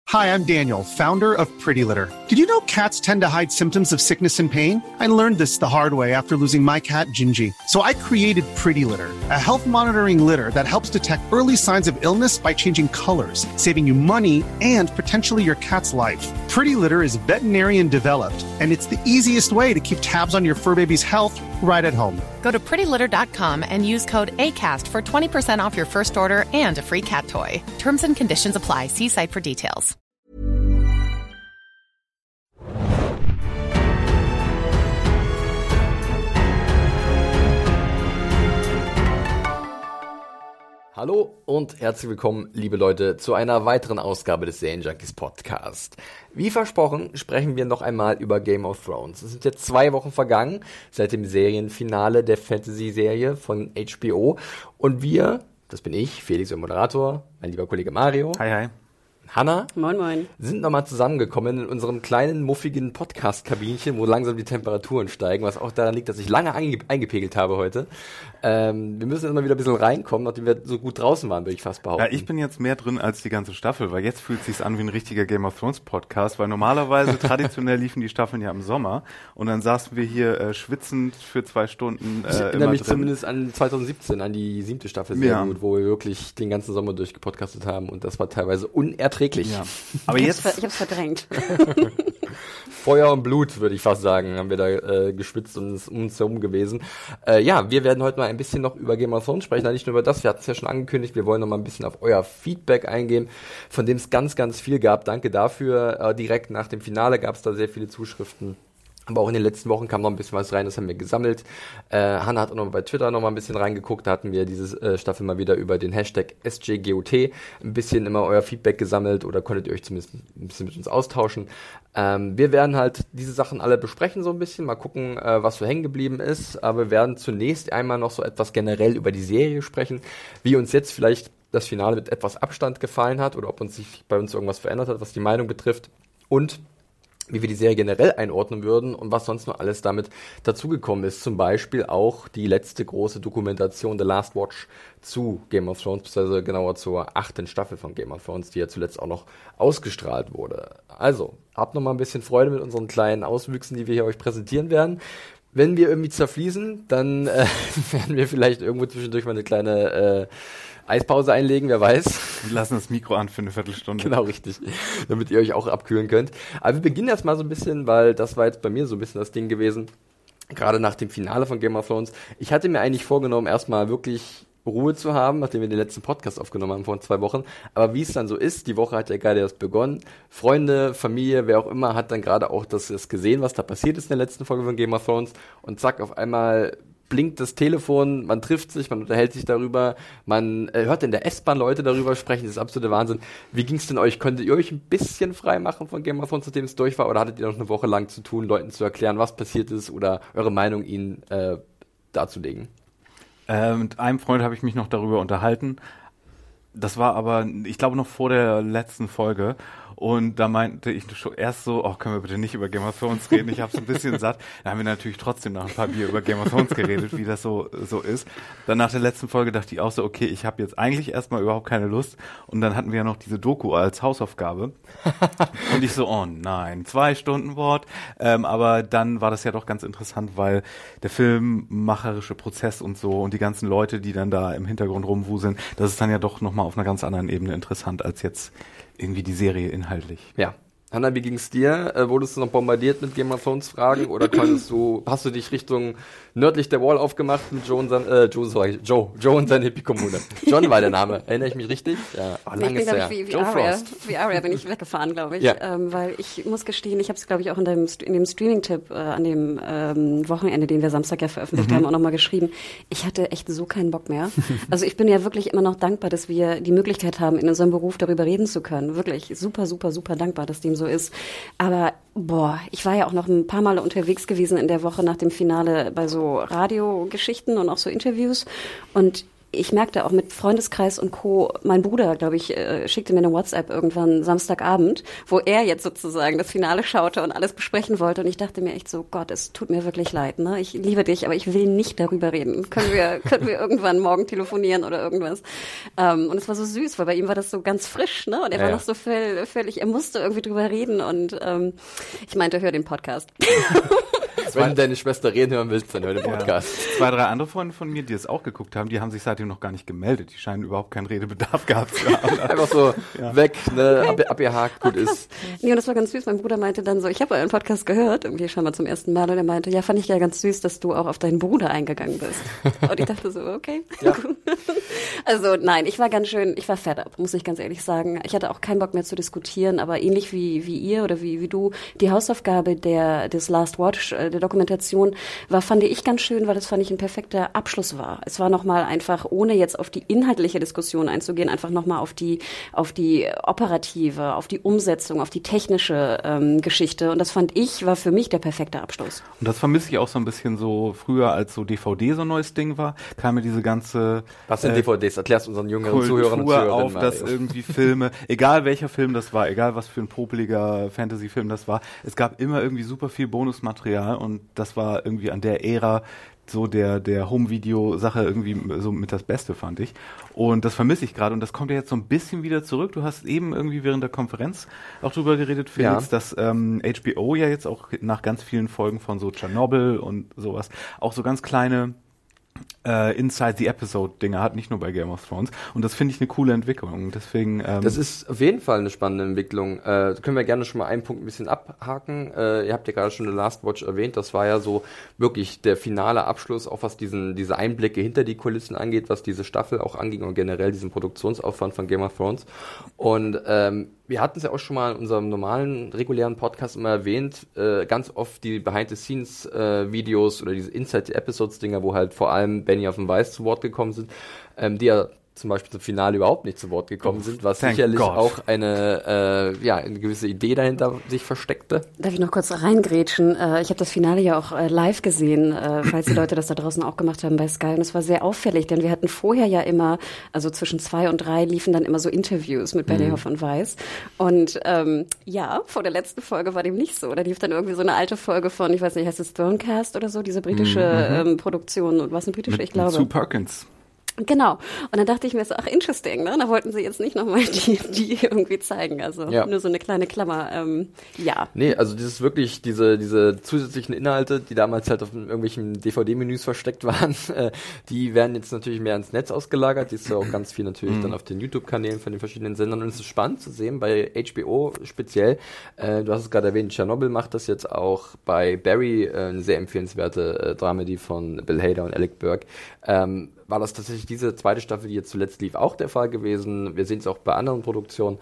Hi, I'm Daniel, founder of Pretty Litter. Did you know cats tend to hide symptoms of sickness and pain? I learned this the hard way after losing my cat, Gingy. So I created Pretty Litter, a health monitoring litter that helps detect early signs of illness by changing colors, saving you money and potentially your cat's life. Pretty Litter is veterinarian developed, and it's the easiest way to keep tabs on your fur baby's health right at home. Go to prettylitter.com and use code ACAST for 20% off your first order and a free cat toy. Terms and conditions apply. See site for details. Hallo und herzlich willkommen, liebe Leute, zu einer weiteren Ausgabe des Serienjunkies Podcast. Wie versprochen sprechen wir noch einmal über Game of Thrones. Es sind jetzt 2 Wochen vergangen seit dem Serienfinale der Fantasy-Serie von HBO. Und wir, das bin ich, Felix, der Moderator, mein lieber Kollege Mario. Hi, hi. Hanna, moin, moin, sind nochmal zusammengekommen in unserem kleinen, muffigen Podcast-Kabinchen, wo langsam die Temperaturen steigen, was auch daran liegt, dass ich lange eingepegelt habe heute. Wir müssen jetzt mal wieder ein bisschen reinkommen, nachdem wir so gut draußen waren, würde ich fast behaupten. Ja, ich bin jetzt mehr drin als die ganze Staffel, weil jetzt fühlt es sich an wie ein richtiger Game of Thrones Podcast, weil normalerweise traditionell liefen die Staffeln ja im Sommer und dann saßen wir hier schwitzend für 2 Stunden. Ich erinnere mich zumindest an 2017, an die 7. Staffel sehr gut, wo wir wirklich den ganzen Sommer durchgepodcastet haben und das war teilweise unerträglich. Ja. Aber ich hab's verdrängt. Feuer und Blut, würde ich fast sagen, haben wir da geschwitzt und es um uns herum gewesen. Ja, wir werden heute mal ein bisschen noch über Game of Thrones sprechen, nicht nur über das, wir hatten es ja schon angekündigt, wir wollen noch mal ein bisschen auf euer Feedback eingehen, von dem es ganz, ganz viel gab. Danke dafür. Direkt nach dem Finale gab es da sehr viele Zuschriften. Aber auch in den letzten Wochen kam noch ein bisschen was rein, das haben wir gesammelt. Hanna hat auch noch bei Twitter noch mal ein bisschen reingeguckt, da hatten wir diese Staffel mal wieder über den Hashtag SJGOT ein bisschen immer euer Feedback gesammelt oder konntet ihr euch zumindest ein bisschen mit uns austauschen. Wir werden halt diese Sachen alle besprechen so ein bisschen, mal gucken, was so hängen geblieben ist. Aber wir werden zunächst einmal noch so etwas generell über die Serie sprechen, wie uns jetzt vielleicht das Finale mit etwas Abstand gefallen hat oder ob sich bei uns irgendwas verändert hat, was die Meinung betrifft und wie wir die Serie generell einordnen würden und was sonst noch alles damit dazugekommen ist. Zum Beispiel auch die letzte große Dokumentation The Last Watch zu Game of Thrones, beziehungsweise genauer zur 8. Staffel von Game of Thrones, die ja zuletzt auch noch ausgestrahlt wurde. Also, habt noch mal ein bisschen Freude mit unseren kleinen Auswüchsen, die wir hier euch präsentieren werden. Wenn wir irgendwie zerfließen, dann werden wir vielleicht irgendwo zwischendurch mal eine kleine Eispause einlegen, wer weiß. Wir lassen das Mikro an für eine Viertelstunde. Genau, richtig. Damit ihr euch auch abkühlen könnt. Aber wir beginnen jetzt mal so ein bisschen, weil das war jetzt bei mir so ein bisschen das Ding gewesen. Gerade nach dem Finale von Game of Thrones. Ich hatte mir eigentlich vorgenommen, erstmal wirklich Ruhe zu haben, nachdem wir den letzten Podcast aufgenommen haben vor 2 Wochen. Aber wie es dann so ist, die Woche hat ja gerade erst begonnen. Freunde, Familie, wer auch immer, hat dann gerade auch das gesehen, was da passiert ist in der letzten Folge von Game of Thrones. Und zack, auf einmal blinkt das Telefon, man trifft sich, man unterhält sich darüber, man hört in der S-Bahn Leute darüber sprechen, das ist absoluter Wahnsinn. Wie ging's denn euch? Konntet ihr euch ein bisschen frei machen von Game of Thrones, nachdem es durch war, oder hattet ihr noch eine Woche lang zu tun, Leuten zu erklären, was passiert ist oder eure Meinung ihnen darzulegen? Mit einem Freund habe ich mich noch darüber unterhalten. Das war aber, ich glaube, noch vor der letzten Folge. Und da meinte ich schon erst so, können wir bitte nicht über Game of Thrones reden, ich habe so ein bisschen satt. Da haben wir natürlich trotzdem nach ein paar Bier über Game of Thrones geredet, wie das so ist. Dann nach der letzten Folge dachte ich auch so, okay, ich habe jetzt eigentlich erstmal überhaupt keine Lust. Und dann hatten wir ja noch diese Doku als Hausaufgabe. Und ich so, oh nein, 2 Stunden Wort. Aber dann war das ja doch ganz interessant, weil der filmmacherische Prozess und so und die ganzen Leute, die dann da im Hintergrund rumwuseln, das ist dann ja doch nochmal auf einer ganz anderen Ebene interessant als jetzt irgendwie die Serie inhaltlich. Ja. Hanna, wie ging's dir? Wurdest du noch bombardiert mit Game of Thrones Fragen oder hast du dich Richtung nördlich der Wall aufgemacht mit Joe und seine Hippie-Kommune? John war der Name, erinnere ich mich richtig? Ja, lange ist her. Wie Arya bin ich weggefahren, glaube ich, weil ich muss gestehen, ich habe es, glaube ich, auch in dem Streaming-Tipp an dem Wochenende, den wir Samstag ja veröffentlicht haben, auch nochmal geschrieben. Ich hatte echt so keinen Bock mehr. Also ich bin ja wirklich immer noch dankbar, dass wir die Möglichkeit haben, in unserem Beruf darüber reden zu können. Wirklich super, super, super dankbar, dass dem so ist. Aber ich war ja auch noch ein paar Mal unterwegs gewesen in der Woche nach dem Finale bei so Radiogeschichten und auch so Interviews und ich merkte auch mit Freundeskreis und Co., mein Bruder, glaube ich, schickte mir eine WhatsApp irgendwann Samstagabend, wo er jetzt sozusagen das Finale schaute und alles besprechen wollte. Und ich dachte mir echt so, Gott, es tut mir wirklich leid, ne? Ich liebe dich, aber ich will nicht darüber reden. Können wir irgendwann morgen telefonieren oder irgendwas? Und es war so süß, weil bei ihm war das so ganz frisch, ne? Und er war noch so völlig, er musste irgendwie drüber reden. Und ich meinte, hör den Podcast. Wenn du deine Schwester reden hören willst, dann hör den Podcast. 2, 3 andere Freunde von mir, die es auch geguckt haben, die haben sich seitdem noch gar nicht gemeldet. Die scheinen überhaupt keinen Redebedarf gehabt zu haben. Einfach so weg, ne, abgehakt, gut ist. Nee, und das war ganz süß. Mein Bruder meinte dann so, ich habe euren Podcast gehört, irgendwie scheinbar zum ersten Mal. Und er meinte, ja, fand ich ja ganz süß, dass du auch auf deinen Bruder eingegangen bist. Und ich dachte so, okay. Ja. Also nein, ich war fed up, muss ich ganz ehrlich sagen. Ich hatte auch keinen Bock mehr zu diskutieren, aber ähnlich wie ihr oder wie du, die Hausaufgabe des Last Watch, der Dokumentation fand ich ganz schön, weil das fand ich ein perfekter Abschluss war. Es war nochmal einfach, ohne jetzt auf die inhaltliche Diskussion einzugehen, einfach nochmal auf die operative, auf die Umsetzung, auf die technische Geschichte. Und das fand ich, war für mich der perfekte Abschluss. Und das vermisse ich auch so ein bisschen so früher, als so DVD so ein neues Ding war, kam mir diese ganze Was sind DVDs? Erklärst unseren jüngeren Zuhörern und Zuhörerinnen auf, dass irgendwie Filme, egal welcher Film das war, egal was für ein popeliger Fantasy-Film das war, es gab immer irgendwie super viel Bonusmaterial und das war irgendwie an der Ära so der Home-Video-Sache irgendwie so mit das Beste, fand ich. Und das vermisse ich gerade und das kommt ja jetzt so ein bisschen wieder zurück. Du hast eben irgendwie während der Konferenz auch drüber geredet, Felix, dass HBO ja jetzt auch nach ganz vielen Folgen von so Tschernobyl und sowas auch so ganz kleine Inside the Episode-Dinger hat, nicht nur bei Game of Thrones. Und das finde ich eine coole Entwicklung. Deswegen, das ist auf jeden Fall eine spannende Entwicklung. Können wir gerne schon mal einen Punkt ein bisschen abhaken. Ihr habt ja gerade schon The Last Watch erwähnt. Das war ja so wirklich der finale Abschluss, auch was diese Einblicke hinter die Kulissen angeht, was diese Staffel auch anging und generell diesen Produktionsaufwand von Game of Thrones. Und wir hatten es ja auch schon mal in unserem normalen, regulären Podcast immer erwähnt, ganz oft die Behind-the-Scenes-Videos oder diese Inside-the-Episodes-Dinger, wo halt vor allem Benioff und Weiss zu Wort gekommen sind, die ja zum Beispiel zum Finale überhaupt nicht zu Wort gekommen sind, was sicherlich auch eine gewisse Idee dahinter sich versteckte. Darf ich noch kurz reingrätschen? Ich habe das Finale ja auch live gesehen, falls die Leute das da draußen auch gemacht haben bei Sky. Und es war sehr auffällig, denn wir hatten vorher ja immer, also zwischen 2 und 3 liefen dann immer so Interviews mit Benioff und Weiss. Und vor der letzten Folge war dem nicht so. Da lief dann irgendwie so eine alte Folge von, ich weiß nicht, heißt es Thronecast oder so, diese britische Produktion. Und was eine britische, ich glaube. Sue Perkins. Genau. Und dann dachte ich mir so, ach, interesting, ne? Da wollten sie jetzt nicht nochmal die irgendwie zeigen. Also nur so eine kleine Klammer, Nee, also dieses wirklich, diese zusätzlichen Inhalte, die damals halt auf irgendwelchen DVD-Menüs versteckt waren, die werden jetzt natürlich mehr ins Netz ausgelagert. Die ist ja auch ganz viel natürlich dann auf den YouTube-Kanälen von den verschiedenen Sendern. Und es ist spannend zu sehen, bei HBO speziell, du hast es gerade erwähnt, Tschernobyl macht das jetzt auch, bei Barry, eine sehr empfehlenswerte Dramedy von Bill Hader und Alec Burke, war das tatsächlich diese zweite Staffel, die jetzt zuletzt lief, auch der Fall gewesen. Wir sehen es auch bei anderen Produktionen.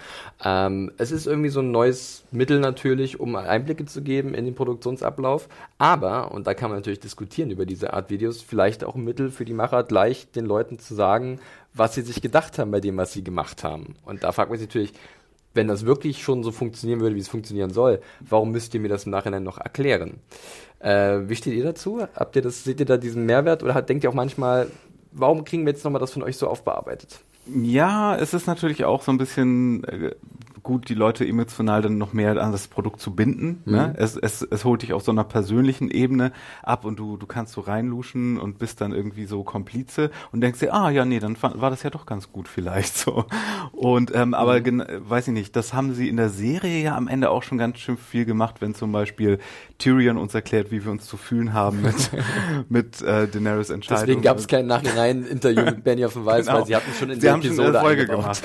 Es ist irgendwie so ein neues Mittel natürlich, um Einblicke zu geben in den Produktionsablauf. Aber, und da kann man natürlich diskutieren über diese Art Videos, vielleicht auch ein Mittel für die Macher, gleich den Leuten zu sagen, was sie sich gedacht haben bei dem, was sie gemacht haben. Und da fragt man sich natürlich, wenn das wirklich schon so funktionieren würde, wie es funktionieren soll, warum müsst ihr mir das im Nachhinein noch erklären? Wie steht ihr dazu? Seht ihr da diesen Mehrwert oder denkt ihr auch manchmal, warum kriegen wir jetzt nochmal das von euch so aufbearbeitet? Ja, es ist natürlich auch so ein bisschen gut, die Leute emotional dann noch mehr an das Produkt zu binden. Ne? Es holt dich auf so einer persönlichen Ebene ab und du kannst so reinluschen und bist dann irgendwie so Komplize und denkst dir, dann war das ja doch ganz gut vielleicht so. Und aber weiß ich nicht, das haben sie in der Serie ja am Ende auch schon ganz schön viel gemacht, wenn zum Beispiel Tyrion uns erklärt, wie wir uns zu fühlen haben mit Daenerys Entscheidung. Deswegen gab es kein Nachhinein-Interview mit Benioff und Weiss, weil sie hatten schon in der Episode Folge gemacht.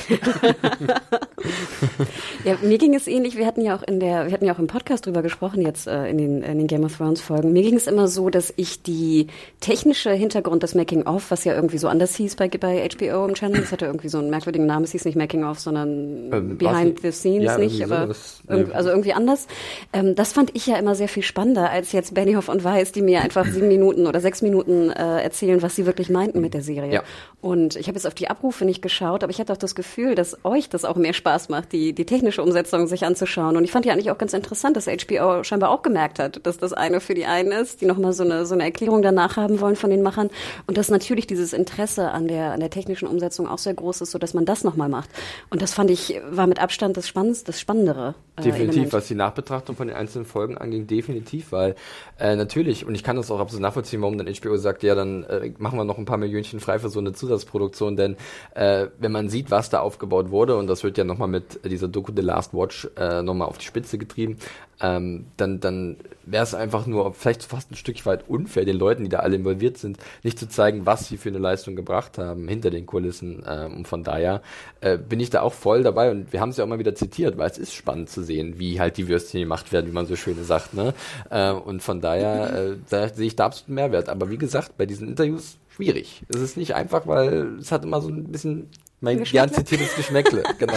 Ja, mir ging es ähnlich. Wir hatten ja auch im Podcast drüber gesprochen jetzt in den Game of Thrones Folgen. Mir ging es immer so, dass ich die technische Hintergrund des Making-of, was ja irgendwie so anders hieß bei HBO im Channel, das hatte irgendwie so einen merkwürdigen Namen. Es hieß nicht Making-of, sondern Behind the Scenes, nicht, aber also irgendwie anders. Das fand ich ja immer sehr viel spannender als jetzt Benioff und Weiss, die mir einfach 7 Minuten oder 6 Minuten erzählen, was sie wirklich meinten mit der Serie. Ja. Und ich habe jetzt auf die Abrufe nicht geschaut, aber ich hatte auch das Gefühl, dass euch das auch mehr Spaß macht, die technische technische Umsetzung sich anzuschauen. Und ich fand ja eigentlich auch ganz interessant, dass HBO scheinbar auch gemerkt hat, dass das eine für die einen ist, die nochmal so eine Erklärung danach haben wollen von den Machern. Und dass natürlich dieses Interesse an der technischen Umsetzung auch sehr groß ist, sodass man das nochmal macht. Und das fand ich, war mit Abstand das Spannendere. Definitiv, Element. Was die Nachbetrachtung von den einzelnen Folgen anging, definitiv, weil natürlich, und ich kann das auch absolut nachvollziehen, warum dann HBO sagt, ja, dann machen wir noch ein paar Millionchen frei für so eine Zusatzproduktion, denn wenn man sieht, was da aufgebaut wurde, und das wird ja nochmal mit dieser Doku The Last Watch nochmal auf die Spitze getrieben, dann wäre es einfach nur vielleicht fast ein Stück weit unfair, den Leuten, die da alle involviert sind, nicht zu zeigen, was sie für eine Leistung gebracht haben hinter den Kulissen. Und von daher bin ich da auch voll dabei, und wir haben es ja auch mal wieder zitiert, weil es ist spannend zu sehen, wie halt die Würstchen gemacht werden, wie man so schön sagt. Ne? Und von daher da sehe ich da absoluten Mehrwert. Aber wie gesagt, bei diesen Interviews schwierig. Es ist nicht einfach, weil es hat immer so ein bisschen mein gern zitiertes Geschmäckle. Genau.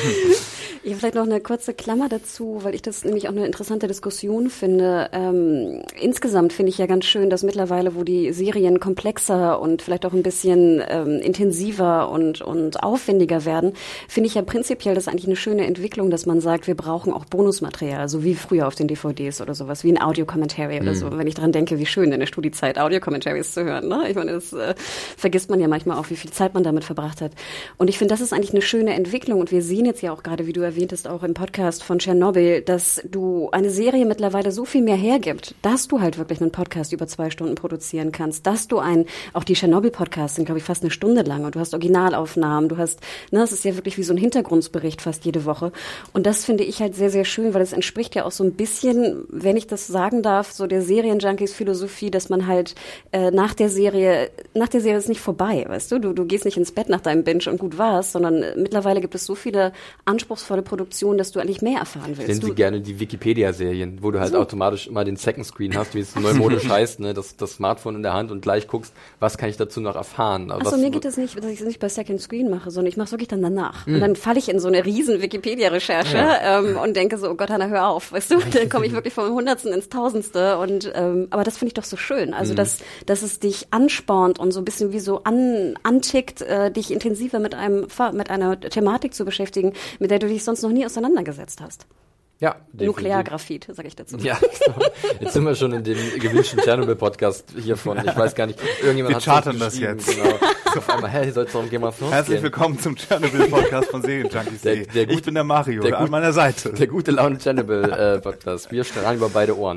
Ich habe vielleicht noch eine kurze Klammer dazu, weil ich das nämlich auch eine interessante Diskussion finde. Insgesamt finde ich ja ganz schön, dass mittlerweile, wo die Serien komplexer und vielleicht auch ein bisschen intensiver und aufwendiger werden, finde ich ja prinzipiell das eigentlich eine schöne Entwicklung, dass man sagt, wir brauchen auch Bonusmaterial, so wie früher auf den DVDs oder sowas, wie ein Audio-Commentary oder so. Wenn ich dran denke, wie schön in der Studiezeit Audio-Commentaries zu hören. Ne? Ich meine, das vergisst man ja manchmal auch, wie viel Zeit man damit verbracht hat. Und ich finde, das ist eigentlich eine schöne Entwicklung, und wir sehen jetzt ja auch gerade, wie du erwähntest, auch im Podcast von Tschernobyl, dass du eine Serie mittlerweile so viel mehr hergibt, dass du halt wirklich einen Podcast über 2 Stunden produzieren kannst, dass du auch die Tschernobyl-Podcasts sind, glaube ich, fast eine Stunde lang, und du hast Originalaufnahmen, du hast, es ist ja wirklich wie so ein Hintergrundbericht fast jede Woche, und das finde ich halt sehr, sehr schön, weil es entspricht ja auch so ein bisschen, wenn ich das sagen darf, so der Serienjunkies-Philosophie, dass man halt nach der Serie ist nicht vorbei, weißt du, du gehst nicht ins Bett nach deinem Binge und gut war's, sondern mittlerweile gibt es so viele anspruchsvolle Produktionen, dass du eigentlich mehr erfahren willst. Nennen Sie gerne die Wikipedia-Serien, wo du halt automatisch immer den Second Screen hast, wie es neumodisch heißt, ne, das Smartphone in der Hand und gleich guckst, was kann ich dazu noch erfahren. Achso, mir geht es nicht, dass ich es nicht bei Second Screen mache, sondern ich mache es wirklich dann danach. Und dann falle ich in so eine riesen Wikipedia-Recherche und denke so, oh Gott, Hanna, hör auf, weißt du, dann komme ich wirklich vom Hundertsten ins Tausendste, und aber das finde ich doch so schön, also dass es dich anspornt und so ein bisschen wie so antickt, dich intensiver mit einer Thematik zu beschäftigen, mit der du dich sonst noch nie auseinandergesetzt hast. Ja, Nukleargraphit, sage ich dazu. Ja, jetzt sind wir schon in dem gewünschten Tschernobyl-Podcast hiervon. Ich weiß gar nicht, irgendjemand wir chartern das jetzt. Genau. Auf einmal, hey, soll es darum Game of Thrones Herzlich willkommen zum Tschernobyl-Podcast von Serienjunkies. Ich bin der Mario, an meiner Seite. Der gute Laune Tschernobyl-Podcast. Wir strahlen über beide Ohren.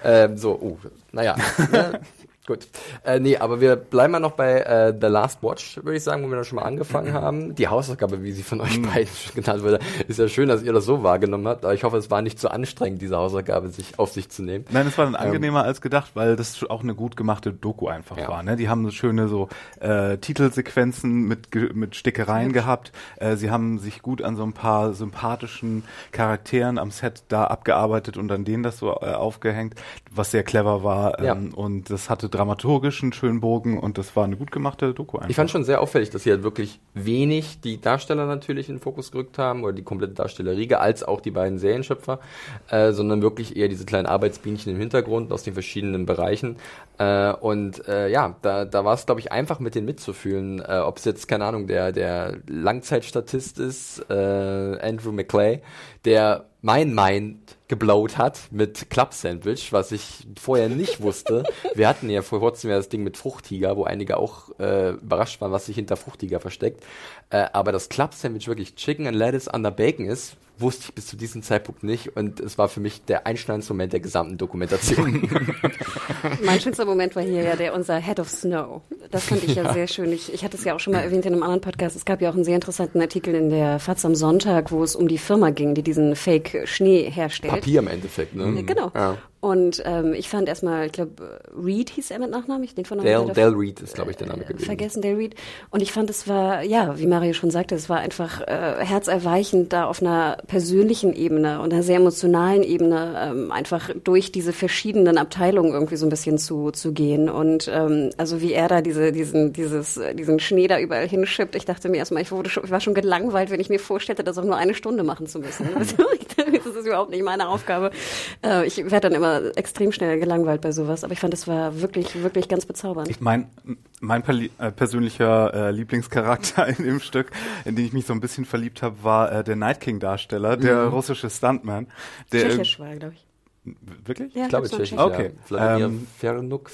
Gut. Aber wir bleiben mal noch bei The Last Watch, würde ich sagen, wo wir da schon mal angefangen haben. Die Hausaufgabe, wie sie von euch beiden schon genannt wurde, ist ja schön, dass ihr das so wahrgenommen habt, aber ich hoffe, es war nicht zu anstrengend, diese Hausaufgabe auf sich zu nehmen. Nein, es war dann angenehmer als gedacht, weil das auch eine gut gemachte Doku einfach war. Ne? Die haben so schöne Titelsequenzen mit Stickereien gehabt. Sie haben sich gut an so ein paar sympathischen Charakteren am Set da abgearbeitet und an denen das so aufgehängt, was sehr clever war. Und das hatte dramaturgisch einen schönen Bogen, und das war eine gut gemachte Doku einfach. Ich fand schon sehr auffällig, dass sie halt wirklich wenig die Darsteller natürlich in den Fokus gerückt haben, oder die komplette Darstellerriege, als auch die beiden Serienschöpfer, sondern wirklich eher diese kleinen Arbeitsbienchen im Hintergrund aus den verschiedenen Bereichen. Da war es, glaube ich, einfach mit denen mitzufühlen, ob es jetzt, keine Ahnung, der Langzeitstatist ist, Andrew McClay, der mein Mind geblowt hat mit Club-Sandwich, was ich vorher nicht wusste. Wir hatten ja vor kurzem das Ding mit Fruchtiger, wo einige auch überrascht waren, was sich hinter Fruchtiger versteckt. Aber das Club-Sandwich wirklich Chicken and Lettuce under Bacon ist, wusste ich bis zu diesem Zeitpunkt nicht, und es war für mich der Einschneidungsmoment der gesamten Dokumentation. Mein schönster Moment war hier ja unser Head of Snow. Das fand ich ja sehr schön. Ich hatte es ja auch schon mal erwähnt in einem anderen Podcast. Es gab ja auch einen sehr interessanten Artikel in der FAZ am Sonntag, wo es um die Firma ging, die diesen Fake-Schnee herstellt. Papier im Endeffekt, ne? Genau. Ja. Und ich fand erstmal, ich glaube, Reed hieß er mit Nachnamen. Ich denke von Dale Reed ist, glaube ich, der Name gewesen. Vergessen, Dale Reed. Und ich fand, es war, wie Mario schon sagte, es war einfach herzerweichend, da auf einer persönlichen Ebene und einer sehr emotionalen Ebene einfach durch diese verschiedenen Abteilungen irgendwie so ein bisschen zu gehen. Und also wie er da diesen Schnee da überall hinschippt, ich dachte mir erstmal, ich war schon gelangweilt, wenn ich mir vorstellte, das auch nur 1 Stunde machen zu müssen. Das ist überhaupt nicht meine Aufgabe. Ich werde dann immer immer extrem schnell gelangweilt bei sowas, aber ich fand, das war wirklich, wirklich ganz bezaubernd. Mein persönlicher Lieblingscharakter in dem Stück, in den ich mich so ein bisschen verliebt habe, war der Night King-Darsteller, der russische Stuntman. Der Tschechisch war, glaube ich. Wirklich? Ja, ich glaube Tschechisch, okay. Ja. Feruk.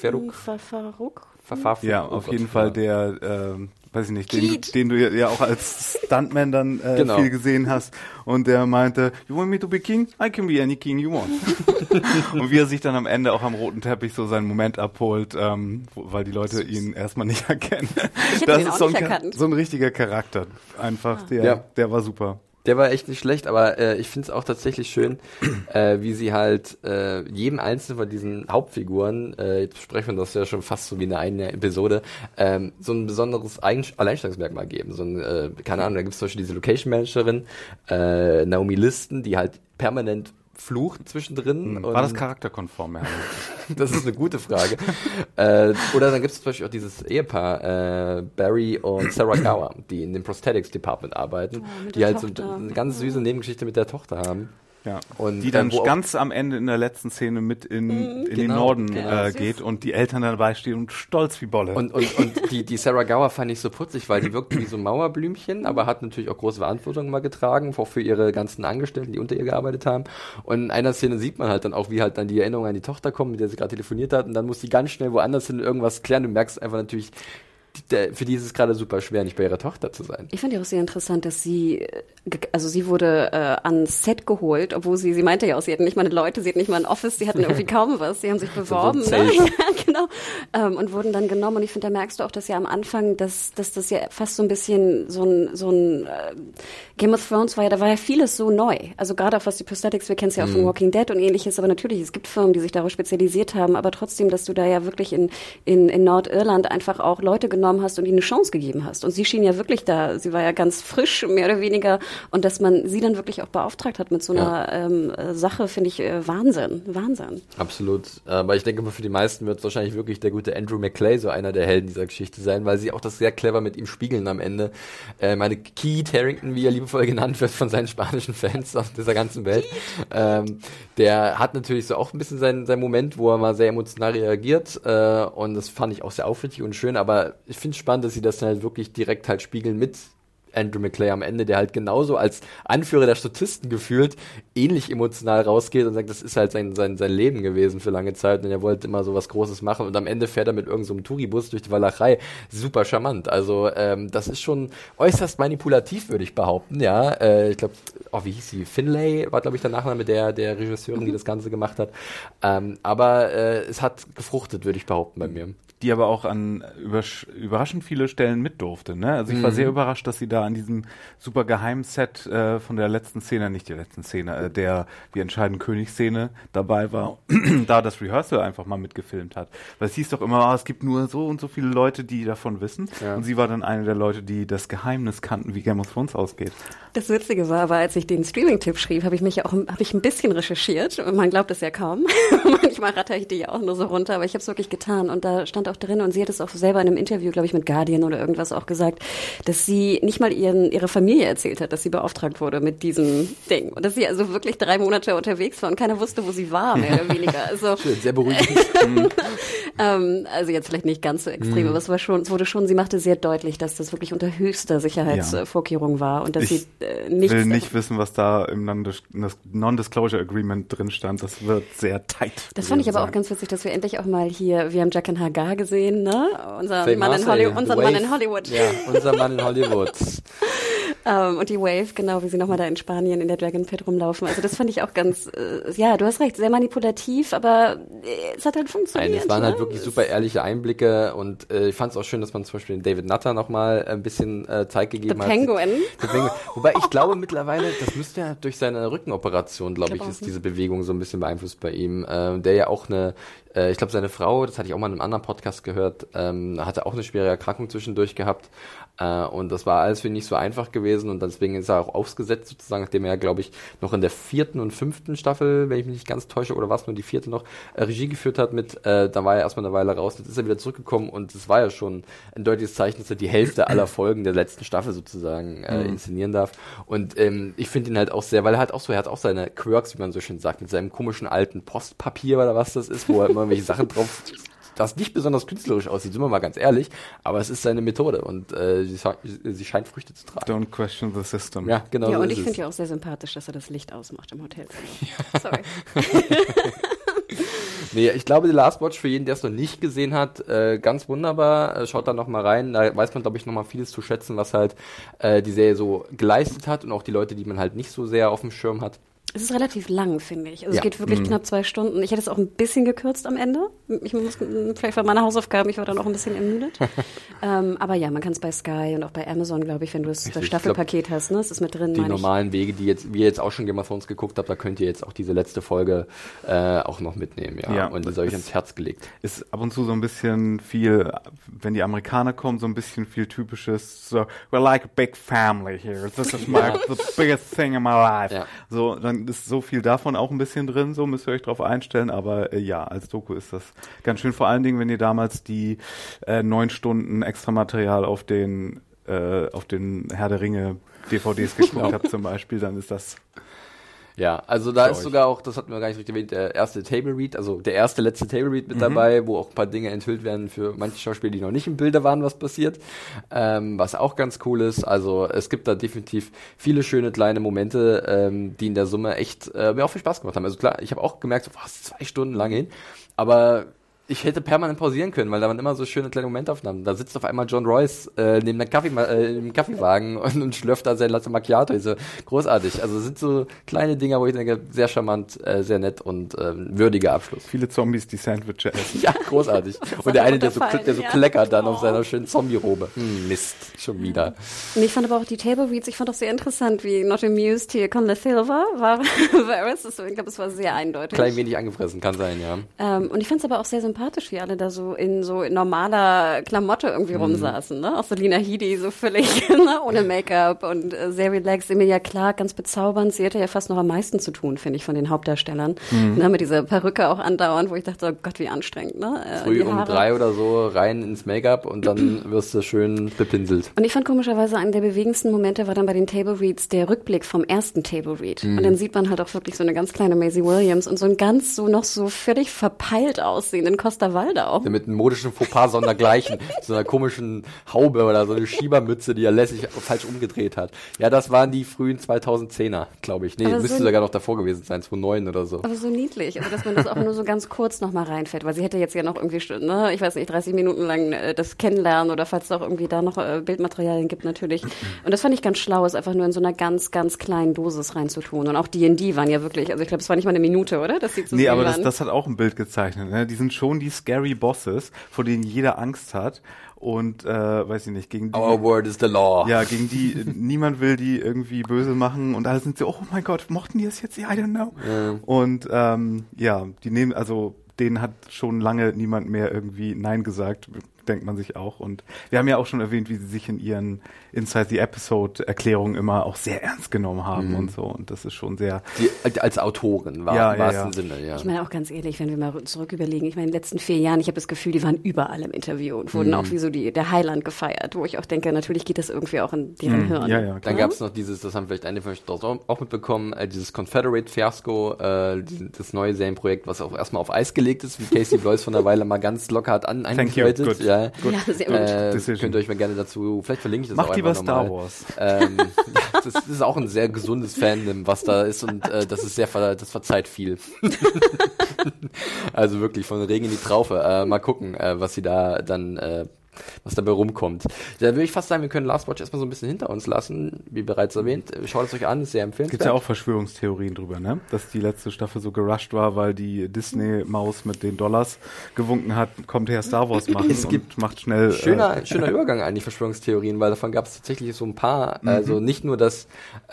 Ja, auf jeden Fall der, weiß ich nicht, den du ja auch als Stuntman dann viel gesehen hast. Und der meinte, you want me to be king? I can be any king you want. Und wie er sich dann am Ende auch am roten Teppich so seinen Moment abholt, weil die Leute ihn erstmal nicht erkennen. Das ist so ein richtiger Charakter. Einfach, der war super. Der war echt nicht schlecht, aber ich finde es auch tatsächlich schön, wie sie halt jedem einzelnen von diesen Hauptfiguren, jetzt sprechen wir das ja schon fast so wie in einer Episode, so ein besonderes Alleinstellungsmerkmal geben. So ein, keine Ahnung, da gibt es zum Beispiel diese Location-Managerin, Naomi Listen, die halt permanent flucht zwischendrin. War das charakterkonform? Das ist eine gute Frage. Oder dann gibt es zum Beispiel auch dieses Ehepaar, Barry und Sarah Gower, die in dem Prosthetics Department arbeiten, die halt so eine ganz süße Nebengeschichte mit der Tochter haben. Ja. Und die dann ganz am Ende in der letzten Szene mit in den Norden geht und die Eltern dabei stehen und stolz wie Bolle. Und die Sarah Gower fand ich so putzig, weil die wirkte wie so ein Mauerblümchen, aber hat natürlich auch große Verantwortung mal getragen, auch für ihre ganzen Angestellten, die unter ihr gearbeitet haben. Und in einer Szene sieht man halt dann auch, wie halt dann die Erinnerungen an die Tochter kommen, mit der sie gerade telefoniert hat, und dann muss sie ganz schnell woanders hin irgendwas klären. Du merkst einfach natürlich, für die ist es gerade super schwer, nicht bei ihrer Tochter zu sein. Ich fand ja auch sehr interessant, dass sie wurde ans Set geholt, obwohl sie meinte ja auch, sie hatten nicht mal Leute, sie hatten nicht mal ein Office, sie hatten irgendwie kaum was, sie haben sich beworben. So ein Ja, genau. Und wurden dann genommen. Und ich finde, da merkst du auch, dass ja am Anfang, dass das ja fast so ein bisschen so ein Game of Thrones war ja, da war ja vieles so neu. Also gerade auch was die Prosthetics, wir kennen es ja auch von Walking Dead und ähnliches, aber natürlich, es gibt Firmen, die sich darauf spezialisiert haben, aber trotzdem, dass du da ja wirklich in Nordirland einfach auch Leute genommen hast und ihnen eine Chance gegeben hast. Und sie schien ja wirklich da, sie war ja ganz frisch, mehr oder weniger, und dass man sie dann wirklich auch beauftragt hat mit so einer Sache, finde ich Wahnsinn. Absolut. Aber ich denke mal, für die meisten wird es wahrscheinlich wirklich der gute Andrew McClay so einer der Helden dieser Geschichte sein, weil sie auch das sehr clever mit ihm spiegeln am Ende. Meine Keith Harington, wie er liebevoll genannt wird von seinen spanischen Fans aus dieser ganzen Welt, der hat natürlich so auch ein bisschen seinen Moment, wo er mal sehr emotional reagiert, und das fand ich auch sehr aufrichtig und schön, aber ich finde es spannend, dass sie das dann halt wirklich direkt halt spiegeln mit Andrew McClay am Ende, der halt genauso als Anführer der Statisten gefühlt ähnlich emotional rausgeht und sagt, das ist halt sein Leben gewesen für lange Zeit und er wollte immer so was Großes machen und am Ende fährt er mit irgendeinem so Touribus durch die Walachei. Super charmant. Also das ist schon äußerst manipulativ, würde ich behaupten. Ja, ich glaube, wie hieß sie? Finlay war, glaube ich, der Nachname der Regisseurin, die das Ganze gemacht hat. Aber es hat gefruchtet, würde ich behaupten, bei mir. Die aber auch an überraschend viele Stellen mit durfte. Ne? Also ich war sehr überrascht, dass sie da an diesem super geheimen Set von der letzten Szene, nicht die letzten Szene, der Wir entscheiden Königsszene dabei war, da das Rehearsal einfach mal mitgefilmt hat. Weil es hieß doch immer, es gibt nur so und so viele Leute, die davon wissen. Ja. Und sie war dann eine der Leute, die das Geheimnis kannten, wie Game of Thrones ausgeht. Das Witzige war aber, als ich den Streaming-Tipp schrieb, habe ich ein bisschen recherchiert. Und man glaubt es ja kaum. Manchmal ratter ich die ja auch nur so runter, aber ich habe es wirklich getan. Und da stand auch drin, und sie hat es auch selber in einem Interview, glaube ich, mit Guardian oder irgendwas auch gesagt, dass sie nicht mal ihre Familie erzählt hat, dass sie beauftragt wurde mit diesem Ding. Und dass sie also wirklich 3 Monate unterwegs war und keiner wusste, wo sie war, mehr oder weniger. Also, schön, sehr beruhigend. Also jetzt vielleicht nicht ganz so extrem, aber sie machte sehr deutlich, dass das wirklich unter höchster Sicherheitsvorkehrung war und dass sie ich will nicht wissen, was da im Non-Disclosure Agreement drin stand. Das wird sehr tight. Das fand ich aber auch ganz witzig, dass wir endlich auch mal hier, wir haben Jack and Hagar gesehen, ne? Unser Mann in Hollywood. Ja, unser Mann in Hollywood. Und die Wave, genau, wie sie nochmal da in Spanien in der Dragon Pit rumlaufen. Also das fand ich auch ganz, du hast recht, sehr manipulativ, aber es hat halt funktioniert. Nein, es waren halt wirklich super ehrliche Einblicke und ich fand es auch schön, dass man zum Beispiel den David Nutter nochmal ein bisschen Zeit gegeben hat. Penguin. Wobei ich glaube mittlerweile, das müsste ja durch seine Rückenoperation, glaube ich, ist diese Bewegung so ein bisschen beeinflusst bei ihm, der ja auch ich glaube, seine Frau, das hatte ich auch mal in einem anderen Podcast gehört, hatte auch eine schwere Erkrankung zwischendurch gehabt. Und das war alles für ihn nicht so einfach gewesen und deswegen ist er auch ausgesetzt sozusagen, nachdem er, glaube ich, noch in der 4. und 5. Staffel, wenn ich mich nicht ganz täusche, oder was, nur die 4. noch, Regie geführt hat da war er erstmal eine Weile raus, jetzt ist er wieder zurückgekommen und es war ja schon ein deutliches Zeichen, dass er die Hälfte aller Folgen der letzten Staffel sozusagen inszenieren darf. Und ich finde ihn halt auch sehr, weil er hat auch seine Quirks, wie man so schön sagt, mit seinem komischen alten Postpapier oder was das ist, wo er immer irgendwelche Sachen drauf, das nicht besonders künstlerisch aussieht, sind wir mal ganz ehrlich, aber es ist seine Methode und sie scheint Früchte zu tragen. Don't question the system. Ja, genau. Ja, so und ich ist finde ja auch sehr sympathisch, dass er das Licht ausmacht im Hotelzimmer. Ja. Sorry. Nee, ich glaube, The Last Watch, für jeden, der es noch nicht gesehen hat, ganz wunderbar. Schaut da noch mal rein. Da weiß man, glaube ich, noch mal vieles zu schätzen, was halt die Serie so geleistet hat und auch die Leute, die man halt nicht so sehr auf dem Schirm hat. Es ist relativ lang, finde ich. Also es geht wirklich knapp 2 Stunden. Ich hätte es auch ein bisschen gekürzt am Ende. Ich muss vielleicht für meine Hausaufgaben, ich war dann auch ein bisschen ermüdet. Aber ja, man kann es bei Sky und auch bei Amazon, glaube ich, wenn du das Staffelpaket hast, ne? Es ist mit drin, die normalen Wege, die ihr jetzt auch schon Game of Thrones geguckt habt, da könnt ihr jetzt auch diese letzte Folge auch noch mitnehmen, ja. Und die ist euch ins Herz gelegt. Ist ab und zu so ein bisschen viel, wenn die Amerikaner kommen, so ein bisschen viel typisches, so, we're like a big family here. This is the biggest thing in my life. Ja. So, dann ist so viel davon auch ein bisschen drin, so müsst ihr euch drauf einstellen, aber ja, als Doku ist das ganz schön, vor allen Dingen, wenn ihr damals die 9 Stunden Extramaterial auf den Herr der Ringe DVDs geguckt habt zum Beispiel, dann ist das... Ja, also da ist sogar auch, das hatten wir gar nicht richtig erwähnt, der erste Table Read, also der letzte Table Read mit dabei, wo auch ein paar Dinge enthüllt werden für manche Schauspieler, die noch nicht im Bilde waren, was passiert, was auch ganz cool ist. Also es gibt da definitiv viele schöne kleine Momente, die in der Summe echt mir auch viel Spaß gemacht haben. Also klar, ich habe auch gemerkt, so, was, 2 Stunden lang hin, aber ich hätte permanent pausieren können, weil da waren immer so schöne kleine Momentaufnahmen. Da sitzt auf einmal John Royce neben dem Kaffeewagen und schlürft da sein Latte Macchiato. Also großartig. Also es sind so kleine Dinger, wo ich denke, sehr charmant, sehr nett und würdiger Abschluss. Viele Zombies, die Sandwiches essen. Ja, großartig. Und der eine, der so kleckert dann auf seiner schönen Zombie-Robe. Mist, schon wieder. Und ich fand aber auch die Table Reads, ich fand auch sehr interessant, wie Not Amused hier Conor Silver war. Ich glaube, es war sehr eindeutig. Klein wenig angefressen, kann sein, ja. Und ich fand es aber auch sehr sympathisch, wie alle da so in normaler Klamotte irgendwie rumsaßen, ne? Auch so Lena Headey so völlig ohne Make-up und sehr relaxed. Emilia Clarke ganz bezaubernd. Sie hatte ja fast noch am meisten zu tun, finde ich, von den Hauptdarstellern. Ne? Mit dieser Perücke auch andauernd, wo ich dachte, oh Gott, wie anstrengend, ne? Früh um 3 oder so rein ins Make-up und dann wirst du schön bepinselt. Und ich fand komischerweise, einer der bewegendsten Momente war dann bei den Table Reads der Rückblick vom ersten Table Read. Und dann sieht man halt auch wirklich so eine ganz kleine Maisie Williams und so einen ganz so noch so völlig verpeilt aussehenden Costa Waldau. Ja, mit einem modischen Fauxpas sondergleichen, so einer komischen Haube oder so eine Schiebermütze, die er lässig falsch umgedreht hat. Ja, das waren die frühen 2010er, glaube ich. Nee, aber müsste sogar noch davor gewesen sein, 2009 oder so. Aber so niedlich, also dass man das auch nur so ganz kurz noch mal reinfällt, weil sie hätte jetzt ja noch irgendwie, ne, ich weiß nicht, 30 Minuten lang das kennenlernen oder falls es auch irgendwie da noch Bildmaterialien gibt natürlich. Und das fand ich ganz schlau, es einfach nur in so einer ganz, ganz kleinen Dosis reinzutun. Und auch D&D waren ja wirklich, also ich glaube, es war nicht mal eine Minute, oder? Dass sie nee, aber das hat auch ein Bild gezeichnet, ne? Die sind schon die scary Bosses, vor denen jeder Angst hat und weiß ich nicht, gegen die Our word is the law. Ja, gegen die niemand will die irgendwie böse machen und alle sind so, oh mein Gott, mochten die es jetzt? I don't know. Ja. Und ja, die nehmen, also denen hat schon lange niemand mehr irgendwie Nein gesagt, denkt man sich auch. Und wir haben ja auch schon erwähnt, wie sie sich in ihren Inside the Episode Erklärungen immer auch sehr ernst genommen haben und so. Und das ist schon sehr... Die, als Autorin war im wahrsten Sinne, ja. Ich meine auch ganz ehrlich, wenn wir mal zurück überlegen, ich meine in den letzten 4 Jahren, ich habe das Gefühl, die waren überall im Interview und wurden auch wie so der Heiland gefeiert, wo ich auch denke, natürlich geht das irgendwie auch in deren Hirn. Ja, ja, dann gab es noch dieses, das haben vielleicht einige von euch auch mitbekommen, dieses Confederate-Fiasko, das neue Serienprojekt, was auch erstmal auf Eis gelegt ist, wie Casey Bloys von der Weile mal ganz locker hat eingedeutet. Ja, sehr gut. Könnt ihr euch mal gerne dazu, vielleicht verlinke ich das Macht auch lieber Star Wars. Das ist auch ein sehr gesundes Fandom, was da ist und das ist das verzeiht viel. Also wirklich von Regen in die Traufe. Mal gucken, was sie da dann was dabei rumkommt. Da würde ich fast sagen, wir können Last Watch erstmal so ein bisschen hinter uns lassen, wie bereits erwähnt. Schaut es euch an, ist sehr empfehlenswert. Gibt ja auch Verschwörungstheorien drüber, ne? Dass die letzte Staffel so gerusht war, weil die Disney-Maus mit den Dollars gewunken hat, kommt her Star Wars machen und macht schnell... Schöner Übergang eigentlich, Verschwörungstheorien, weil davon gab es tatsächlich so ein paar, also nicht nur, dass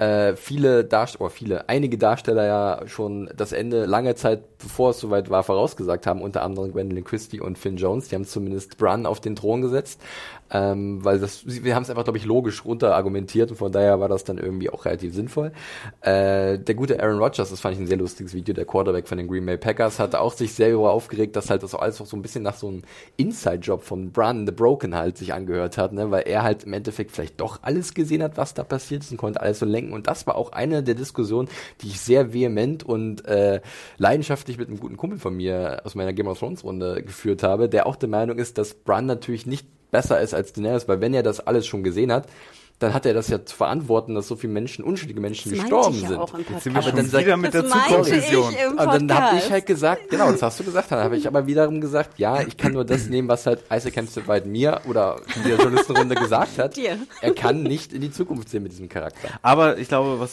einige Darsteller ja schon das Ende lange Zeit, bevor es soweit war, vorausgesagt haben, unter anderem Gwendolyn Christie und Finn Jones, die haben zumindest Bran auf den Thron gesetzt. weil wir haben es einfach, glaube ich, logisch runter argumentiert und von daher war das dann irgendwie auch relativ sinnvoll. Der gute Aaron Rodgers, das fand ich ein sehr lustiges Video, der Quarterback von den Green Bay Packers, hatte auch sich sehr darüber aufgeregt, dass halt das alles auch so ein bisschen nach so einem Inside-Job von Brandon the Broken halt sich angehört hat, ne, weil er halt im Endeffekt vielleicht doch alles gesehen hat, was da passiert ist und konnte alles so lenken und das war auch eine der Diskussionen, die ich sehr vehement und leidenschaftlich mit einem guten Kumpel von mir aus meiner Game of Thrones Runde geführt habe, der auch der Meinung ist, dass Bran natürlich nicht besser ist als Daenerys, weil wenn er das alles schon gesehen hat, dann hat er das ja zu verantworten, dass so viele Menschen, unschuldige Menschen gestorben sind. Jetzt sind wir schon wieder mit der Zukunftsvision. Und dann habe ich halt gesagt, genau, das hast du gesagt, dann habe ich aber wiederum gesagt, ja, ich kann nur das nehmen, was halt Isaac Hempstead mir oder in der Journalistenrunde gesagt hat. Er kann nicht in die Zukunft sehen mit diesem Charakter. Aber ich glaube,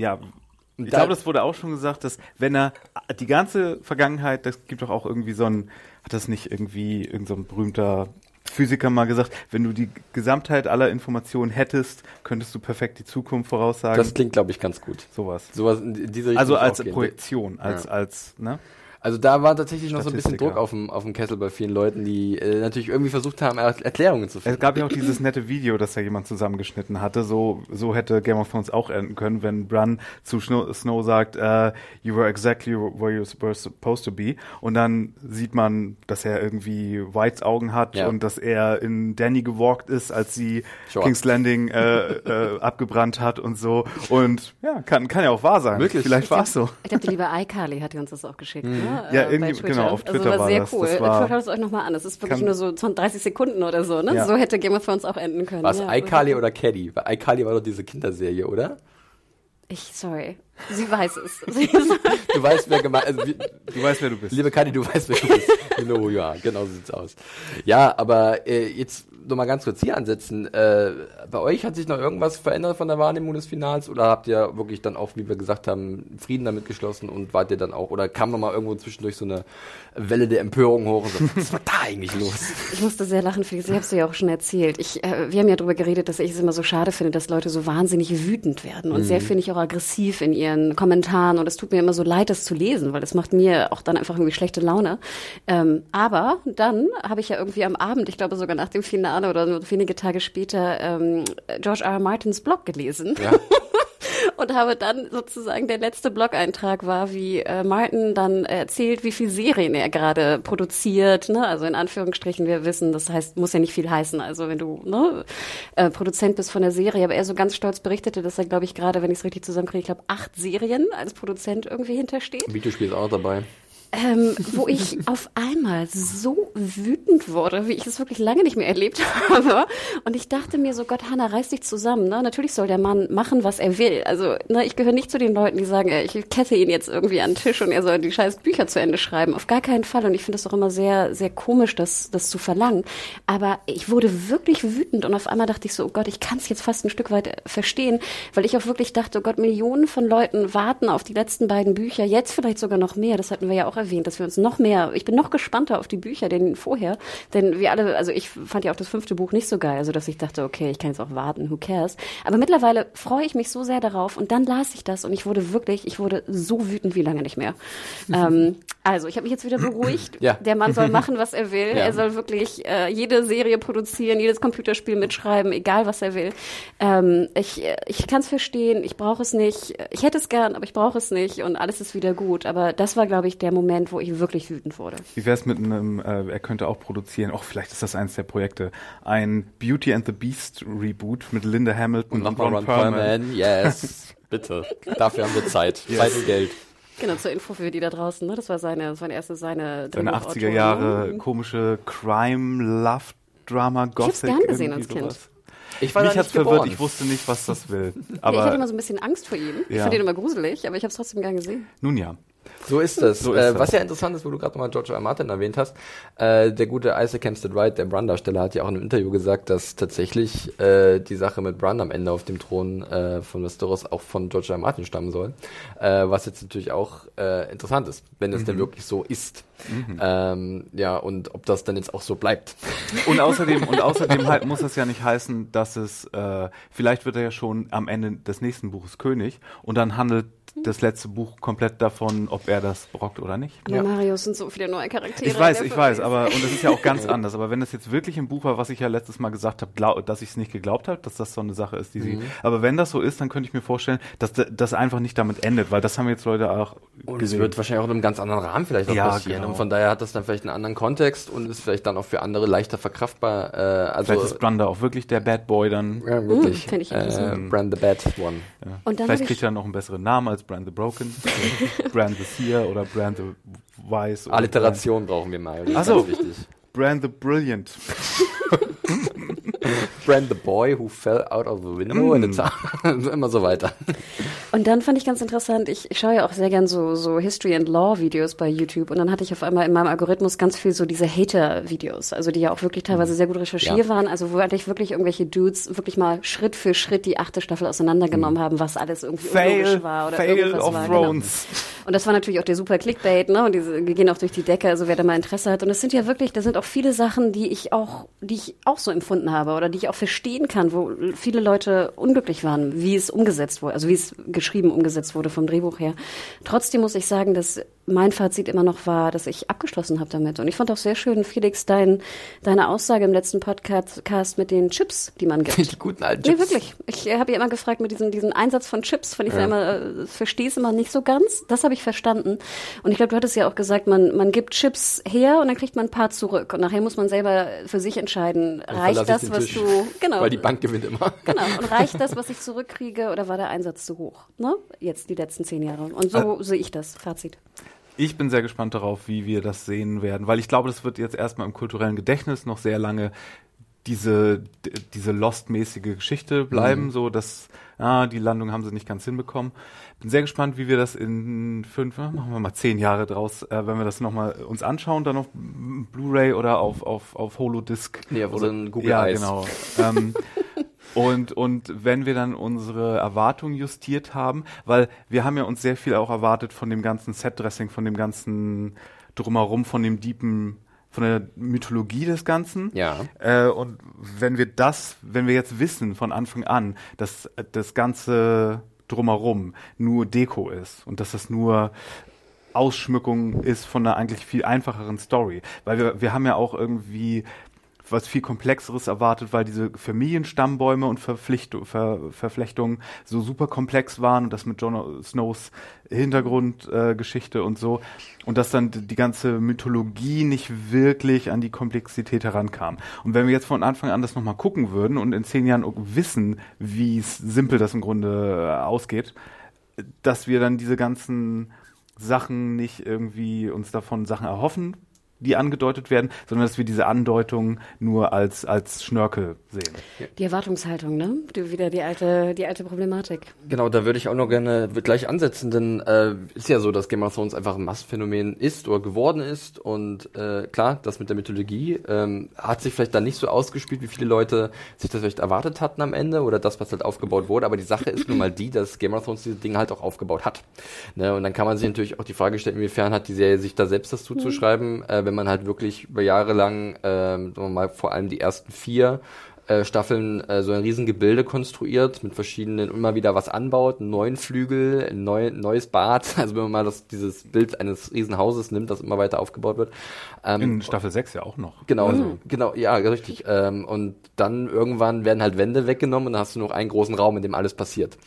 ich glaube, das wurde auch schon gesagt, dass wenn er die ganze Vergangenheit, das gibt doch auch irgendwie so ein, hat das nicht irgendwie irgend so ein berühmter Physiker mal gesagt, wenn du die Gesamtheit aller Informationen hättest, könntest du perfekt die Zukunft voraussagen. Das klingt, glaube ich, ganz gut. Sowas in diese Richtung. Also als Projektion, ne? Also da war tatsächlich noch so ein bisschen Druck auf dem Kessel bei vielen Leuten, die natürlich irgendwie versucht haben, Erklärungen zu finden. Es gab ja auch dieses nette Video, das ja jemand zusammengeschnitten hatte. So hätte Game of Thrones auch enden können, wenn Bran zu Snow sagt, you were exactly where you were supposed to be. Und dann sieht man, dass er irgendwie Whites Augen hat und dass er in Dany gewalkt ist, als sie King's Landing abgebrannt hat und so. Und ja, kann ja auch wahr sein. Wirklich? Vielleicht war es so. Ich glaube, die liebe iCarly hat uns das auch geschickt, ne? Ja, irgendwie, genau, auf Twitter also war sehr cool. Das war, schaut es euch nochmal an. Es ist wirklich nur so 30 Sekunden oder so, ne? Ja. So hätte Game of Thrones auch enden können. War es iCarly oder Caddy? Weil iCarly war doch diese Kinderserie, oder? Sorry. Sie weiß es. Du weißt, wer gemeint ist. Du weißt, wer du bist. Liebe Caddy, du weißt, wer du bist. No, ja, genau so sieht's aus. Ja, aber jetzt noch mal ganz kurz hier ansetzen. Bei euch hat sich noch irgendwas verändert von der Wahrnehmung des Finals oder habt ihr wirklich dann auch, wie wir gesagt haben, Frieden damit geschlossen und wart ihr dann auch, oder kam noch mal irgendwo zwischendurch so eine Welle der Empörung hoch und so, was war da eigentlich los? Ich musste sehr lachen, Felix, ich hab's dir ja auch schon erzählt. Wir haben ja darüber geredet, dass ich es immer so schade finde, dass Leute so wahnsinnig wütend werden und sehr, finde ich, auch aggressiv in ihren Kommentaren und es tut mir immer so leid, das zu lesen, weil das macht mir auch dann einfach irgendwie schlechte Laune. Aber dann habe ich ja irgendwie am Abend, ich glaube sogar nach dem Finale oder nur wenige Tage später, George R. R. Martins Blog gelesen. Ja. Und habe dann sozusagen, der letzte Blog-Eintrag war, wie Martin dann erzählt, wie viel Serien er gerade produziert, ne? Also in Anführungsstrichen, wir wissen, das heißt, muss ja nicht viel heißen, also wenn du Produzent bist von der Serie, aber er so ganz stolz berichtete, dass er, glaube ich, gerade, wenn ich es richtig zusammenkriege, ich glaube 8 Serien als Produzent irgendwie hintersteht. Videospiel ist auch dabei. Wo ich auf einmal so wütend wurde, wie ich es wirklich lange nicht mehr erlebt habe. Und ich dachte mir so, Gott, Hannah, reiß dich zusammen. Ne? Natürlich soll der Mann machen, was er will. Also ich gehöre nicht zu den Leuten, die sagen, ich kette ihn jetzt irgendwie an den Tisch und er soll die scheiß Bücher zu Ende schreiben. Auf gar keinen Fall. Und ich finde es auch immer sehr, sehr komisch, das zu verlangen. Aber ich wurde wirklich wütend und auf einmal dachte ich so, oh Gott, ich kann es jetzt fast ein Stück weit verstehen, weil ich auch wirklich dachte, oh Gott, Millionen von Leuten warten auf die letzten beiden Bücher, jetzt vielleicht sogar noch mehr. Das hatten wir ja auch erwähnt, dass wir uns noch mehr, ich bin noch gespannter auf die Bücher denn vorher, denn wir alle, also ich fand ja auch das 5. Buch nicht so geil, also dass ich dachte, okay, ich kann jetzt auch warten, who cares, aber mittlerweile freue ich mich so sehr darauf und dann las ich das und ich wurde so wütend wie lange nicht mehr. Also, ich habe mich jetzt wieder beruhigt, der Mann soll machen, was er will, er soll wirklich jede Serie produzieren, jedes Computerspiel mitschreiben, egal was er will. Ich kann es verstehen, ich brauche es nicht, ich hätte es gern, aber ich brauche es nicht und alles ist wieder gut, aber das war, glaube ich, der Moment, wo ich wirklich wütend wurde. Wie wäre es mit einem, er könnte auch produzieren, vielleicht ist das eines der Projekte, ein Beauty and the Beast Reboot mit Linda Hamilton und Ron Perlman. Yes, bitte. Dafür haben wir Zeit. Yes. Zeit und Geld. Genau, zur Info für die da draußen, ne? Das war seine 80er Jahre komische Crime-Love-Drama Gothic. Ich hab's gern gesehen als Kind. Mich hat's verwirrt, ich wusste nicht, was das will. Aber ich hatte immer so ein bisschen Angst vor ihm. Ich fand ihn immer gruselig, aber ich habe es trotzdem gern gesehen. Nun ja. So ist das. Was ja interessant ist, wo du gerade nochmal George R. R. Martin erwähnt hast, der gute Isaac Hempstead Wright, der Bran-Darsteller, hat ja auch in einem Interview gesagt, dass tatsächlich die Sache mit Bran am Ende auf dem Thron von Westeros auch von George R. R. Martin stammen soll. Was jetzt natürlich auch interessant ist, wenn es denn wirklich so ist. Und ob das dann jetzt auch so bleibt. Und außerdem halt muss das ja nicht heißen, dass es, vielleicht wird er ja schon am Ende des nächsten Buches König und dann handelt das letzte Buch komplett davon, ob er das brockt oder nicht. Bei Mario sind so viele neue Charaktere. Ich weiß, aber, und das ist ja auch ganz anders, aber wenn das jetzt wirklich ein Buch war, was ich ja letztes Mal gesagt habe, dass ich es nicht geglaubt habe, dass das so eine Sache ist, die sie, aber wenn das so ist, dann könnte ich mir vorstellen, dass das einfach nicht damit endet, weil das haben jetzt Leute auch und gesehen. Es wird wahrscheinlich auch in einem ganz anderen Rahmen vielleicht auch passieren. Genau. Und von daher hat das dann vielleicht einen anderen Kontext und ist vielleicht dann auch für andere leichter verkraftbar. Vielleicht ist Bran da auch wirklich der Bad Boy dann. Ja, wirklich. Finde ich interessant. Bran the Bad One. Ja. Und dann vielleicht kriegt er noch einen besseren Namen als Bran the Broken, Bran the Seer oder Bran the Wise. Alliteration brauchen wir mal. Achso, Bran the Brilliant. Bran the Boy who fell out of the window in the town. Immer so weiter. Und dann fand ich ganz interessant, ich schaue ja auch sehr gern so History and Law Videos bei YouTube und dann hatte ich auf einmal in meinem Algorithmus ganz viel so diese Hater-Videos, also die ja auch wirklich teilweise sehr gut recherchiert waren, also wo eigentlich wirklich irgendwelche Dudes wirklich mal Schritt für Schritt die 8. Staffel auseinandergenommen haben, was alles irgendwie unlogisch war oder irgendwas of war. Thrones. Genau. Und das war natürlich auch der super Clickbait, ne? Und die gehen auch durch die Decke, also wer da mal Interesse hat. Und es sind ja wirklich, da sind auch viele Sachen, die ich auch so empfunden habe oder die ich auch verstehen kann, wo viele Leute unglücklich waren, wie es umgesetzt wurde, also wie es geschrieben umgesetzt wurde vom Drehbuch her. Trotzdem muss ich sagen, dass mein Fazit immer noch war, dass ich abgeschlossen habe damit. Und ich fand auch sehr schön, Felix, deine Aussage im letzten Podcast mit den Chips, die man gibt. Die guten alten Chips. Nee, wirklich. Ich habe ja immer gefragt mit diesem Einsatz von Chips, fand ich verstehe es immer nicht so ganz. Das habe ich verstanden. Und ich glaube, du hattest ja auch gesagt, man gibt Chips her und dann kriegt man ein paar zurück. Und nachher muss man selber für sich entscheiden, reicht das, was du... Genau. Weil die Bank gewinnt immer. Genau. Und reicht das, was ich zurückkriege, oder war der Einsatz zu hoch? Ne? Jetzt die letzten 10 Jahre. Und so sehe ich das. Fazit. Ich bin sehr gespannt darauf, wie wir das sehen werden, weil ich glaube, das wird jetzt erstmal im kulturellen Gedächtnis noch sehr lange diese Lost-mäßige Geschichte bleiben, so dass die Landung haben sie nicht ganz hinbekommen. Bin sehr gespannt, wie wir das in 10 Jahre draus, wenn wir das nochmal uns anschauen, dann auf Blu-ray oder auf Holodisc. Nee, auf oder so Google Eyes. Ja, genau. Und wenn wir dann unsere Erwartungen justiert haben, weil wir haben ja uns sehr viel auch erwartet von dem ganzen Set-Dressing, von dem ganzen Drumherum, von der Mythologie des Ganzen. Ja. Und wenn wir jetzt wissen von Anfang an, dass das ganze Drumherum nur Deko ist und dass das nur Ausschmückung ist von einer eigentlich viel einfacheren Story, weil wir haben ja auch irgendwie was viel Komplexeres erwartet, weil diese Familienstammbäume und Verflechtungen so super komplex waren und das mit Jon Snows Hintergrundgeschichte und so und dass dann die ganze Mythologie nicht wirklich an die Komplexität herankam. Und wenn wir jetzt von Anfang an das nochmal gucken würden und in 10 Jahren wissen, wie simpel das im Grunde ausgeht, dass wir dann diese ganzen Sachen nicht irgendwie uns davon Sachen erhoffen, die angedeutet werden, sondern dass wir diese Andeutungen nur als Schnörkel sehen. Die Erwartungshaltung, ne? Wieder die alte Problematik. Genau, da würde ich auch noch gerne gleich ansetzen, denn ist ja so, dass Game of Thrones einfach ein Massenphänomen ist oder geworden ist und klar, das mit der Mythologie hat sich vielleicht dann nicht so ausgespielt, wie viele Leute sich das vielleicht erwartet hatten am Ende oder das, was halt aufgebaut wurde, aber die Sache ist nun mal die, dass Game of Thrones diese Dinge halt auch aufgebaut hat. Ne? Und dann kann man sich natürlich auch die Frage stellen, inwiefern hat die Serie sich da selbst das zuzuschreiben, wenn man halt wirklich über Jahre lang, sagen wir mal, vor allem die ersten 4 Staffeln so ein Riesengebilde konstruiert, mit verschiedenen, immer wieder was anbaut, einen neuen Flügel, ein neues Bad, also wenn man mal dieses Bild eines Riesenhauses nimmt, das immer weiter aufgebaut wird. In Staffel 6 ja auch noch. Genau, genau, ja, richtig. Und dann irgendwann werden halt Wände weggenommen und dann hast du noch einen großen Raum, in dem alles passiert.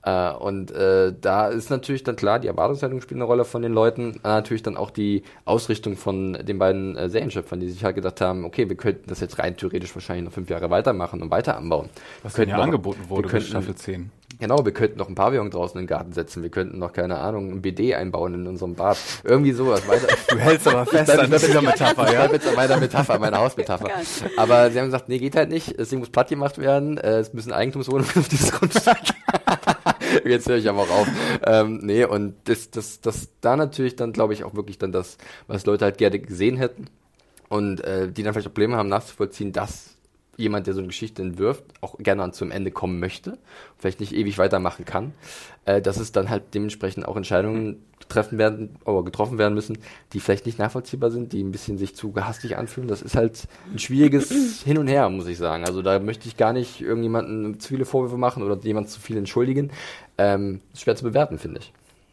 Da ist natürlich dann klar, die Erwartungshaltung spielt eine Rolle von den Leuten, natürlich dann auch die Ausrichtung von den beiden Serienschöpfern, die sich halt gedacht haben, okay, wir könnten das jetzt rein theoretisch wahrscheinlich noch 5 Jahre weitermachen und weiter anbauen. Was ja angeboten wurde bis Staffel 10. Genau, wir könnten noch ein Pavillon draußen in den Garten setzen, wir könnten noch, keine Ahnung, ein BD einbauen in unserem Bad. Irgendwie sowas. Du hältst aber fest an dieser Metapher, ja? Ich bleibe jetzt an meiner Metapher, meiner Hausmetapher. Aber sie haben gesagt, nee, geht halt nicht, das Ding muss platt gemacht werden, es müssen Eigentumswohnungen auf dieses Grundstück. Jetzt höre ich aber auch auf. Und das da natürlich dann, glaube ich, auch wirklich dann das, was Leute halt gerne gesehen hätten und die dann vielleicht auch Probleme haben nachzuvollziehen, dass jemand, der so eine Geschichte entwirft, auch gerne zum Ende kommen möchte, vielleicht nicht ewig weitermachen kann, dass es dann halt dementsprechend auch Entscheidungen getroffen werden müssen, die vielleicht nicht nachvollziehbar sind, die ein bisschen sich zu gehastig anfühlen. Das ist halt ein schwieriges Hin und Her, muss ich sagen. Also da möchte ich gar nicht irgendjemanden zu viele Vorwürfe machen oder jemand zu viel entschuldigen. Ist schwer zu bewerten, finde ich.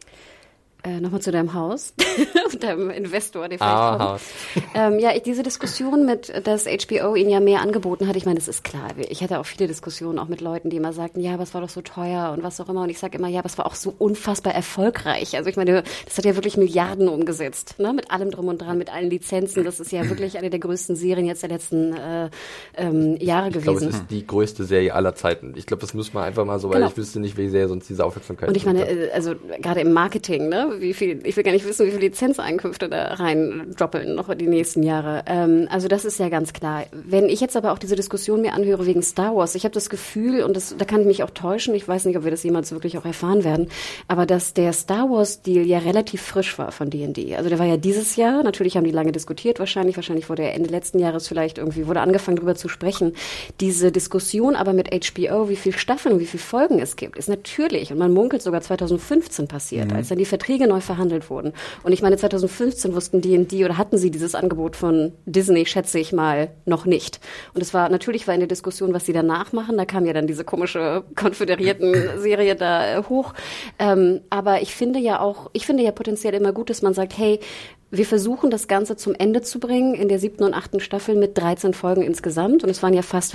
Nochmal zu deinem Haus, deinem Investor, der vielleicht kommt. Diese Diskussion dass HBO ihnen ja mehr angeboten hat, ich meine, das ist klar. Ich hatte auch viele Diskussionen auch mit Leuten, die immer sagten, ja, aber es war doch so teuer und was auch immer. Und ich sage immer, ja, aber es war auch so unfassbar erfolgreich. Also ich meine, das hat ja wirklich Milliarden umgesetzt, ne? Mit allem drum und dran, mit allen Lizenzen. Das ist ja wirklich eine der größten Serien jetzt der letzten Jahre gewesen. Ich glaube, es ist die größte Serie aller Zeiten. Ich glaube, das muss man einfach mal so, weil ich wüsste nicht, welche Serie sonst diese Aufmerksamkeit hat. Und ich meine, also gerade im Marketing, ne? Ich will gar nicht wissen, wie viele Lizenzeinkünfte da rein droppeln noch die nächsten Jahre. Also das ist ja ganz klar. Wenn ich jetzt aber auch diese Diskussion mir anhöre wegen Star Wars, ich habe das Gefühl, und da kann ich mich auch täuschen, ich weiß nicht, ob wir das jemals wirklich auch erfahren werden, aber dass der Star Wars-Deal ja relativ frisch war von D&D. Also der war ja dieses Jahr, natürlich haben die lange diskutiert, wahrscheinlich wurde er Ende letzten Jahres wurde angefangen darüber zu sprechen. Diese Diskussion aber mit HBO, wie viele Staffeln und wie viele Folgen es gibt, ist natürlich, und man munkelt sogar 2015 passiert, als dann die Verträge neu verhandelt wurden. Und ich meine, 2015 wussten D&D oder hatten sie dieses Angebot von Disney, schätze ich mal, noch nicht. Und es war in der Diskussion, was sie danach machen. Da kam ja dann diese komische Konföderierten-Serie da hoch. Aber ich finde ja potenziell immer gut, dass man sagt, hey, wir versuchen das Ganze zum Ende zu bringen in der 7. und 8. Staffel mit 13 Folgen insgesamt. Und es waren ja fast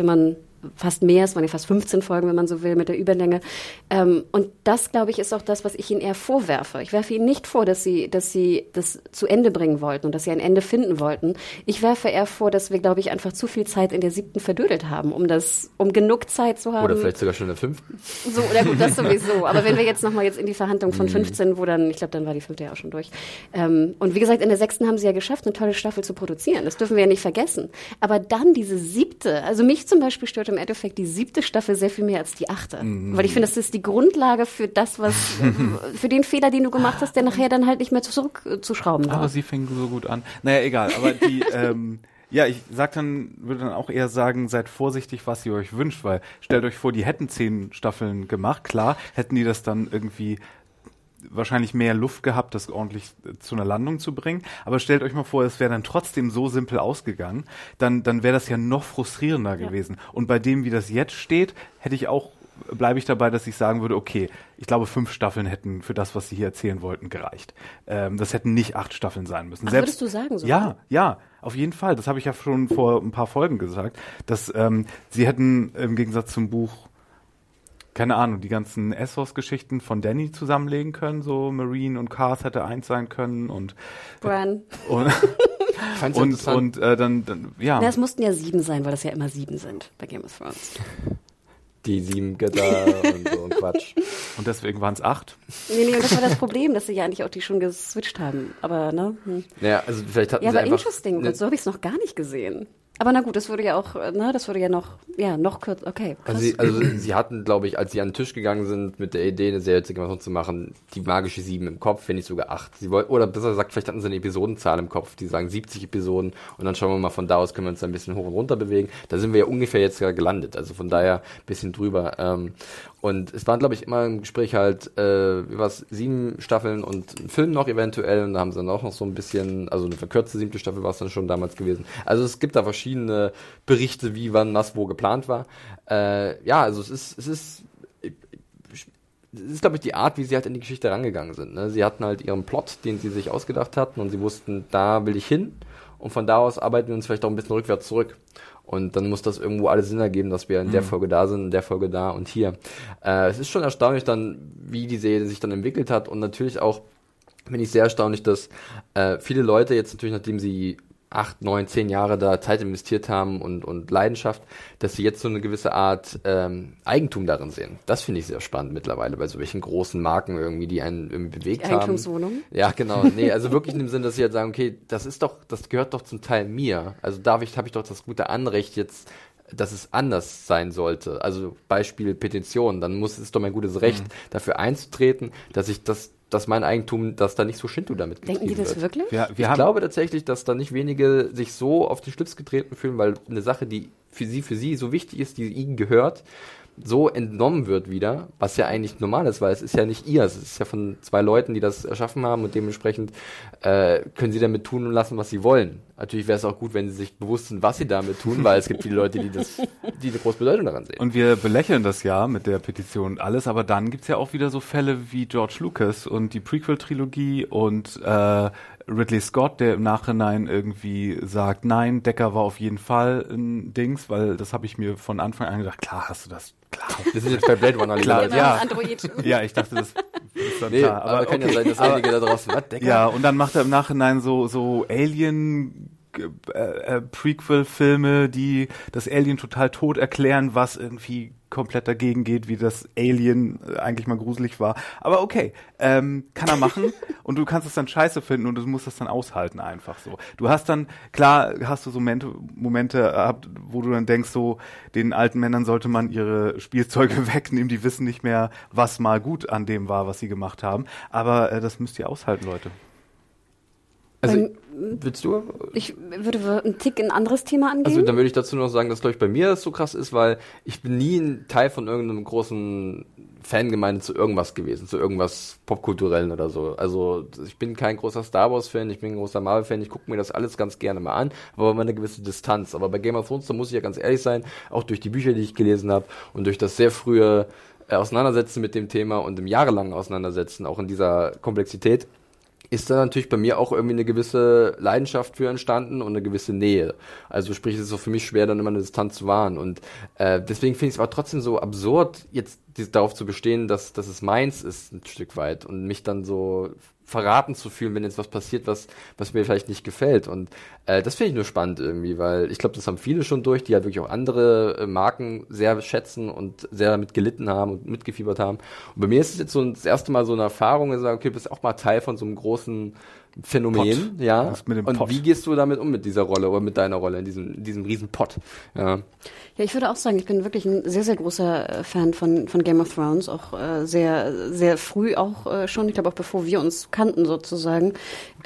15 Folgen, wenn man so will, mit der Überlänge. Und das, glaube ich, ist auch das, was ich Ihnen eher vorwerfe. Ich werfe Ihnen nicht vor, dass Sie das zu Ende bringen wollten und dass Sie ein Ende finden wollten. Ich werfe eher vor, dass wir, glaube ich, einfach zu viel Zeit in der 7. verdödelt haben, um genug Zeit zu haben. Oder vielleicht sogar schon in der 5. So, oder gut, das sowieso. Aber wenn wir jetzt nochmal in die Verhandlung von 15, ich glaube, dann war die 5. ja auch schon durch. Und wie gesagt, in der 6. haben Sie ja geschafft, eine tolle Staffel zu produzieren. Das dürfen wir ja nicht vergessen. Aber dann diese 7., also mich zum Beispiel stört im Endeffekt die 7. Staffel sehr viel mehr als die 8. Weil ich finde, das ist die Grundlage für das, für den Fehler, den du gemacht hast, der nachher dann halt nicht mehr zurückzuschrauben war. Aber sie fing so gut an. Naja, egal. Aber die, ich würde dann auch eher sagen, seid vorsichtig, was ihr euch wünscht, weil stellt euch vor, die hätten 10 Staffeln gemacht. Klar, hätten die das dann irgendwie wahrscheinlich mehr Luft gehabt, das ordentlich zu einer Landung zu bringen. Aber stellt euch mal vor, es wäre dann trotzdem so simpel ausgegangen, dann wäre das ja noch frustrierender gewesen. Und bei dem, wie das jetzt steht, bleibe ich dabei, dass ich sagen würde, okay, ich glaube 5 Staffeln hätten für das, was sie hier erzählen wollten, gereicht. Das hätten nicht 8 Staffeln sein müssen. Würdest du sagen so? Ja, auf jeden Fall. Das habe ich ja schon vor ein paar Folgen gesagt, dass sie hätten im Gegensatz zum Buch, keine Ahnung, die ganzen Essos-Geschichten von Danny zusammenlegen können, so Marine und Cars hätte 1 sein können und Bran. Ja. Na, es mussten ja 7 sein, weil das ja immer 7 sind bei Game of Thrones. Die 7 Götter und so und Quatsch. Und deswegen waren es 8? Nee, und das war das Problem, dass sie ja eigentlich auch die schon geswitcht haben. Aber, ne? Ja, also vielleicht hatten sie aber einfach... interesting, so habe ich es noch gar nicht gesehen. Aber na gut, das würde ja noch kürzer, okay. Also sie hatten, glaube ich, als sie an den Tisch gegangen sind mit der Idee, eine Serie zu machen, die magische 7 im Kopf, wenn nicht sogar 8. Oder besser gesagt, vielleicht hatten sie eine Episodenzahl im Kopf, die sagen 70 Episoden und dann schauen wir mal, von da aus können wir uns ein bisschen hoch und runter bewegen. Da sind wir ja ungefähr jetzt gelandet, also von daher ein bisschen drüber. Und es waren, glaube ich, immer im Gespräch halt über 7 Staffeln und ein Film noch eventuell und da haben sie dann auch noch so ein bisschen, also eine verkürzte 7. Staffel war es dann schon damals gewesen. Also es gibt da verschiedene Berichte, wie, wann, was, wo geplant war. Also es ist, glaube ich, die Art, wie sie halt in die Geschichte rangegangen sind. Ne? Sie hatten halt ihren Plot, den sie sich ausgedacht hatten und sie wussten, da will ich hin und von da aus arbeiten wir uns vielleicht auch ein bisschen rückwärts zurück. Und dann muss das irgendwo alles Sinn ergeben, dass wir in der Folge da sind, in der Folge da und hier. Es ist schon erstaunlich dann, wie die Serie sich dann entwickelt hat und natürlich auch finde ich sehr erstaunlich, dass viele Leute jetzt natürlich, nachdem sie 8, 9, 10 Jahre da Zeit investiert haben und Leidenschaft, dass sie jetzt so eine gewisse Art Eigentum darin sehen. Das finde ich sehr spannend mittlerweile bei so welchen großen Marken irgendwie, die einen irgendwie bewegt haben. Eigentumswohnung? Ja, genau. Nee, also wirklich in dem Sinne, dass sie halt sagen, okay, das gehört doch zum Teil mir. Also habe ich doch das gute Anrecht jetzt, dass es anders sein sollte. Also Beispiel Petition, dann ist doch mein gutes Recht, dafür einzutreten, dass mein Eigentum, dass da nicht so Shinto damit getrieben wird. Denken die das wirklich? Ich glaube tatsächlich, dass da nicht wenige sich so auf den Schlips getreten fühlen, weil eine Sache, die für sie so wichtig ist, die ihnen gehört, so entnommen wird wieder, was ja eigentlich normal ist, weil es ist ja nicht ihr, es ist ja von 2 Leuten, die das erschaffen haben und dementsprechend können sie damit tun und lassen, was sie wollen. Natürlich wäre es auch gut, wenn sie sich bewusst sind, was sie damit tun, weil es gibt viele Leute, die eine große Bedeutung daran sehen. Und wir belächeln das ja mit der Petition und alles, aber dann gibt's ja auch wieder so Fälle wie George Lucas und die Prequel-Trilogie und Ridley Scott, der im Nachhinein irgendwie sagt, nein, Decker war auf jeden Fall ein Dings, weil das habe ich mir von Anfang an gedacht, klar hast du das, klar. Das ist jetzt bei Blade Runner, klar, ja. Android. Ja, ich dachte, das ist dann nee, klar. Aber kann ja sein, dass einige da draußen, was, Decker? Ja, und dann macht er im Nachhinein so Alien Prequel-Filme, die das Alien total tot erklären, was irgendwie komplett dagegen geht, wie das Alien eigentlich mal gruselig war. Aber okay, kann er machen und du kannst es dann scheiße finden und du musst das dann aushalten einfach so. Du hast dann, klar hast du so Momente gehabt, wo du dann denkst, so den alten Männern sollte man ihre Spielzeuge wegnehmen, die wissen nicht mehr, was mal gut an dem war, was sie gemacht haben. Aber das müsst ihr aushalten, Leute. Also, willst du? Ich würde einen Tick ein anderes Thema angehen. Also dann würde ich dazu noch sagen, dass, glaube ich, bei mir das so krass ist, weil ich bin nie ein Teil von irgendeinem großen Fangemeinde zu irgendwas gewesen, zu irgendwas Popkulturellen oder so. Also ich bin kein großer Star Wars-Fan, ich bin ein großer Marvel-Fan, ich gucke mir das alles ganz gerne mal an, aber immer eine gewisse Distanz. Aber bei Game of Thrones, da muss ich ja ganz ehrlich sein, auch durch die Bücher, die ich gelesen habe und durch das sehr frühe Auseinandersetzen mit dem Thema und im jahrelangen Auseinandersetzen, auch in dieser Komplexität, ist da natürlich bei mir auch irgendwie eine gewisse Leidenschaft für entstanden und eine gewisse Nähe. Also sprich, es ist so für mich schwer, dann immer eine Distanz zu wahren. Und deswegen finde ich es aber trotzdem so absurd, jetzt darauf zu bestehen, dass es meins ist, ein Stück weit. Und mich dann so verraten zu fühlen, wenn jetzt was passiert, was mir vielleicht nicht gefällt. Und das finde ich nur spannend irgendwie, weil ich glaube, das haben viele schon durch, die halt wirklich auch andere Marken sehr schätzen und sehr damit gelitten haben und mitgefiebert haben. Und bei mir ist es jetzt so das erste Mal so eine Erfahrung, dass ich sage, okay, du bist auch mal Teil von so einem großen Phänomen, Pot. ja. Und Pot. wie gehst du damit um mit dieser Rolle oder mit deiner Rolle in diesem riesen Pot? Ja. Ja, ich würde auch sagen, ich bin wirklich ein sehr, sehr großer Fan von Game of Thrones, auch sehr, sehr früh auch schon, ich glaube auch bevor wir uns kannten sozusagen.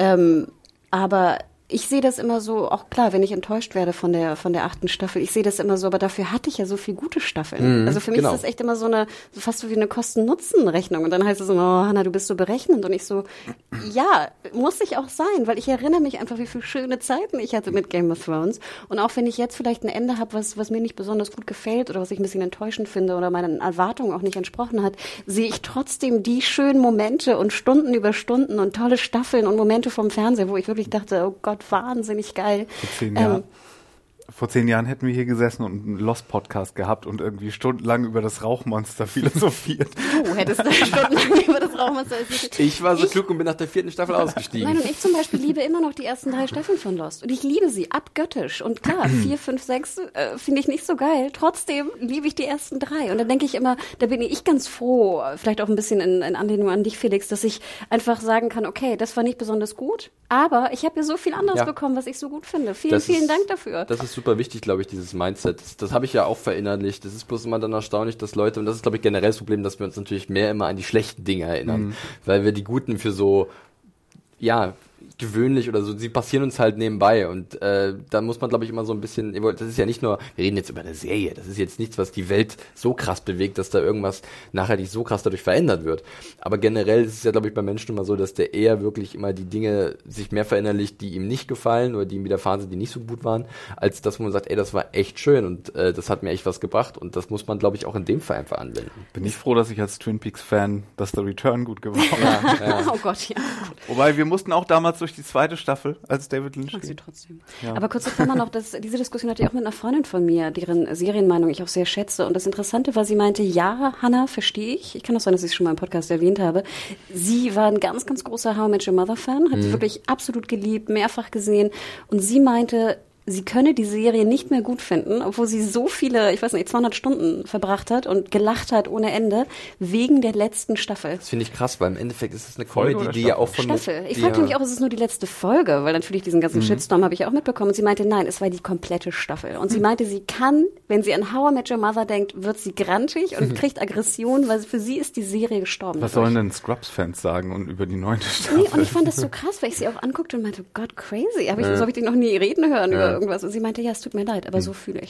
Aber ich sehe das immer so, auch klar, wenn ich enttäuscht werde von der 8. Staffel, ich sehe das immer so, aber dafür hatte ich ja so viel gute Staffeln. Also für mich ist das echt immer so fast so wie eine Kosten-Nutzen-Rechnung. Und dann heißt es so, oh Hannah, du bist so berechnend. Und ich so, ja, muss ich auch sein, weil ich erinnere mich einfach, wie viele schöne Zeiten ich hatte mit Game of Thrones. Und auch wenn ich jetzt vielleicht ein Ende habe, was mir nicht besonders gut gefällt oder was ich ein bisschen enttäuschend finde oder meinen Erwartungen auch nicht entsprochen hat, sehe ich trotzdem die schönen Momente und Stunden über Stunden und tolle Staffeln und Momente vom Fernseher, wo ich wirklich dachte, oh Gott, wahnsinnig geil. Vor 10 Jahren hätten wir hier gesessen und einen Lost-Podcast gehabt und irgendwie stundenlang über das Rauchmonster philosophiert. Du hättest da stundenlang über das Rauchmonster philosophiert. Ich war so klug und bin nach der 4. Staffel ausgestiegen. Nein, und ich zum Beispiel liebe immer noch die ersten 3 Staffeln von Lost. Und ich liebe sie abgöttisch. Und klar, 4, 5, 6 finde ich nicht so geil. Trotzdem liebe ich die ersten 3. Und dann denke ich immer, da bin ich ganz froh, vielleicht auch ein bisschen in Anlehnung an dich, Felix, dass ich einfach sagen kann, okay, das war nicht besonders gut, aber ich habe ja so viel anderes bekommen, was ich so gut finde. Vielen Dank dafür. Das ist super wichtig, glaube ich, dieses Mindset. Das habe ich ja auch verinnerlicht. Das ist bloß immer dann erstaunlich, dass Leute, und das ist, glaube ich, generell das Problem, dass wir uns natürlich mehr immer an die schlechten Dinge erinnern, weil wir die guten für so, ja, gewöhnlich oder so, sie passieren uns halt nebenbei und da muss man, glaube ich, immer so ein bisschen, das ist ja nicht nur, wir reden jetzt über eine Serie, das ist jetzt nichts, was die Welt so krass bewegt, dass da irgendwas nachhaltig so krass dadurch verändert wird, aber generell ist es ja, glaube ich, bei Menschen immer so, dass der eher wirklich immer die Dinge sich mehr verinnerlicht, die ihm nicht gefallen oder die ihm widerfahren sind, die nicht so gut waren, als dass man sagt, ey, das war echt schön und das hat mir echt was gebracht und das muss man, glaube ich, auch in dem Fall einfach anwenden. Bin ich froh, dass ich als Twin Peaks Fan, dass The Return gut geworden ist. Ja. Oh Gott, ja. Wobei, wir mussten auch damals durch die 2. Staffel, als David Lynch ging. Trotzdem. Ja. Aber kurz bevor noch, diese Diskussion hatte ich auch mit einer Freundin von mir, deren Serienmeinung ich auch sehr schätze. Und das Interessante war, sie meinte, ja, Hannah, verstehe ich. Ich kann auch sein, dass ich es schon mal im Podcast erwähnt habe. Sie war ein ganz, ganz großer How I Met Your Mother Fan, hat sie wirklich absolut geliebt, mehrfach gesehen. Und sie meinte, sie könne die Serie nicht mehr gut finden, obwohl sie so viele, ich weiß nicht, 200 Stunden verbracht hat und gelacht hat ohne Ende, wegen der letzten Staffel. Das finde ich krass, weil im Endeffekt ist es eine Comedy, die ja auch von... Staffel. Ich fragte mich auch, ist es nur die letzte Folge? Weil natürlich diesen ganzen Shitstorm habe ich ja auch mitbekommen. Und sie meinte, nein, es war die komplette Staffel. Und sie meinte, sie kann, wenn sie an How I Met Your Mother denkt, wird sie grantig und kriegt Aggression, weil für sie ist die Serie gestorben. Was sollen denn Scrubs-Fans sagen und über die 9. Staffel? Nee, und ich fand das so krass, weil ich sie auch anguckte und meinte, Gott, crazy. So habe ich dich noch nie reden hören über irgendwas. Und sie meinte, ja, es tut mir leid, aber so fühle ich.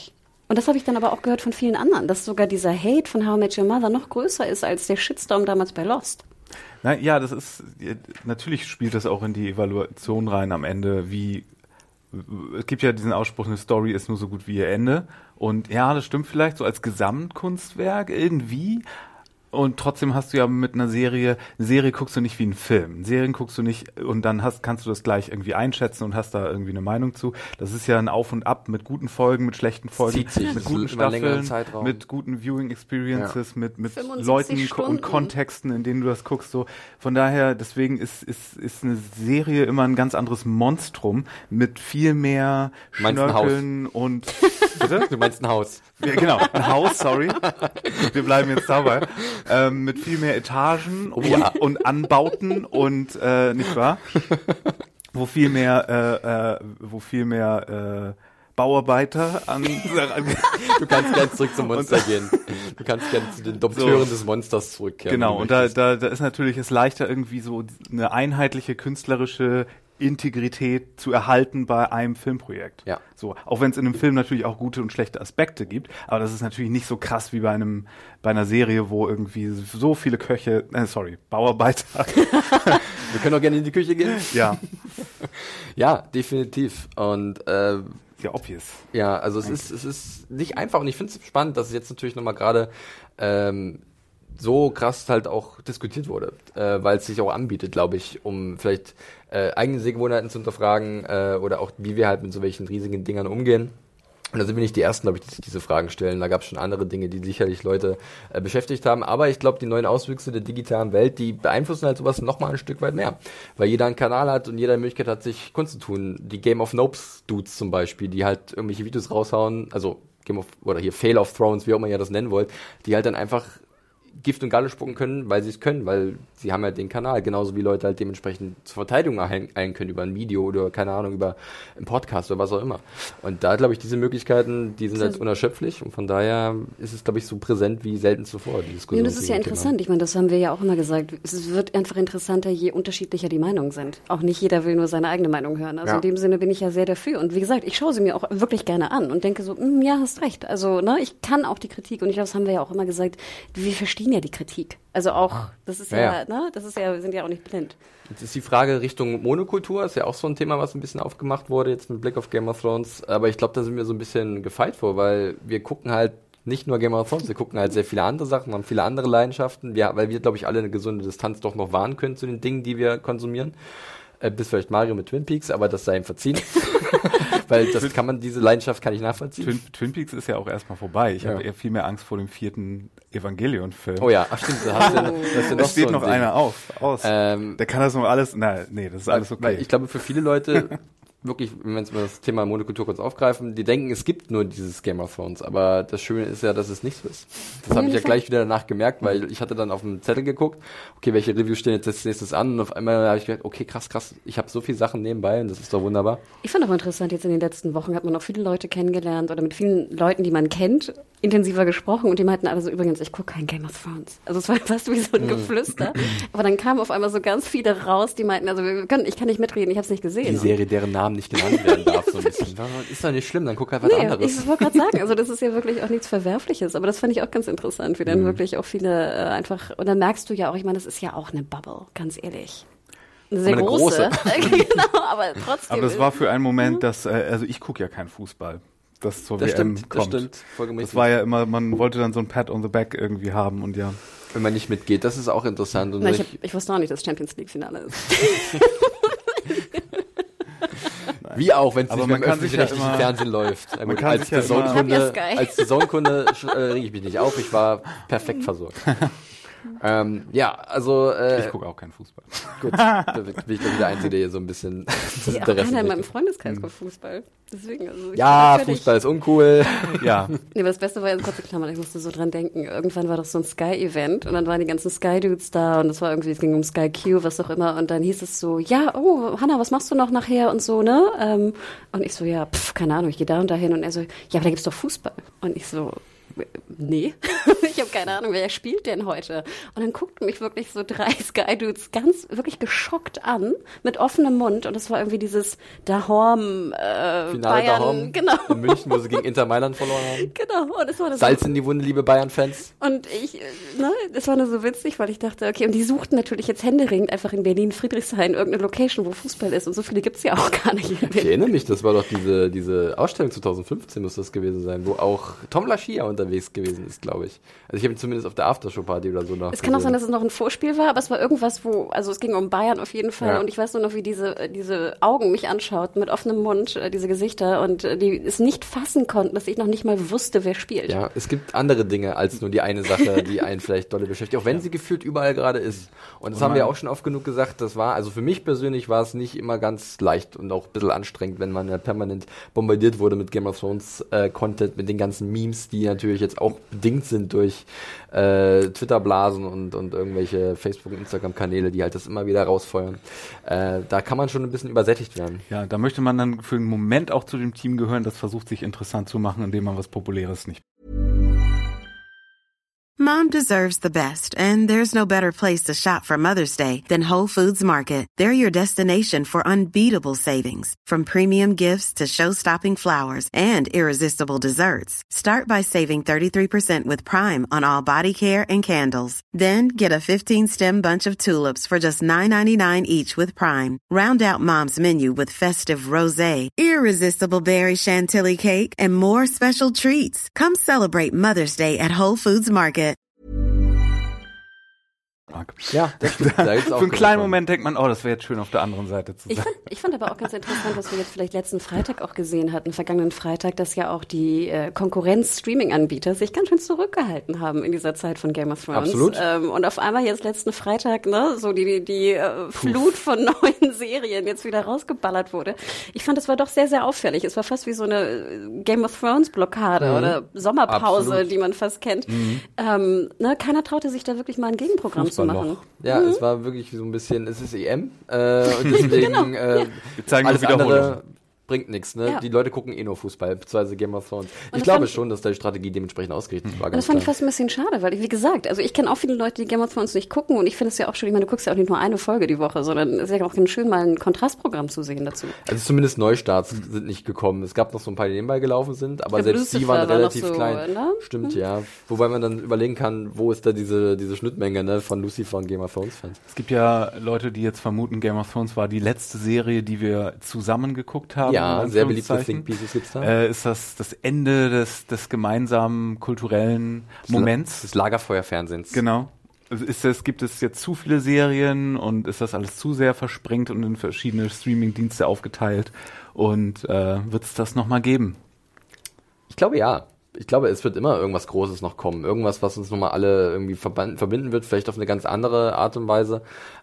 Und das habe ich dann aber auch gehört von vielen anderen, dass sogar dieser Hate von How I Met Your Mother noch größer ist als der Shitstorm damals bei Lost. Na ja, natürlich spielt das auch in die Evaluation rein am Ende, es gibt ja diesen Ausspruch, eine Story ist nur so gut wie ihr Ende. Und ja, das stimmt vielleicht so als Gesamtkunstwerk irgendwie. Und trotzdem hast du ja mit einer Serie guckst du nicht wie einen Film. Serien guckst du nicht und dann kannst du das gleich irgendwie einschätzen und hast da irgendwie eine Meinung zu. Das ist ja ein Auf und Ab mit guten Folgen, mit schlechten Folgen, mit guten Staffeln, mit guten Viewing Experiences, mit Leuten Stunden. und Kontexten, in denen du das guckst. So. Von daher, deswegen ist eine Serie immer ein ganz anderes Monstrum mit viel mehr Schnörkeln und... Bitte? Du meinst ein Haus. Ja, genau, ein Haus, sorry. Wir bleiben jetzt dabei. Mit viel mehr Etagen und Anbauten und nicht wahr? Wo viel mehr Bauarbeiter an. Du kannst gerne zurück zum Monster gehen. Du kannst gerne zu den Dompteuren des Monsters zurückkehren. Genau, und da ist natürlich es leichter, irgendwie so eine einheitliche künstlerische Integrität zu erhalten bei einem Filmprojekt. Ja. So, auch wenn es in einem Film natürlich auch gute und schlechte Aspekte gibt, aber das ist natürlich nicht so krass wie bei einer Serie, wo irgendwie so viele Bauarbeiter. Wir können auch gerne in die Küche gehen. Ja. Ja, definitiv. Und ja, obvious. Ja, also es ist nicht einfach und ich finde es spannend, dass es jetzt natürlich nochmal gerade so krass halt auch diskutiert wurde, weil es sich auch anbietet, glaube ich, um vielleicht eigene Sehgewohnheiten zu hinterfragen oder auch wie wir halt mit so welchen riesigen Dingern umgehen. Und da sind wir nicht die Ersten, glaube ich, die sich diese Fragen stellen. Da gab es schon andere Dinge, die sicherlich Leute beschäftigt haben. Aber ich glaube, die neuen Auswüchse der digitalen Welt, die beeinflussen halt sowas nochmal ein Stück weit mehr. Weil jeder einen Kanal hat und jeder die Möglichkeit hat, sich kundzutun. Die Game of Nopes Dudes zum Beispiel, die halt irgendwelche Videos raushauen, also Fail of Thrones, wie auch immer ihr das nennen wollt, die halt dann einfach Gift und Galle spucken können, weil sie es können, weil sie haben halt den Kanal, genauso wie Leute halt dementsprechend zur Verteidigung eilen können über ein Video oder, keine Ahnung, über einen Podcast oder was auch immer. Und da, glaube ich, diese Möglichkeiten, die sind halt unerschöpflich und von daher ist es, glaube ich, so präsent wie selten zuvor, die Diskussion. Ja, das ist ja interessant. Ich meine, das haben wir ja auch immer gesagt. Es wird einfach interessanter, je unterschiedlicher die Meinungen sind. Auch nicht jeder will nur seine eigene Meinung hören. Also in dem Sinne bin ich ja sehr dafür. Und wie gesagt, ich schaue sie mir auch wirklich gerne an und denke so, ja, hast recht. Also, ich kann auch die Kritik und ich glaube, das haben wir ja auch immer gesagt, wir verstehen ja die Kritik. Also auch, das ist wir sind ja auch nicht blind. Jetzt ist die Frage Richtung Monokultur, ist ja auch so ein Thema, was ein bisschen aufgemacht wurde, jetzt mit Blick auf Game of Thrones. Aber ich glaube, da sind wir so ein bisschen gefeit vor, weil wir gucken halt nicht nur Game of Thrones, wir gucken halt sehr viele andere Sachen, haben viele andere Leidenschaften, weil wir, glaube ich, alle eine gesunde Distanz doch noch wahren können zu den Dingen, die wir konsumieren. Bis vielleicht Mario mit Twin Peaks, aber das sei ihm verziehen. Weil diese Leidenschaft kann ich nachvollziehen. Twin Peaks ist ja auch erstmal vorbei. Ich habe eher viel mehr Angst vor dem 4. Evangelion-Film. Oh ja, stimmt. Da steht noch einer aus. Der kann das noch alles, das ist alles okay. Weil ich glaube, für viele Leute wirklich, wenn wir das Thema Monokultur kurz aufgreifen, die denken, es gibt nur dieses Game of Thrones, aber das Schöne ist ja, dass es nicht so ist. Das habe ich ja gleich wieder danach gemerkt, weil ich hatte dann auf dem Zettel geguckt, okay, welche Reviews stehen jetzt als nächstes an und auf einmal habe ich gedacht, okay, krass, ich habe so viele Sachen nebenbei und das ist doch wunderbar. Ich fand auch interessant, jetzt in den letzten Wochen hat man auch viele Leute kennengelernt oder mit vielen Leuten, die man kennt, intensiver gesprochen und die meinten alle so, übrigens, ich gucke kein Game of Thrones. Also es war fast wie so ein Geflüster, aber dann kamen auf einmal so ganz viele raus, die meinten, also ich kann nicht mitreden, ich habe es nicht gesehen. Die Serie, deren Namen nicht genannt werden darf, so ein bisschen. Ist doch nicht schlimm, dann guck halt was anderes. Ich wollte gerade sagen, also das ist ja wirklich auch nichts Verwerfliches, aber das fand ich auch ganz interessant, wie dann wirklich auch viele einfach, und dann merkst du ja auch, ich meine, das ist ja auch eine Bubble, ganz ehrlich. Eine sehr große. Genau, aber trotzdem. Aber das war für einen Moment, also ich gucke ja keinen Fußball. Das zur WM kommt. Das stimmt. Das war ja immer, man wollte dann so ein Pat on the back irgendwie haben und ja. Wenn man nicht mitgeht, das ist auch interessant. Und ich wusste auch nicht, dass Champions League Finale ist. Wie auch, wenn es nicht mehr im öffentlich-rechtlichen Fernsehen läuft. Als Saisonkunde reg ich mich nicht auf, ich war perfekt versorgt. Ich gucke auch keinen Fußball. Gut, da bin ich doch der Einzige, der hier so ein bisschen das Interesse hat. Ja, in meinem Freundeskreis guckt Fußball. Deswegen, Fußball ist uncool. Ja. Nee, aber das Beste war ja, kurze Klammer, ich musste so dran denken, irgendwann war doch so ein Sky-Event und dann waren die ganzen Sky-Dudes da und es ging um Sky Q, was auch immer und dann hieß es so, Hanna, was machst du noch nachher und so, ne? Und ich so, keine Ahnung, ich gehe da und dahin und er so, ja, aber da gibt's doch Fußball. Und ich so, nee, ich habe keine Ahnung, wer spielt denn heute? Und dann guckten mich wirklich so 3 Sky-Dudes ganz wirklich geschockt an, mit offenem Mund. Und es war irgendwie dieses Dahorm, Finale Bayern, Dahorm genau. In München, wo sie gegen Inter Mailand verloren haben. Genau. Und es war das Salz in die Wunde, liebe Bayern-Fans. Und das war nur so witzig, weil ich dachte, okay, und die suchten natürlich jetzt händeringend einfach in Berlin-Friedrichshain irgendeine Location, wo Fußball ist. Und so viele gibt's ja auch gar nicht. Ich erinnere mich, das war doch diese Ausstellung 2015 muss das gewesen sein, wo auch Tom Laschia unterwegs gewesen ist, glaube ich. Also ich habe ihn zumindest auf der Aftershow-Party oder so noch Es kann auch sein, dass es noch ein Vorspiel war, aber es war irgendwas, also es ging um Bayern auf jeden Fall. Ja. Und ich weiß nur noch, wie diese Augen mich anschauten mit offenem Mund, diese Gesichter, und die es nicht fassen konnten, dass ich noch nicht mal wusste, wer spielt. Ja, es gibt andere Dinge als nur die eine Sache, die einen vielleicht dolle beschäftigt, auch wenn sie gefühlt überall gerade ist. Und das haben wir auch schon oft genug gesagt, also für mich persönlich war es nicht immer ganz leicht und auch ein bisschen anstrengend, wenn man ja permanent bombardiert wurde mit Game of Thrones Content, mit den ganzen Memes, die natürlich jetzt auch bedingt sind durch Twitter-Blasen und irgendwelche Facebook- und Instagram-Kanäle, die halt das immer wieder rausfeuern. Da kann man schon ein bisschen übersättigt werden. Ja, da möchte man dann für einen Moment auch zu dem Team gehören, das versucht, sich interessant zu machen, indem man was Populäres nicht. Mom deserves the best, and there's no better place to shop for Mother's Day than Whole Foods Market. They're your destination for unbeatable savings, from premium gifts to show-stopping flowers and irresistible desserts. Start by saving 33% with Prime on all body care and candles. Then get a 15-stem bunch of tulips for just $9.99 each with Prime. Round out Mom's menu with festive rosé, irresistible berry chantilly cake, and more special treats. Come celebrate Mother's Day at Whole Foods Market. Ja, das stimmt. Da für einen kleinen Moment denkt man, das wäre jetzt schön auf der anderen Seite zu sein. Ich fand aber auch ganz interessant, was wir jetzt vielleicht letzten Freitag auch gesehen hatten, vergangenen Freitag, dass ja auch die Konkurrenz-Streaming-Anbieter sich ganz schön zurückgehalten haben in dieser Zeit von Game of Thrones. Absolut. Und auf einmal jetzt letzten Freitag, so die Flut von neuen Serien jetzt wieder rausgeballert wurde. Ich fand, es war doch sehr, sehr auffällig. Es war fast wie so eine Game of Thrones-Blockade oder Sommerpause, Absolut. Die man fast kennt. Keiner traute sich da wirklich mal ein Gegenprogramm zu machen. Ja, es war wirklich so ein bisschen, es ist EM und deswegen wir zeigen alles Wiederholung. andere bringt nichts. Ne? Ja. Die Leute gucken nur Fußball, beziehungsweise Game of Thrones. Ich glaube schon, dass da die Strategie dementsprechend ausgerichtet war. Und das fand ich fast ein bisschen schade, weil, wie gesagt, also ich kenne auch viele Leute, die Game of Thrones nicht gucken, und ich finde es ja auch schon, ich meine, du guckst ja auch nicht nur eine Folge die Woche, sondern es ist ja auch ganz schön, mal ein Kontrastprogramm zu sehen dazu. Also zumindest Neustarts sind nicht gekommen. Es gab noch so ein paar, die nebenbei gelaufen sind, aber selbst Lucifer die waren relativ so, klein. Ne? Stimmt, ja. Wobei man dann überlegen kann, wo ist da diese Schnittmenge, ne, von Lucifer und Game of Thrones Fans. Es gibt ja Leute, die jetzt vermuten, Game of Thrones war die letzte Serie, die wir zusammen geguckt haben. Ja, sehr beliebte Think Pieces gibt's da. Ist das Ende des gemeinsamen kulturellen Moments? Des Lagerfeuerfernsehens. Genau. Gibt es jetzt zu viele Serien und ist das alles zu sehr versprengt und in verschiedene Streaming-Dienste aufgeteilt? Und wird es das nochmal geben? Ich glaube, ja. Ich glaube, es wird immer irgendwas Großes noch kommen. Irgendwas, was uns nochmal alle irgendwie verbinden wird, vielleicht auf eine ganz andere Art und Weise.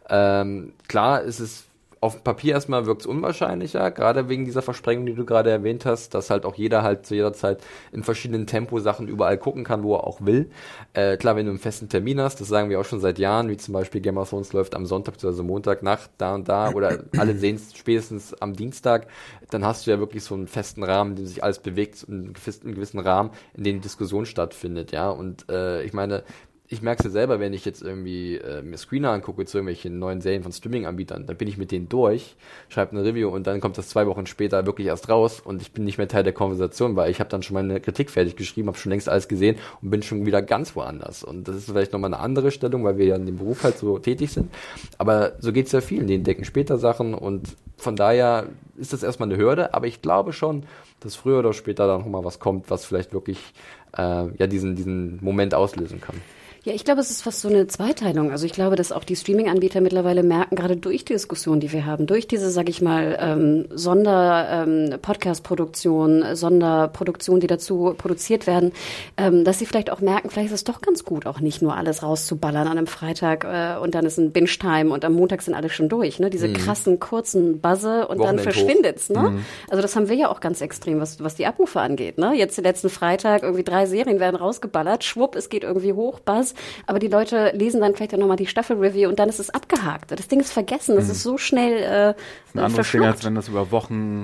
Klar, ist es auf dem Papier erstmal wirkt es unwahrscheinlicher, gerade wegen dieser Versprengung, die du gerade erwähnt hast, dass halt auch jeder halt zu jeder Zeit in verschiedenen Tempo-Sachen überall gucken kann, wo er auch will. Klar, wenn du einen festen Termin hast, das sagen wir auch schon seit Jahren, wie zum Beispiel Game of Thrones läuft am Sonntag bzw. Montagnacht da und da oder alle sehen es spätestens am Dienstag, dann hast du ja wirklich so einen festen Rahmen, in dem sich alles bewegt, einen gewissen Rahmen, in dem die Diskussion stattfindet, ja, und ich meine, ich merke es ja selber, wenn ich jetzt irgendwie mir Screener angucke zu irgendwelchen neuen Serien von Streaming-Anbietern, dann bin ich mit denen durch, schreibe eine Review und dann kommt das 2 Wochen später wirklich erst raus und ich bin nicht mehr Teil der Konversation, weil ich habe dann schon meine Kritik fertig geschrieben, habe schon längst alles gesehen und bin schon wieder ganz woanders. Und das ist vielleicht nochmal eine andere Stellung, weil wir ja in dem Beruf halt so tätig sind. Aber so geht es ja vielen, die entdecken später Sachen und von daher ist das erstmal eine Hürde, aber ich glaube schon, dass früher oder später dann nochmal was kommt, was vielleicht wirklich diesen Moment auslösen kann. Ja, ich glaube, es ist fast so eine Zweiteilung. Also ich glaube, dass auch die Streaming-Anbieter mittlerweile merken, gerade durch die Diskussion, die wir haben, durch diese, sag ich mal, Podcast-Produktion, Sonderproduktion, die dazu produziert werden, dass sie vielleicht auch merken, vielleicht ist es doch ganz gut, auch nicht nur alles rauszuballern an einem Freitag und dann ist ein Binge-Time und am Montag sind alle schon durch. Ne? Diese krassen, kurzen Buzze und dann verschwindet's. Ne? Also das haben wir ja auch ganz extrem, was die Abrufe angeht. Ne? Jetzt den letzten Freitag, irgendwie 3 Serien werden rausgeballert, schwupp, es geht irgendwie hoch, Buzz. Aber die Leute lesen dann vielleicht auch nochmal die Staffel-Review und dann ist es abgehakt. Das Ding ist vergessen, das ist so schnell ein anderes Ding, als wenn das über Wochen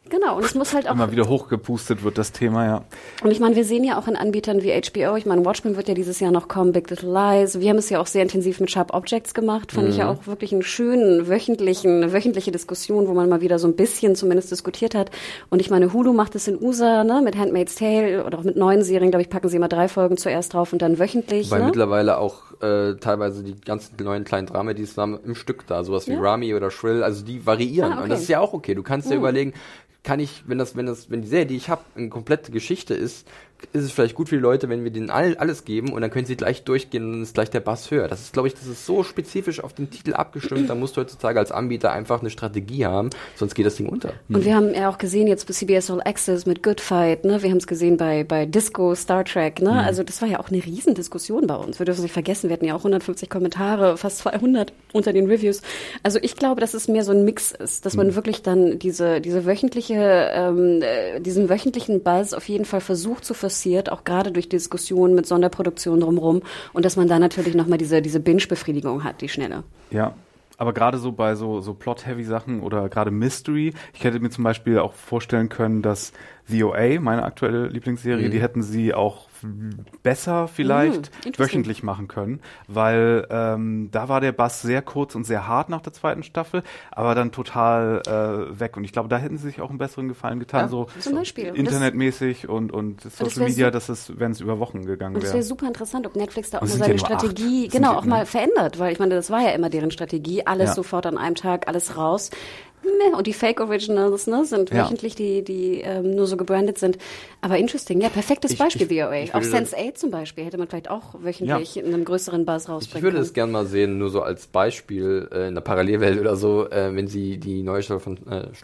Genau, und es muss halt auch... Immer wieder hochgepustet wird das Thema, ja. Und ich meine, wir sehen ja auch in Anbietern wie HBO, ich meine, Watchmen wird ja dieses Jahr noch kommen, Big Little Lies. Wir haben es ja auch sehr intensiv mit Sharp Objects gemacht. Fand ich ja auch wirklich einen schönen wöchentliche Diskussion, wo man mal wieder so ein bisschen zumindest diskutiert hat. Und ich meine, Hulu macht es in USA, ne, mit Handmaid's Tale oder auch mit neuen Serien, glaube ich, packen sie immer 3 Folgen zuerst drauf und dann wöchentlich. Weil ne? mittlerweile auch teilweise die ganzen neuen kleinen Dramedies haben im Stück da, sowas wie Rami oder Shrill, also die variieren. Okay. Und das ist ja auch okay. Du kannst dir überlegen, kann ich, wenn die Serie, die ich habe, eine komplette Geschichte ist es vielleicht gut für die Leute, wenn wir denen alles geben und dann können sie gleich durchgehen und dann ist gleich der Bass höher. Das ist, glaube ich, so spezifisch auf den Titel abgestimmt, da musst du heutzutage als Anbieter einfach eine Strategie haben, sonst geht das Ding unter. Und wir haben ja auch gesehen jetzt bei CBS All Access mit Good Fight, ne? Wir haben es gesehen bei Disco, Star Trek, ne? Also das war ja auch eine Riesendiskussion bei uns. Wir dürfen es nicht vergessen, wir hatten ja auch 150 Kommentare, fast 200 unter den Reviews. Also ich glaube, dass es mehr so ein Mix ist, dass man wirklich dann diesen wöchentlichen Buzz auf jeden Fall versucht zu forciert, auch gerade durch Diskussionen mit Sonderproduktionen drumherum und dass man da natürlich nochmal diese Binge-Befriedigung hat, die schnelle. Ja, aber gerade so bei so Plot-Heavy-Sachen oder gerade Mystery, ich hätte mir zum Beispiel auch vorstellen können, dass The OA, meine aktuelle Lieblingsserie, die hätten sie auch besser vielleicht wöchentlich machen können, weil da war der Bass sehr kurz und sehr hart nach der 2. Staffel, aber dann total weg. Und ich glaube, da hätten sie sich auch einen besseren Gefallen getan, ja, so zum Beispiel. internetmäßig und Social Media, wenn es über Wochen gegangen wäre. Das wäre super interessant, ob Netflix da auch mal seine Strategie auch mal verändert, weil ich meine, das war ja immer deren Strategie, alles sofort an einem Tag, alles raus. Und die Fake Originals, ne, sind wöchentlich, die nur so gebrandet sind. Aber interesting, ja, perfektes Beispiel, VOA. Auch Sense8 zum Beispiel hätte man vielleicht auch wöchentlich in einem größeren Buzz rausbringen Ich würde es gerne mal sehen, nur so als Beispiel in der Parallelwelt oder so, wenn sie die neue Staffel von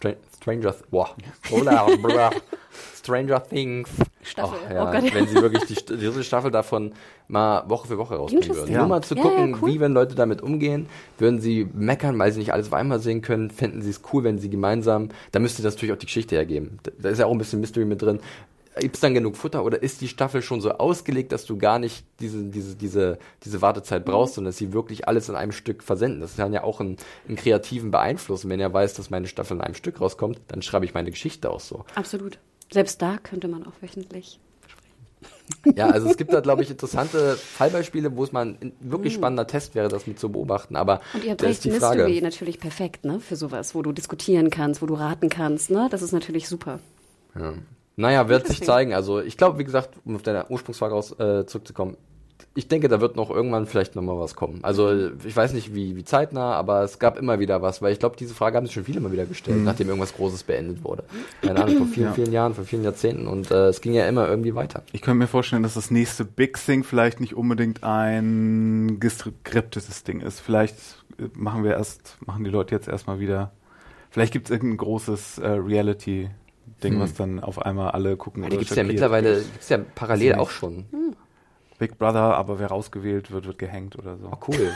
Stranger Things Staffel. Wenn sie wirklich die dritte Staffel davon mal Woche für Woche rausbringen würden. Nur mal zu gucken, wie wenn Leute damit umgehen, würden sie meckern, weil sie nicht alles auf einmal sehen können, fänden sie es cool, wenn sie gemeinsam, da müsste das natürlich auch die Geschichte hergeben. Da ist ja auch ein bisschen Mystery mit drin. Gibt es dann genug Futter oder ist die Staffel schon so ausgelegt, dass du gar nicht diese Wartezeit brauchst, sondern dass sie wirklich alles in einem Stück versenden? Das kann ja auch einen Kreativen beeinflussen. Wenn er weiß, dass meine Staffel in einem Stück rauskommt, dann schreibe ich meine Geschichte auch so. Absolut. Selbst da könnte man auch wöchentlich Ja, also es gibt da, glaube ich, interessante Fallbeispiele, wo es mal ein wirklich spannender Test wäre, das mit zu beobachten. Aber und ihr habt recht, Mystery natürlich perfekt, ne, für sowas, wo du diskutieren kannst, wo du raten kannst, ne? Das ist natürlich super. Ja. Naja, wird sich zeigen. Also ich glaube, wie gesagt, um auf deine Ursprungsfrage zurückzukommen, ich denke, da wird noch irgendwann vielleicht nochmal was kommen. Also ich weiß nicht, wie zeitnah, aber es gab immer wieder was, weil ich glaube, diese Frage haben sich schon viele mal wieder gestellt, nachdem irgendwas Großes beendet wurde. Keine Ahnung, vor vielen Jahren, vor vielen Jahrzehnten und es ging ja immer irgendwie weiter. Ich könnte mir vorstellen, dass das nächste Big Thing vielleicht nicht unbedingt ein geskriptetes Ding ist. Vielleicht machen die Leute jetzt erstmal wieder, vielleicht gibt es irgendein großes Reality-Ding, was dann auf einmal alle gucken. Die gibt es ja mittlerweile, parallel auch schon. Big Brother, aber wer rausgewählt wird gehängt oder so. Oh, cool.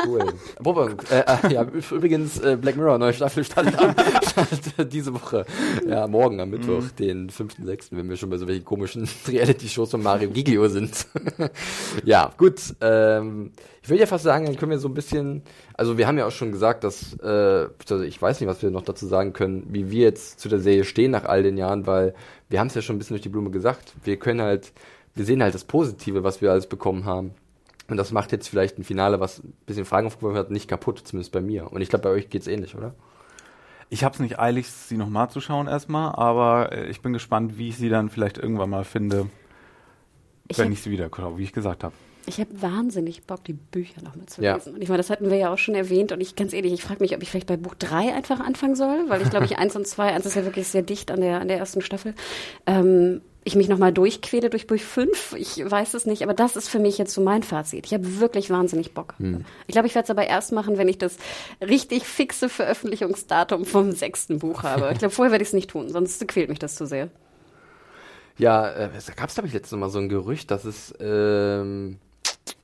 Übrigens, Black Mirror, neue Staffel startet diese Woche. Ja, morgen am Mittwoch, den 5.6., wenn wir schon bei so welchen komischen Reality-Shows von Mario Giglio sind. Ja, gut. Ich würde ja fast sagen, dann können wir so ein bisschen, also wir haben ja auch schon gesagt, dass, ich weiß nicht, was wir noch dazu sagen können, wie wir jetzt zu der Serie stehen nach all den Jahren, weil wir haben es ja schon ein bisschen durch die Blume gesagt. Wir sehen halt das Positive, was wir alles bekommen haben. Und das macht jetzt vielleicht ein Finale, was ein bisschen Fragen aufgeworfen hat, nicht kaputt, zumindest bei mir. Und ich glaube, bei euch geht's ähnlich, oder? Ich habe es nicht eilig, sie nochmal zu schauen erstmal, aber ich bin gespannt, wie ich sie dann vielleicht irgendwann mal finde, wenn ich sie wieder schaue, wie ich gesagt habe. Ich habe wahnsinnig Bock, die Bücher nochmal zu lesen. Und ich meine, das hatten wir ja auch schon erwähnt. Und ganz ehrlich, ich frage mich, ob ich vielleicht bei Buch 3 einfach anfangen soll, weil ich glaube, 1 und 2, 1 ist ja wirklich sehr dicht an der ersten Staffel. Ich mich nochmal durchquäle durch Buch 5, ich weiß es nicht, aber das ist für mich jetzt so mein Fazit. Ich habe wirklich wahnsinnig Bock. Ich glaube, ich werde es aber erst machen, wenn ich das richtig fixe Veröffentlichungsdatum vom 6. Buch habe. Ich glaube, vorher werde ich es nicht tun, sonst quält mich das zu sehr. Ja, da gab es, glaube ich, letztes Mal so ein Gerücht, dass es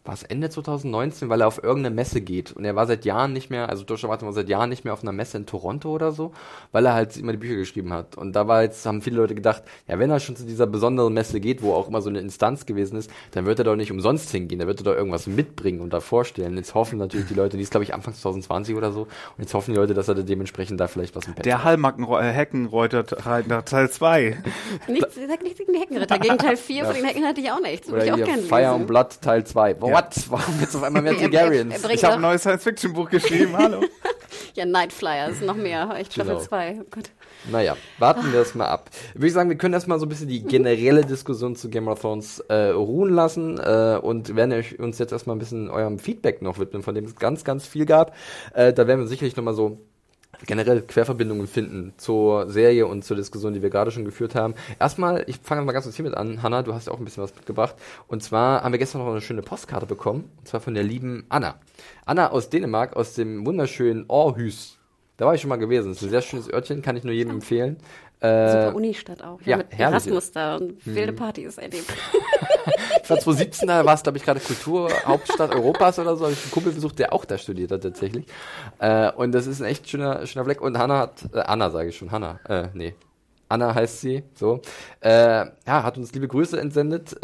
war es Ende 2019, weil er auf irgendeine Messe geht. Und er war seit Jahren nicht mehr, also George R. Martin war seit Jahren nicht mehr auf einer Messe in Toronto oder so, weil er halt immer die Bücher geschrieben hat. Und da haben viele Leute gedacht, ja, wenn er schon zu dieser besonderen Messe geht, wo auch immer so eine Instanz gewesen ist, dann wird er doch nicht umsonst hingehen, dann wird er doch irgendwas mitbringen und da vorstellen. Jetzt hoffen natürlich die Leute, die ist glaube ich Anfang 2020 oder so, und jetzt hoffen die Leute, dass er dementsprechend da vielleicht was im Pad hat. Der Heckenreiter Teil 2. Sag nichts gegen die Heckenritter, gegen Teil 4 von den Hecken hatte ich auch nichts. Oder hier Fire and Blood Teil 2. What? Warum jetzt auf einmal mehr Targaryens? Ich habe ein neues Science-Fiction-Buch geschrieben, hallo. Ja, Nightflyers, ist noch mehr. Echt Staffel 2. Oh Gott. Naja, warten wir das mal ab. Würde ich sagen, wir können erstmal so ein bisschen die generelle Diskussion zu Game of Thrones ruhen lassen und werden uns jetzt erstmal ein bisschen eurem Feedback noch widmen, von dem es ganz, ganz viel gab. Da werden wir sicherlich nochmal so generell Querverbindungen finden zur Serie und zur Diskussion, die wir gerade schon geführt haben. Erstmal, ich fange mal ganz kurz hiermit an. Hanna, du hast ja auch ein bisschen was mitgebracht. Und zwar haben wir gestern noch eine schöne Postkarte bekommen. Und zwar von der lieben Anna. Anna aus Dänemark, aus dem wunderschönen Aarhus. Da war ich schon mal gewesen. Das ist ein sehr schönes Örtchen, kann ich nur jedem empfehlen. Super Unistadt auch. Ja, mit Erasmus da und wilde Partys erlebt. Ich war 2017, da war es, glaube ich, gerade Kulturhauptstadt Europas oder so. Habe ich einen Kumpel besucht, der auch da studiert hat tatsächlich. Und das ist ein echt schöner Fleck. Und Anna heißt sie, so. Hat uns liebe Grüße entsendet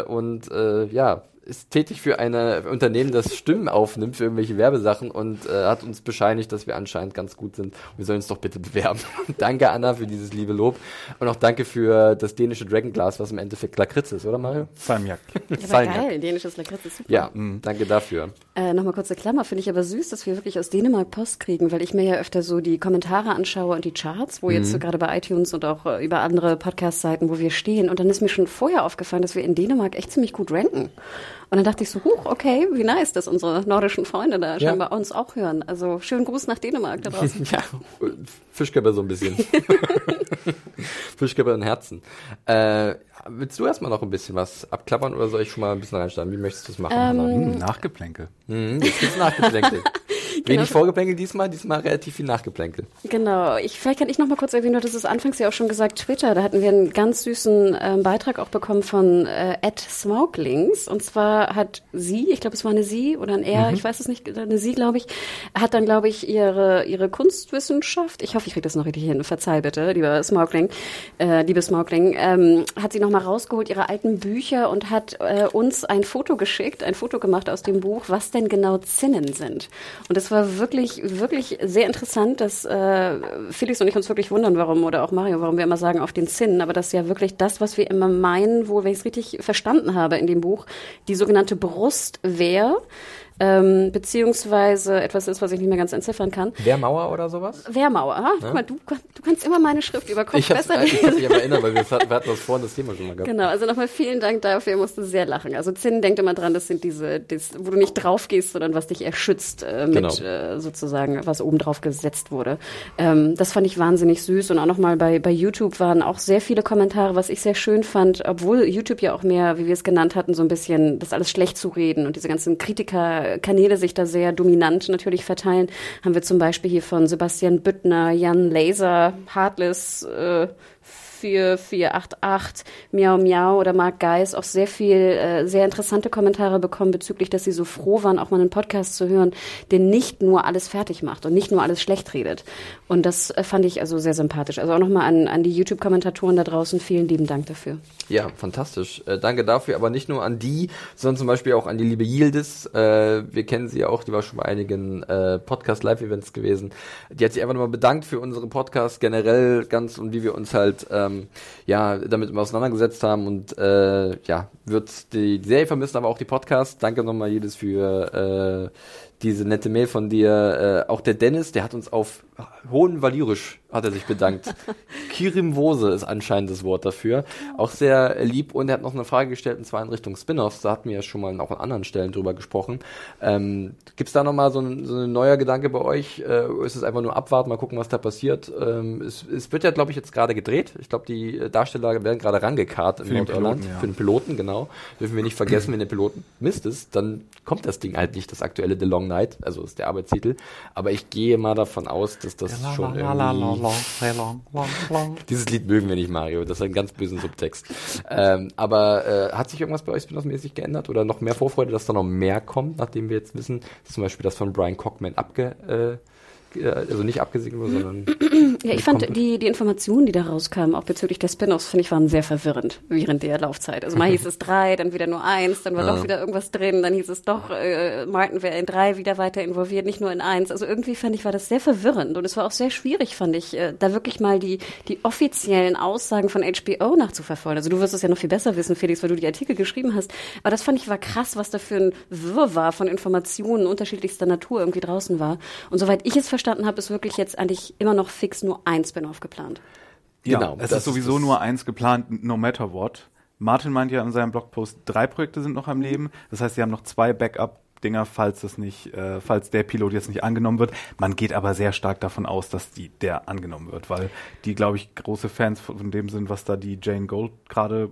ist tätig für ein Unternehmen, das Stimmen aufnimmt für irgendwelche Werbesachen und hat uns bescheinigt, dass wir anscheinend ganz gut sind. Wir sollen uns doch bitte bewerben. Danke, Anna, für dieses liebe Lob. Und auch danke für das dänische Dragonglass, was im Endeffekt Lakritz ist, oder Mario? Salmiak. Ja, geil, dänisches Lakritz ist super. Ja, danke dafür. Nochmal kurze Klammer, finde ich aber süß, dass wir wirklich aus Dänemark Post kriegen, weil ich mir ja öfter so die Kommentare anschaue und die Charts, wo jetzt so gerade bei iTunes und auch über andere Podcast-Seiten, wo wir stehen. Und dann ist mir schon vorher aufgefallen, dass wir in Dänemark echt ziemlich gut ranken. Und dann dachte ich so, okay, wie nice, dass unsere nordischen Freunde da scheinbar uns auch hören. Also schönen Gruß nach Dänemark da draußen. Ja, Fischkörper so ein bisschen. Fischkörper in Herzen. Willst du erstmal noch ein bisschen was abklappern oder soll ich schon mal ein bisschen reinstarten? Wie möchtest du das machen? Nachgeplänkel. Jetzt gibt's Nachgeplänkel. Wenig Vorgeplänkel diesmal relativ viel Nachgeplänkel. Genau. Vielleicht kann ich noch mal kurz erwähnen, du hattest es anfangs ja auch schon gesagt, Twitter, da hatten wir einen ganz süßen Beitrag auch bekommen von @Smauglings. Und zwar hat sie, ich glaube es war eine sie oder ein er, ich weiß es nicht, eine sie, glaube ich, hat dann, glaube ich, ihre Kunstwissenschaft, ich hoffe, ich kriege das noch richtig hin, verzeih bitte, liebe Smaugling, hat sie noch mal rausgeholt, ihre alten Bücher und hat uns ein Foto gemacht aus dem Buch, was denn genau Zinnen sind. Und das war wirklich, wirklich sehr interessant, dass Felix und ich uns wirklich wundern, warum wir immer sagen auf den Zinnen, aber das ist ja wirklich das, was wir immer meinen, wenn ich es richtig verstanden habe in dem Buch, die sogenannte Brustwehr, beziehungsweise etwas ist, was ich nicht mehr ganz entziffern kann. Wehrmauer oder sowas? Wehrmauer, ha? Guck mal, du kannst immer meine Schrift über Kopf besser lesen. Ich habe mich aber erinnert, weil wir hatten das vorhin das Thema schon mal gehabt. Genau, also nochmal vielen Dank dafür, ich musste sehr lachen. Also Zinnen, denkt immer dran, das sind wo du nicht drauf gehst, sondern was dich erschützt sozusagen, was oben drauf gesetzt wurde. Das fand ich wahnsinnig süß und auch nochmal bei YouTube waren auch sehr viele Kommentare, was ich sehr schön fand, obwohl YouTube ja auch mehr, wie wir es genannt hatten, so ein bisschen das alles schlecht zu reden und diese ganzen Kanäle sich da sehr dominant natürlich verteilen, haben wir zum Beispiel hier von Sebastian Büttner, Jan Laser, Heartless 4488, Miau Miau oder Marc Geis auch sehr interessante Kommentare bekommen bezüglich, dass sie so froh waren, auch mal einen Podcast zu hören, der nicht nur alles fertig macht und nicht nur alles schlecht redet. Und das fand ich also sehr sympathisch. Also auch nochmal an die YouTube-Kommentatoren da draußen, vielen lieben Dank dafür. Ja, fantastisch. Danke dafür, aber nicht nur an die, sondern zum Beispiel auch an die liebe Yildiz. Wir kennen sie ja auch, die war schon bei einigen Podcast-Live-Events gewesen. Die hat sich einfach nochmal bedankt für unsere Podcasts generell ganz und wie wir uns halt damit auseinandergesetzt haben und wird die Serie vermissen, aber auch die Podcasts. Danke nochmal Yildiz für diese nette Mail von dir. Auch der Dennis, der hat uns auf hohen Valyrisch hat er sich bedankt. Kirimvose ist anscheinend das Wort dafür. Auch sehr lieb und er hat noch eine Frage gestellt und zwar in Richtung Spin-Offs. Da hatten wir ja schon mal auch an anderen Stellen drüber gesprochen. Gibt's da nochmal so ein neuer Gedanke bei euch? Ist es einfach nur abwarten, mal gucken, was da passiert? Es wird ja, glaube ich, jetzt gerade gedreht. Ich glaube, die Darsteller werden gerade rangekarrt in Nordirland. Für den Piloten, genau. Dürfen wir nicht vergessen, wenn der Pilot Mist ist, dann kommt das Ding halt nicht, das aktuelle The Long Night, also ist der Arbeitstitel. Aber ich gehe mal davon aus, dass das schon irgendwie... Dieses Lied mögen wir nicht, Mario. Das hat einen ganz bösen Subtext. Aber hat sich irgendwas bei euch Spin-off-mäßig geändert? Oder noch mehr Vorfreude, dass da noch mehr kommt, nachdem wir jetzt wissen, dass zum Beispiel das von Brian Cockman also nicht abgesegnet wurde, sondern... Ja, ich fand die Informationen, die da rauskamen, auch bezüglich der Spin-offs, finde ich, waren sehr verwirrend während der Laufzeit. Also mal hieß es 3, dann wieder nur 1, dann war doch wieder irgendwas drin, dann hieß es doch, Martin wäre in 3 wieder weiter involviert, nicht nur in 1. Also irgendwie fand ich, war das sehr verwirrend und es war auch sehr schwierig, fand ich, da wirklich mal die offiziellen Aussagen von HBO nachzuverfolgen. Also du wirst es ja noch viel besser wissen, Felix, weil du die Artikel geschrieben hast. Aber das fand ich war krass, was da für ein Wirrwarr von Informationen unterschiedlichster Natur irgendwie draußen war. Und soweit ich es verstanden habe, ist wirklich jetzt eigentlich immer noch fix nur ein Spin-off geplant. Ja, genau, es ist sowieso nur eins geplant, no matter what. Martin meint ja in seinem Blogpost, 3 Projekte sind noch am Leben. Das heißt, sie haben noch 2 Backup-Dinger, falls der Pilot jetzt nicht angenommen wird. Man geht aber sehr stark davon aus, dass der angenommen wird, weil die, glaube ich, große Fans von dem sind, was da die Jane Gold gerade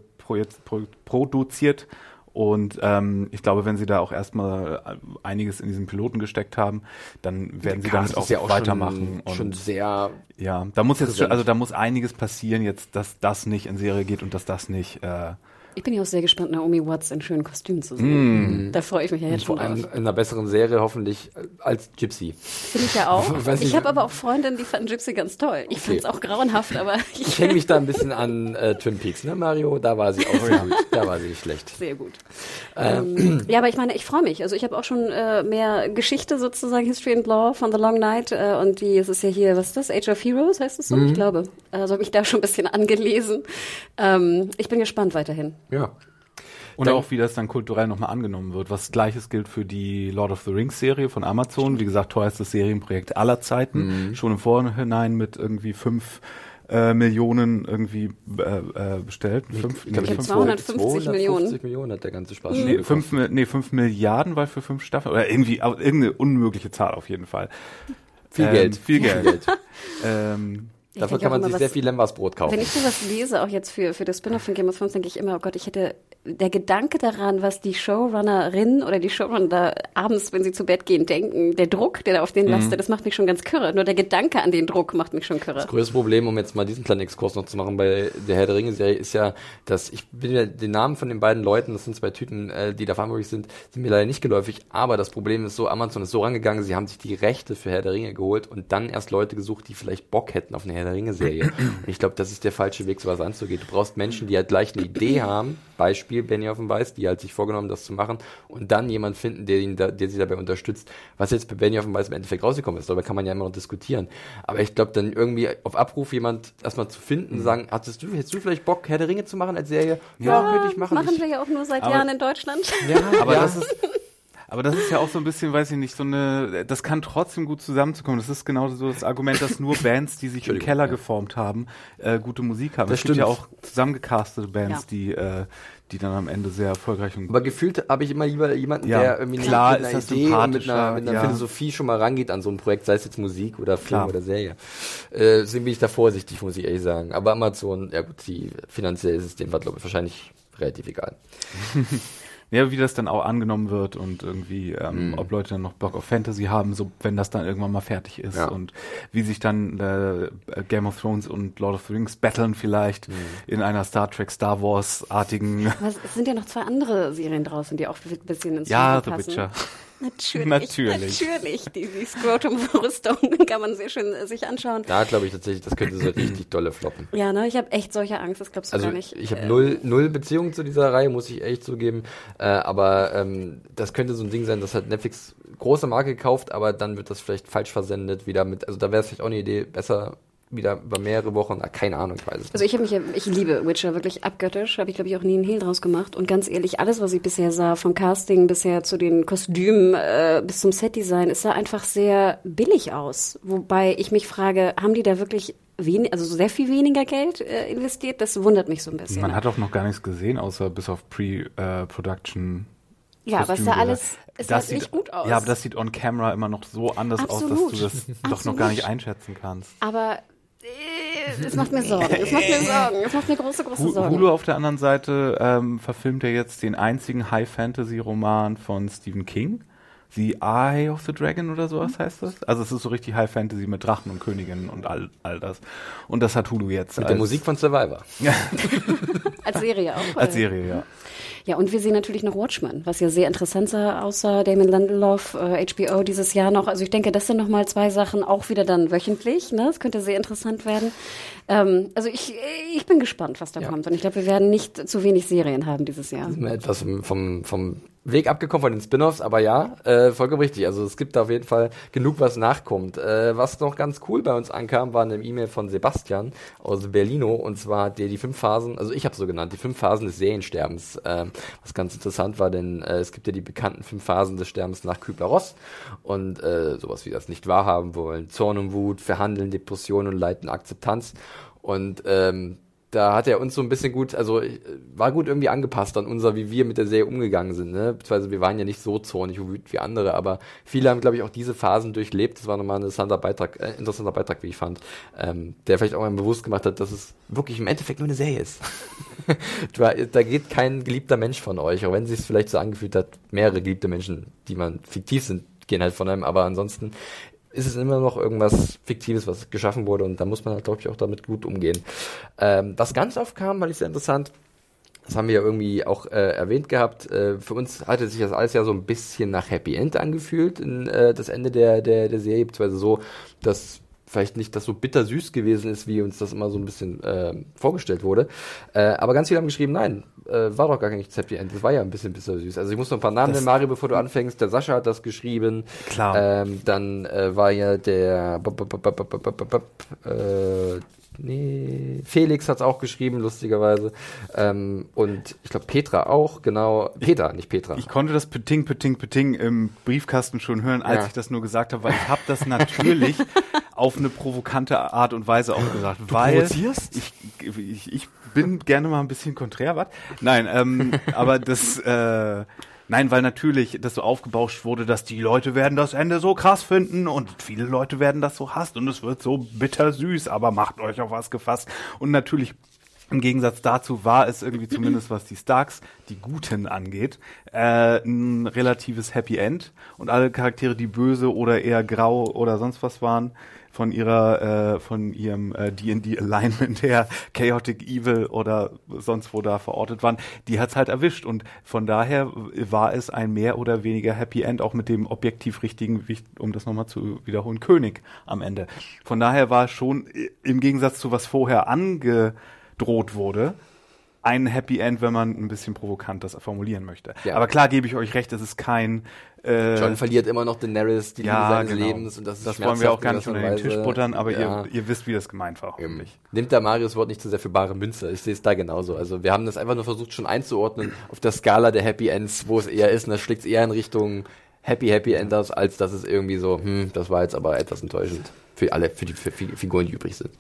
produziert. Und ich glaube, wenn sie da auch erstmal einiges in diesen Piloten gesteckt haben, dann werden sie damit auch weitermachen. Schon sehr. Ja, da muss einiges passieren jetzt, dass das nicht in Serie geht und dass das nicht. Ich bin ja auch sehr gespannt, Naomi Watts in schönen Kostümen zu sehen. Da freue ich mich ja jetzt schon drauf. In einer besseren Serie hoffentlich als Gypsy. Finde ich ja auch. Ich habe aber auch Freundinnen, die fanden Gypsy ganz toll. Ich fand es auch grauenhaft, aber... Ich hänge mich da ein bisschen an Twin Peaks, ne Mario? Da war sie auch sehr gut. Da war sie nicht schlecht. Sehr gut. Ja, aber ich meine, ich freue mich. Also ich habe auch schon mehr Geschichte sozusagen, History and Law von The Long Night und es ist ja hier, was ist das? Age of Heroes heißt es so? Ich glaube. Also habe ich da schon ein bisschen angelesen. Ich bin gespannt weiterhin. Ja. Und auch, wie das dann kulturell nochmal angenommen wird. Was Gleiches gilt für die Lord of the Rings Serie von Amazon. Wie gesagt, teuerstes Serienprojekt aller Zeiten. Schon im Vorhinein mit irgendwie 5 Millionen irgendwie bestellt. Ich glaube 250 Millionen. 250 Millionen hat der ganze Spaß. 5 Milliarden, weil für 5 Staffeln. Oder irgendwie, irgendeine unmögliche Zahl auf jeden Fall. Viel Geld. Dafür kann man sich sehr viel Lembersbrot kaufen. Wenn ich sowas lese, auch jetzt für das Spin-off von Game of Thrones, denke ich immer, oh Gott, der Gedanke daran, was die Showrunnerin oder die Showrunner da abends, wenn sie zu Bett gehen, denken, der Druck, der da auf denen lastet, das macht mich schon ganz kirre. Nur der Gedanke an den Druck macht mich schon kirre. Das größte Problem, um jetzt mal diesen kleinen Exkurs noch zu machen bei der Herr der Ringe-Serie, ist ja, dass ich bin ja den Namen von den beiden Leuten, das sind 2 Typen, die da verantwortlich sind mir leider nicht geläufig, aber das Problem ist so, Amazon ist so rangegangen, sie haben sich die Rechte für Herr der Ringe geholt und dann erst Leute gesucht, die vielleicht Bock hätten auf eine Herr der Ringe-Serie. Und ich glaube, das ist der falsche Weg, sowas anzugehen. Du brauchst Menschen, die halt gleich eine Idee haben, Beispiel Benny auf dem Weiß, die halt sich vorgenommen, das zu machen und dann jemand finden, der sie dabei unterstützt. Was jetzt bei Benny auf dem Weiß im Endeffekt rausgekommen ist, darüber kann man ja immer noch diskutieren. Aber ich glaube, dann irgendwie auf Abruf jemand erstmal zu finden, sagen, hättest du vielleicht Bock, Herr der Ringe zu machen als Serie? Ja, würde ich machen. Machen wir ja auch nur seit Jahren in Deutschland. Ja, aber das ist ja auch so ein bisschen, weiß ich nicht, das kann trotzdem gut zusammenzukommen. Das ist genau so das Argument, dass nur Bands, die sich im Keller geformt haben, gute Musik haben. Es gibt ja auch zusammengecastete Bands, die dann am Ende sehr erfolgreich sind. Aber gefühlt habe ich immer lieber jemanden, der irgendwie mit einer Idee und mit einer Philosophie schon mal rangeht an so ein Projekt, sei es jetzt Musik oder Film oder Serie. Deswegen bin ich da vorsichtig, muss ich ehrlich sagen. Aber Amazon, ja gut, finanziell ist es dem glaube ich wahrscheinlich relativ egal. Ja, wie das dann auch angenommen wird und irgendwie, ob Leute dann noch Bock auf Fantasy haben, so wenn das dann irgendwann mal fertig ist und wie sich dann Game of Thrones und Lord of the Rings battlen vielleicht in einer Star Trek, Star Wars-artigen... Aber es sind ja noch 2 andere Serien draußen, die auch ein bisschen ins Genre passen. The Witcher. Natürlich. Die Scrotum-Rüstung kann man sehr schön sich anschauen. Da glaube ich tatsächlich, das könnte so richtig dolle floppen. Ja, ne, ich habe echt solche Angst, das glaubst du gar nicht. Ich habe null Beziehung zu dieser Reihe, muss ich echt zugeben. Aber das könnte so ein Ding sein, dass halt Netflix große Marke gekauft, aber dann wird das vielleicht falsch versendet wieder mit. Also da wäre es vielleicht auch eine Idee, besser wieder über mehrere Wochen, keine Ahnung, ich weiß es nicht. Also ich liebe Witcher wirklich abgöttisch, habe ich glaube ich auch nie einen Hehl draus gemacht und ganz ehrlich, alles was ich bisher sah, vom Casting bisher zu den Kostümen bis zum Setdesign, es sah einfach sehr billig aus, wobei ich mich frage, haben die da wirklich sehr viel weniger Geld investiert? Das wundert mich so ein bisschen. Man hat auch noch gar nichts gesehen, außer bis auf Pre-Production. Ja, aber es sah nicht gut aus. Ja, aber das sieht on camera immer noch so anders aus, dass du das doch noch gar nicht einschätzen kannst. Aber es macht mir Sorgen. Es macht mir große Sorgen. Hulu auf der anderen Seite verfilmt ja jetzt den einzigen High-Fantasy-Roman von Stephen King. The Eye of the Dragon oder sowas heißt das. Also es ist so richtig High Fantasy mit Drachen und Königinnen und all das. Und das hat Hulu jetzt. Mit der Musik von Survivor. Als Serie auch. Als Serie, ja. Ja, und wir sehen natürlich noch Watchmen, was ja sehr interessant sah, außer Damon Lindelof, HBO dieses Jahr noch. Also ich denke, das sind nochmal 2 Sachen, auch wieder dann wöchentlich. Ne? Das könnte sehr interessant werden. Also ich bin gespannt, was da kommt. Und ich glaube, wir werden nicht zu wenig Serien haben dieses Jahr. Sind wir etwas vom Weg abgekommen von den Spin-Offs, aber ja, vollkommen richtig. Also es gibt da auf jeden Fall genug, was nachkommt. Was noch ganz cool bei uns ankam, war eine E-Mail von Sebastian aus Berlino, und zwar die 5 Phasen, also ich habe so genannt, die 5 Phasen des Seriensterbens. Was ganz interessant war, denn es gibt ja die bekannten 5 Phasen des Sterbens nach Kübler-Ross und sowas wie das nicht wahrhaben wollen, Zorn und Wut, Verhandeln, Depression und Leid und Akzeptanz. Und da hat er uns so ein bisschen war gut irgendwie angepasst an wie wir mit der Serie umgegangen sind, ne? Beziehungsweise wir waren ja nicht so zornig und wütend wie andere, aber viele haben, glaube ich, auch diese Phasen durchlebt. Das war nochmal ein interessanter Beitrag, wie ich fand, der vielleicht auch mal bewusst gemacht hat, dass es wirklich im Endeffekt nur eine Serie ist. Da geht kein geliebter Mensch von euch, auch wenn es sich vielleicht so angefühlt hat, mehrere geliebte Menschen, die man fiktiv sind, gehen halt von einem, aber ansonsten ist es immer noch irgendwas Fiktives, was geschaffen wurde, und da muss man halt, glaube ich, auch damit gut umgehen. Was ganz oft kam, weil ich sehr interessant, das haben wir ja irgendwie auch erwähnt gehabt, für uns hatte sich das alles ja so ein bisschen nach Happy End angefühlt, das Ende der Serie, beziehungsweise so, dass vielleicht nicht das so bittersüß gewesen ist, wie uns das immer so ein bisschen vorgestellt wurde. Aber ganz viele haben geschrieben, nein, war doch gar nicht Happy End, das war ja ein bisschen bittersüß. Also ich muss noch ein paar Namen nennen, Mario, bevor du anfängst. Der Sascha hat das geschrieben. Klar. Dann war ja der Felix hat es auch geschrieben, lustigerweise. Und ich glaube Petra auch, genau. Nicht Petra. Ich konnte das Peting im Briefkasten schon hören, als ich das nur gesagt habe, weil ich habe das natürlich auf eine provokante Art und Weise auch gesagt. Du provozierst? Ich bin gerne mal ein bisschen konträr, was? Nein, aber das... Nein, weil natürlich das so aufgebauscht wurde, dass die Leute werden das Ende so krass finden und viele Leute werden das so hassen und es wird so bittersüß, aber macht euch auf was gefasst. Und natürlich im Gegensatz dazu war es irgendwie zumindest, was die Starks, die Guten angeht, ein relatives Happy End. Und alle Charaktere, die böse oder eher grau oder sonst was waren, von ihrem D&D Alignment her, Chaotic Evil oder sonst wo da verortet waren, die hat's halt erwischt, und von daher war es ein mehr oder weniger Happy End, auch mit dem objektiv richtigen, um das nochmal zu wiederholen, König am Ende. Von daher war es schon im Gegensatz zu was vorher angedroht wurde, ein Happy End, wenn man ein bisschen provokant das formulieren möchte. Ja. Aber klar gebe ich euch recht, es ist kein... John verliert immer noch Daenerys, die Liebe seines Lebens. Und das wollen wir auch gar nicht unter den Tisch buttern, aber ihr wisst, wie das gemeint war. Nimmt da Marius Wort nicht zu sehr für bare Münze. Ich sehe es da genauso. Also wir haben das einfach nur versucht schon einzuordnen auf der Skala der Happy Ends, wo es eher ist. Und das schlägt es eher in Richtung Happy Enders, als dass es irgendwie so, das war jetzt aber etwas enttäuschend für die Figuren, die übrig sind.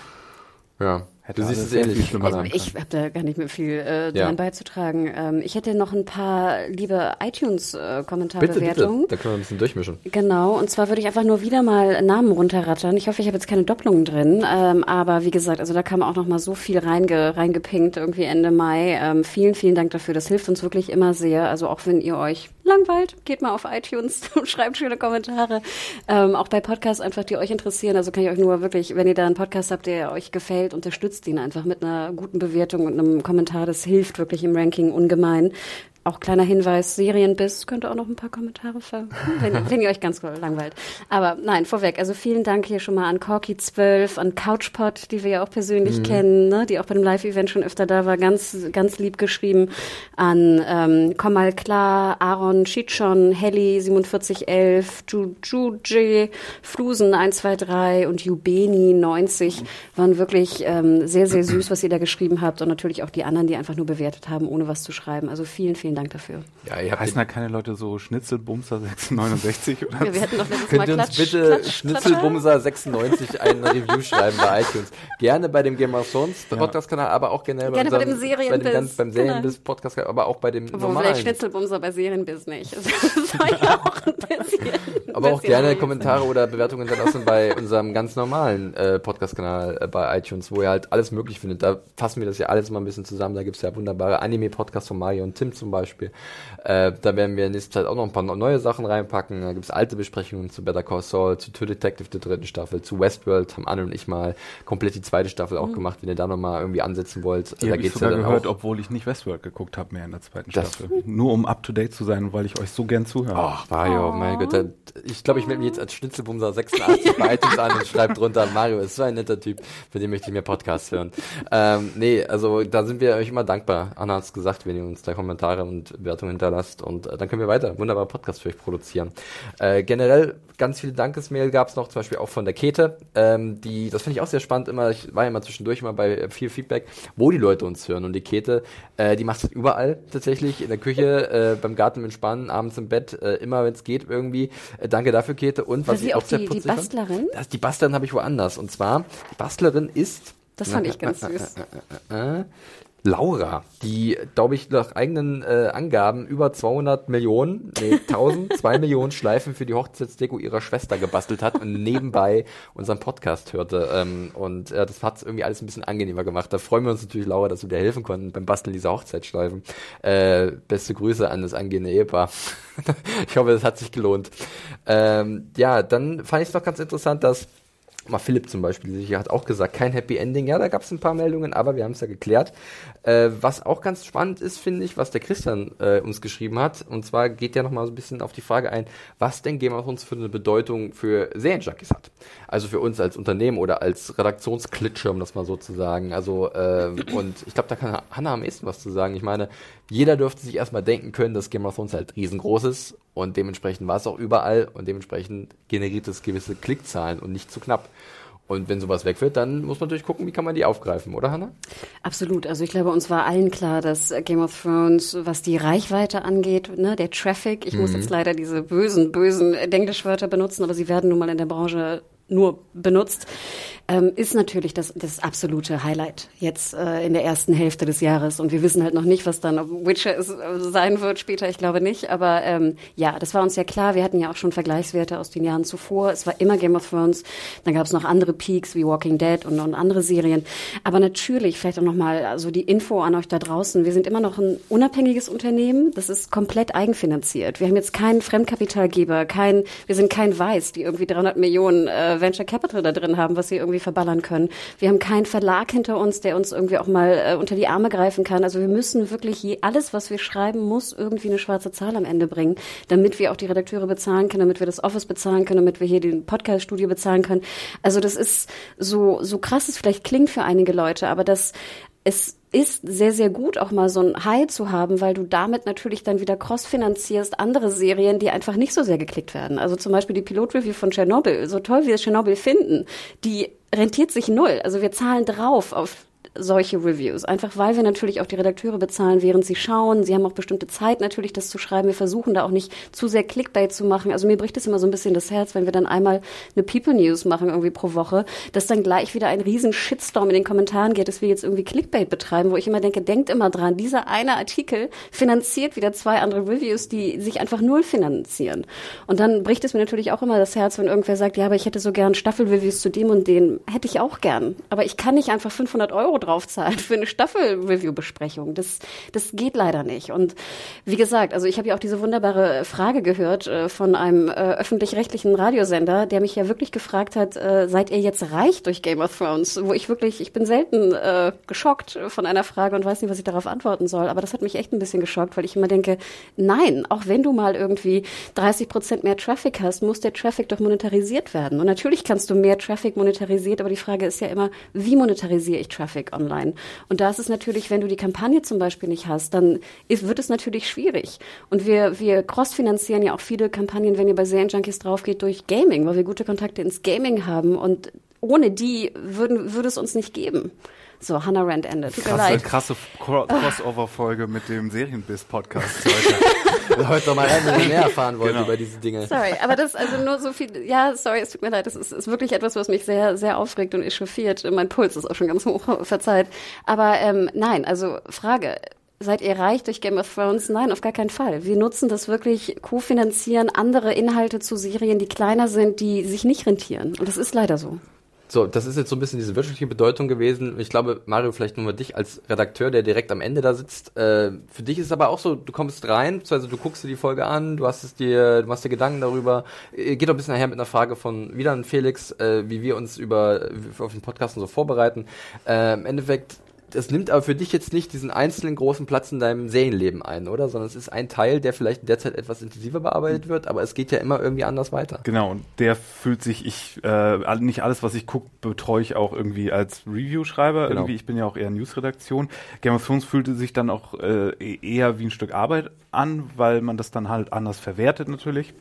Ja. Du siehst es ähnlich. Also ich habe da gar nicht mehr viel dran beizutragen. Ich hätte noch ein paar liebe iTunes-Kommentarbewertungen. Bitte, da können wir ein bisschen durchmischen. Genau, und zwar würde ich einfach nur wieder mal Namen runterrattern. Ich hoffe, ich habe jetzt keine Doppelungen drin, aber wie gesagt, also da kam auch noch mal so viel reingepinkt, irgendwie Ende Mai. Vielen, vielen Dank dafür, das hilft uns wirklich immer sehr. Also auch wenn ihr euch langweilt, geht mal auf iTunes und schreibt schöne Kommentare. Auch bei Podcasts einfach, die euch interessieren. Also kann ich euch nur wirklich, wenn ihr da einen Podcast habt, der euch gefällt, unterstützt ihn einfach mit einer guten Bewertung und einem Kommentar. Das hilft wirklich im Ranking ungemein. Auch kleiner Hinweis, Serienbiss, könnt ihr auch noch ein paar Kommentare wenn ihr euch ganz langweilt. Aber nein, vorweg, also vielen Dank hier schon mal an Corky12, an Couchpot, die wir ja auch persönlich kennen, ne, die auch bei dem Live-Event schon öfter da war, ganz, ganz lieb geschrieben, an Komm mal klar, Aaron Schietschon, Helly 4711, Juju, Flusen 123 und Jubeni 90 waren wirklich sehr, sehr süß, was ihr da geschrieben habt, und natürlich auch die anderen, die einfach nur bewertet haben, ohne was zu schreiben. Also vielen, vielen Dank dafür. Ja, heißen da keine Leute so Schnitzelbumser 669 oder? Ja, wir hätten doch letztes Könnt ihr uns bitte Schnitzelbumser 96 ein Review schreiben bei iTunes. Gerne bei dem Game of Thrones Podcast-Kanal, aber auch generell bei dem Serienbiz. Beim Serienbiz-Podcast, aber auch bei dem normalen. Vielleicht Schnitzelbumser bei Serienbiz nicht. Das war ja auch ein bisschen. Aber auch gerne Kommentare oder Bewertungen hinterlassen bei unserem ganz normalen Podcast-Kanal bei iTunes, wo ihr halt alles möglich findet. Da fassen wir das ja alles mal ein bisschen zusammen. Da gibt es ja wunderbare Anime-Podcasts von Mario und Tim zum Beispiel. Beispiel. Da werden wir in nächster Zeit auch noch ein paar neue Sachen reinpacken. Da gibt es alte Besprechungen zu Better Call Saul, zu True Detective der 3. Staffel, zu Westworld haben Anne und ich mal komplett die 2. Staffel auch gemacht, wenn ihr da nochmal irgendwie ansetzen wollt. Die da habe ich sogar gehört, obwohl ich nicht Westworld geguckt habe mehr in der 2. Staffel. Nur um up-to-date zu sein, weil ich euch so gern zuhöre. Ach, Mario, mein Gott. Ich glaube, ich melde mich jetzt als Schnitzelbumser 86 bei iTunes an und schreibe drunter, Mario ist so ein netter Typ, für den möchte ich mehr Podcasts hören. Nee, also da sind wir euch immer dankbar. Anna hat es gesagt, wenn ihr uns da Kommentare und Wertungen hinterlasst und dann können wir weiter wunderbare Podcasts für euch produzieren. Generell ganz viele Dankesmail gab es noch, zum Beispiel auch von der Käthe, das finde ich auch sehr spannend immer, ich war ja immer zwischendurch mal bei viel Feedback, wo die Leute uns hören und die Käthe, die macht es überall tatsächlich, in der Küche, beim Garten im Entspannen, abends im Bett, immer wenn es geht irgendwie. Danke dafür, Käthe. Und was ich auch sehr putzig fand, die Bastlerin? Die Bastlerin habe ich woanders. Und zwar, die Bastlerin ist... Das fand ich ganz süß. Laura, die, glaube ich, nach eigenen Angaben über 2 Millionen Schleifen für die Hochzeitsdeko ihrer Schwester gebastelt hat und nebenbei unseren Podcast hörte. Und das hat es irgendwie alles ein bisschen angenehmer gemacht. Da freuen wir uns natürlich, Laura, dass wir dir helfen konnten beim Basteln dieser Hochzeitsschleifen. Beste Grüße an das angehende Ehepaar. Ich hoffe, das hat sich gelohnt. Ja, dann fand ich es noch ganz interessant, dass mal Philipp zum Beispiel, hat auch gesagt, kein Happy Ending. Ja, da gab es ein paar Meldungen, aber wir haben es ja geklärt. Was auch ganz spannend ist, finde ich, was der Christian uns geschrieben hat. Und zwar geht ja nochmal so ein bisschen auf die Frage ein, was denn Game of Thrones für eine Bedeutung für Serienjunkies hat. Also für uns als Unternehmen oder als Redaktionsklitsche, um das mal so zu sagen. Also, und ich glaube, da kann Hannah am ehesten was zu sagen. Ich meine, jeder dürfte sich erstmal denken können, dass Game of Thrones halt riesengroß ist und dementsprechend war es auch überall und dementsprechend generiert es gewisse Klickzahlen und nicht zu knapp. Und wenn sowas weg wird, dann muss man natürlich gucken, wie kann man die aufgreifen, oder Hannah? Absolut. Also ich glaube, uns war allen klar, dass Game of Thrones, was die Reichweite angeht, ne, der Traffic, ich muss jetzt leider diese bösen Englischwörter benutzen, aber sie werden nun mal in der Branche nur benutzt, ist natürlich das absolute Highlight jetzt in der ersten Hälfte des Jahres. Und wir wissen halt noch nicht, was dann ob Witcher sein wird später, ich glaube nicht. Aber ja, das war uns ja klar. Wir hatten ja auch schon Vergleichswerte aus den Jahren zuvor. Es war immer Game of Thrones. Dann gab es noch andere Peaks wie Walking Dead und andere Serien. Aber natürlich, vielleicht auch nochmal also die Info an euch da draußen. Wir sind immer noch ein unabhängiges Unternehmen. Das ist komplett eigenfinanziert. Wir haben jetzt keinen Fremdkapitalgeber, wir sind kein Weiß, die irgendwie 300 Millionen Venture Capital da drin haben, was sie irgendwie verballern können. Wir haben keinen Verlag hinter uns, der uns irgendwie auch mal unter die Arme greifen kann. Also wir müssen wirklich alles, was wir schreiben, muss irgendwie eine schwarze Zahl am Ende bringen, damit wir auch die Redakteure bezahlen können, damit wir das Office bezahlen können, damit wir hier den Podcast-Studio bezahlen können. Also das ist so krass es vielleicht klingt für einige Leute, aber es ist sehr, sehr gut, auch mal so ein High zu haben, weil du damit natürlich dann wieder cross-finanzierst andere Serien, die einfach nicht so sehr geklickt werden. Also zum Beispiel die Pilotreview von Tschernobyl. So toll wir Tschernobyl finden, die rentiert sich null. Also wir zahlen drauf auf solche Reviews, einfach weil wir natürlich auch die Redakteure bezahlen, während sie schauen. Sie haben auch bestimmte Zeit natürlich, das zu schreiben. Wir versuchen da auch nicht zu sehr Clickbait zu machen. Also mir bricht es immer so ein bisschen das Herz, wenn wir dann einmal eine People News machen irgendwie pro Woche, dass dann gleich wieder ein riesen Shitstorm in den Kommentaren geht, dass wir jetzt irgendwie Clickbait betreiben, wo ich immer denke, denkt immer dran, dieser eine Artikel finanziert wieder 2 andere Reviews, die sich einfach null finanzieren. Und dann bricht es mir natürlich auch immer das Herz, wenn irgendwer sagt, ja, aber ich hätte so gern Staffelreviews zu dem und dem. Hätte ich auch gern. Aber ich kann nicht einfach 500 € draufzahlen für eine Staffel-Review-Besprechung. Das geht leider nicht. Und wie gesagt, also ich habe ja auch diese wunderbare Frage gehört von einem öffentlich-rechtlichen Radiosender, der mich ja wirklich gefragt hat, seid ihr jetzt reich durch Game of Thrones? Wo ich bin selten geschockt von einer Frage und weiß nicht, was ich darauf antworten soll. Aber das hat mich echt ein bisschen geschockt, weil ich immer denke, nein, auch wenn du mal irgendwie 30% mehr Traffic hast, muss der Traffic doch monetarisiert werden. Und natürlich kannst du mehr Traffic monetarisiert, aber die Frage ist ja immer, wie monetarisiere ich Traffic online? Und da ist es natürlich, wenn du die Kampagne zum Beispiel nicht hast, dann wird es natürlich schwierig. Und wir cross-finanzieren ja auch viele Kampagnen, wenn ihr bei Serienjunkies drauf geht, durch Gaming, weil wir gute Kontakte ins Gaming haben und ohne die würde es uns nicht geben. So, Hannah Rand endet. Tut mir leid. Krasse Crossover-Folge mit dem Serienbiz-Podcast heute. Heute noch mal mehr erfahren wollen über diese Dinge. Sorry, aber das also nur so viel. Ja, sorry, es tut mir leid. Das ist wirklich etwas, was mich sehr, sehr aufregt und echauffiert. Mein Puls ist auch schon ganz hoch, verzeiht. Aber nein, also Frage. Seid ihr reich durch Game of Thrones? Nein, auf gar keinen Fall. Wir nutzen das wirklich, kofinanzieren andere Inhalte zu Serien, die kleiner sind, die sich nicht rentieren. Und das ist leider so. So, das ist jetzt so ein bisschen diese wirtschaftliche Bedeutung gewesen. Ich glaube, Mario, vielleicht nur mal dich als Redakteur, der direkt am Ende da sitzt. Für dich ist es aber auch so, du kommst rein, also du guckst dir die Folge an, du machst dir Gedanken darüber. Geht doch ein bisschen nachher mit einer Frage von wieder an Felix, wie wir uns auf den Podcast und so vorbereiten. Im Endeffekt, das nimmt aber für dich jetzt nicht diesen einzelnen großen Platz in deinem Serienleben ein, oder? Sondern es ist ein Teil, der vielleicht derzeit etwas intensiver bearbeitet wird, aber es geht ja immer irgendwie anders weiter. Genau, und der fühlt sich, nicht alles, was ich gucke, betreue ich auch irgendwie als Review-Schreiber. Genau. Irgendwie, ich bin ja auch eher News-Redaktion. Game of Thrones fühlte sich dann auch eher wie ein Stück Arbeit an, weil man das dann halt anders verwertet natürlich.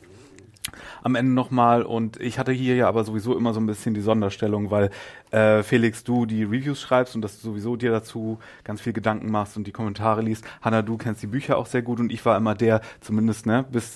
Am Ende nochmal, und ich hatte hier ja aber sowieso immer so ein bisschen die Sonderstellung, weil Felix, du die Reviews schreibst und dass du sowieso dir dazu ganz viel Gedanken machst und die Kommentare liest. Hanna, du kennst die Bücher auch sehr gut, und ich war immer der, zumindest bis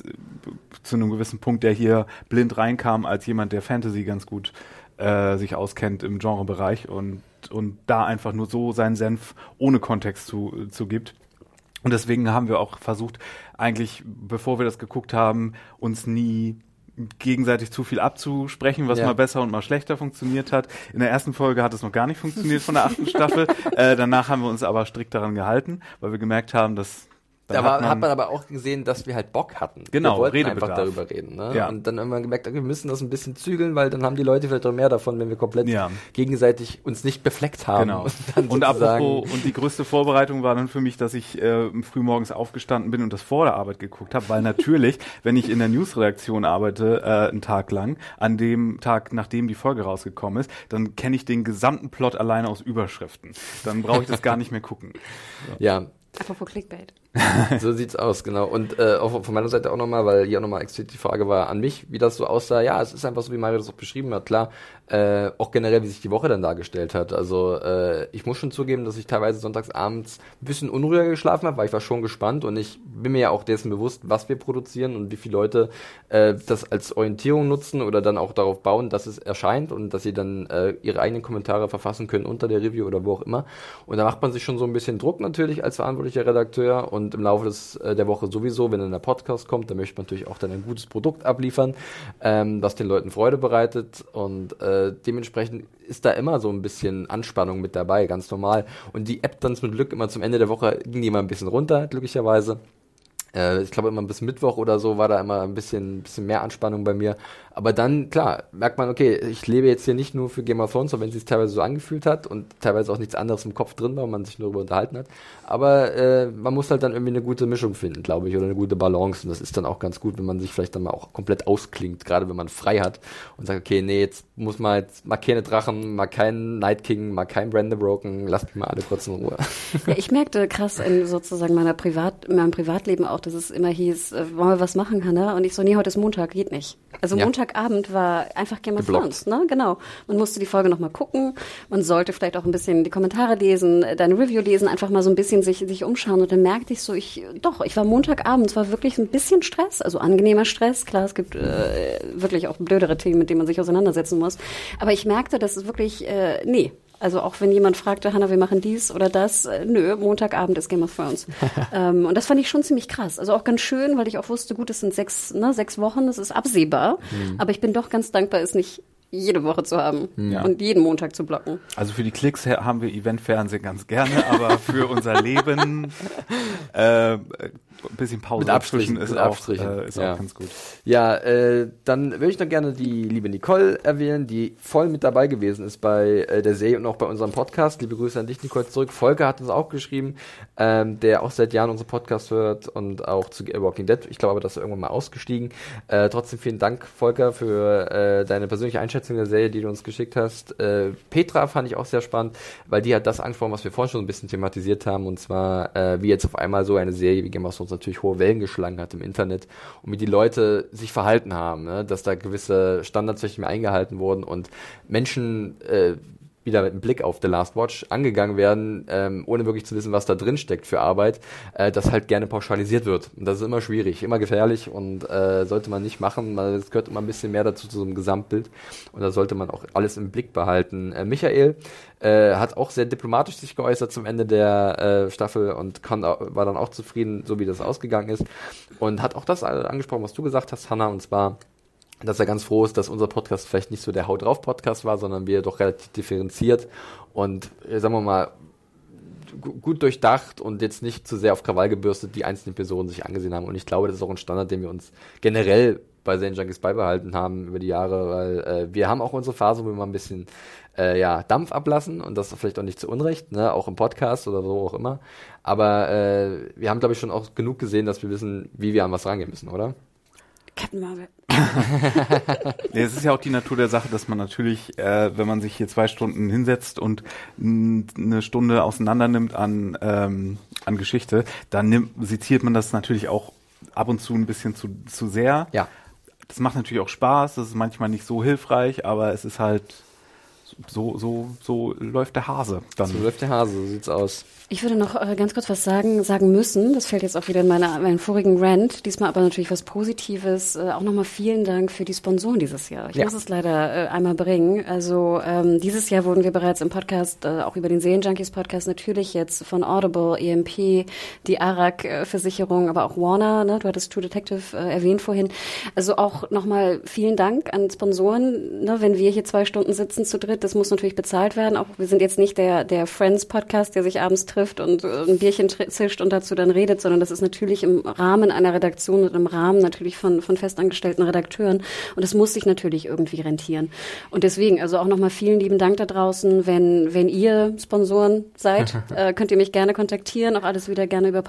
zu einem gewissen Punkt, der hier blind reinkam als jemand, der Fantasy ganz gut sich auskennt im Genrebereich und da einfach nur so seinen Senf ohne Kontext zu gibt. Und deswegen haben wir auch versucht, eigentlich, bevor wir das geguckt haben, uns nie gegenseitig zu viel abzusprechen, was mal besser und mal schlechter funktioniert hat. In der ersten Folge hat es noch gar nicht funktioniert von der 8. Staffel. Danach haben wir uns aber strikt daran gehalten, weil wir gemerkt haben, dass Da hat man aber auch gesehen, dass wir halt Bock hatten. Genau, wir wollten Redebedarf. einfach darüber reden. Ne? Ja. Und dann haben wir gemerkt, wir müssen das ein bisschen zügeln, weil dann haben die Leute vielleicht auch mehr davon, wenn wir komplett gegenseitig uns nicht befleckt haben. Genau. Und apropos, und die größte Vorbereitung war dann für mich, dass ich frühmorgens aufgestanden bin und das vor der Arbeit geguckt habe, weil natürlich, wenn ich in der Newsredaktion arbeite, einen Tag lang, an dem Tag, nachdem die Folge rausgekommen ist, dann kenne ich den gesamten Plot alleine aus Überschriften. Dann brauche ich das gar nicht mehr gucken. So. Ja. Apropos Clickbait. So sieht's aus, genau. Und auch von meiner Seite auch nochmal, weil hier auch nochmal explizit die Frage war an mich, wie das so aussah. Ja, es ist einfach so, wie Mario das auch beschrieben hat. Klar, auch generell, wie sich die Woche dann dargestellt hat. Also ich muss schon zugeben, dass ich teilweise sonntagsabends ein bisschen unruhiger geschlafen habe, weil ich war schon gespannt, und ich bin mir ja auch dessen bewusst, was wir produzieren und wie viele Leute das als Orientierung nutzen oder dann auch darauf bauen, dass es erscheint und dass sie dann ihre eigenen Kommentare verfassen können unter der Review oder wo auch immer. Und da macht man sich schon so ein bisschen Druck natürlich als verantwortlicher Redakteur, und im Laufe der Woche sowieso, wenn dann der Podcast kommt, dann möchte man natürlich auch dann ein gutes Produkt abliefern, das den Leuten Freude bereitet, und dementsprechend ist da immer so ein bisschen Anspannung mit dabei, ganz normal. Und die App dann zum Glück immer zum Ende der Woche ging die immer ein bisschen runter, glücklicherweise. Ich glaube immer bis Mittwoch oder so war da immer ein bisschen mehr Anspannung bei mir. Aber dann, klar, merkt man, okay, ich lebe jetzt hier nicht nur für Game of Thrones, auch wenn es sich teilweise so angefühlt hat und teilweise auch nichts anderes im Kopf drin war und man sich nur darüber unterhalten hat. Aber man muss halt dann irgendwie eine gute Mischung finden, glaube ich, oder eine gute Balance. Und das ist dann auch ganz gut, wenn man sich vielleicht dann mal auch komplett ausklingt, gerade wenn man frei hat und sagt, okay, nee, jetzt muss man jetzt mal keine Drachen, mal keinen Night King, mal kein Brand the Broken, lasst mich mal alle kurz in Ruhe. Ja, ich merkte krass in sozusagen meinem Privatleben auch, dass es immer hieß, wollen wir was machen, Hanna? Und ich so, nee, heute ist Montag, geht nicht. Also Montagabend war einfach Game of Thrones, ne? Genau. Man musste die Folge nochmal gucken. Man sollte vielleicht auch ein bisschen die Kommentare lesen, deine Review lesen, einfach mal so ein bisschen sich umschauen. Und dann merkte ich so, ich war Montagabend, es war wirklich ein bisschen Stress, also angenehmer Stress. Klar, es gibt wirklich auch blödere Themen, mit denen man sich auseinandersetzen muss. Aber ich merkte, dass es wirklich, nee. Also auch wenn jemand fragte, Hanna, wir machen dies oder das, nö, Montagabend ist Game of Thrones. Und das fand ich schon ziemlich krass. Also auch ganz schön, weil ich auch wusste, gut, es sind 6 Wochen, das ist absehbar. Aber ich bin doch ganz dankbar, es nicht jede Woche zu haben und jeden Montag zu blocken. Also für die Klicks haben wir Eventfernsehen ganz gerne, aber für unser Leben ein bisschen Pause mit Abstrichen ist auch ganz gut. Ja, dann würde ich noch gerne die liebe Nicole erwähnen, die voll mit dabei gewesen ist bei der Serie und auch bei unserem Podcast. Liebe Grüße an dich, Nicole, zurück. Volker hat uns auch geschrieben, der auch seit Jahren unseren Podcast hört und auch zu Walking Dead. Ich glaube aber, dass er irgendwann mal ausgestiegen. Trotzdem vielen Dank, Volker, für deine persönliche Einschätzung der Serie, die du uns geschickt hast. Petra fand ich auch sehr spannend, weil die hat das angesprochen, was wir vorhin schon ein bisschen thematisiert haben, und zwar, wie jetzt auf einmal so eine Serie wie Game of Thrones natürlich hohe Wellen geschlagen hat im Internet und wie die Leute sich verhalten haben, ne? Dass da gewisse Standards nicht mehr eingehalten wurden und Menschen wieder mit einem Blick auf The Last Watch angegangen werden, ohne wirklich zu wissen, was da drin steckt für Arbeit, das halt gerne pauschalisiert wird. Und das ist immer schwierig, immer gefährlich und sollte man nicht machen. Es gehört immer ein bisschen mehr dazu, zu so einem Gesamtbild. Und da sollte man auch alles im Blick behalten. Michael hat auch sehr diplomatisch sich geäußert zum Ende der Staffel und war dann auch zufrieden, so wie das ausgegangen ist. Und hat auch das angesprochen, was du gesagt hast, Hanna, und zwar dass er ganz froh ist, dass unser Podcast vielleicht nicht so der Haut drauf Podcast war, sondern wir doch relativ differenziert und, sagen wir mal, gut durchdacht und jetzt nicht zu sehr auf Krawall gebürstet die einzelnen Personen sich angesehen haben. Und ich glaube, das ist auch ein Standard, den wir uns generell bei Serienjunkies beibehalten haben über die Jahre, weil wir haben auch unsere Phase, wo wir mal ein bisschen Dampf ablassen und das vielleicht auch nicht zu Unrecht, ne, auch im Podcast oder so auch immer. Aber wir haben, glaube ich, schon auch genug gesehen, dass wir wissen, wie wir an was rangehen müssen, oder? Captain Marvel. Nee, es ist ja auch die Natur der Sache, dass man natürlich, wenn man sich hier 2 Stunden hinsetzt und eine Stunde auseinander nimmt an Geschichte, dann seziert man das natürlich auch ab und zu ein bisschen zu sehr. Ja. Das macht natürlich auch Spaß, das ist manchmal nicht so hilfreich, aber es ist halt so läuft der Hase dann. So läuft der Hase, so sieht's aus. Ich würde noch ganz kurz was sagen müssen. Das fällt jetzt auch wieder in meinen vorigen Rant. Diesmal aber natürlich was Positives. Auch nochmal vielen Dank für die Sponsoren dieses Jahr. Ich muss es leider einmal bringen. Also dieses Jahr wurden wir bereits im Podcast, auch über den Serienjunkies Podcast, natürlich jetzt von Audible, EMP, die ARAG-Versicherung, aber auch Warner, ne? Du hattest True Detective erwähnt vorhin. Also auch nochmal vielen Dank an Sponsoren. Ne? Wenn wir hier 2 Stunden sitzen zu dritt, das muss natürlich bezahlt werden. Auch wir sind jetzt nicht der Friends-Podcast, der sich abends trifft und ein Bierchen zischt und dazu dann redet, sondern das ist natürlich im Rahmen einer Redaktion und im Rahmen natürlich von festangestellten Redakteuren und das muss sich natürlich irgendwie rentieren. Und deswegen, also auch nochmal vielen lieben Dank da draußen, wenn ihr Sponsoren seid, könnt ihr mich gerne kontaktieren, auch alles wieder gerne über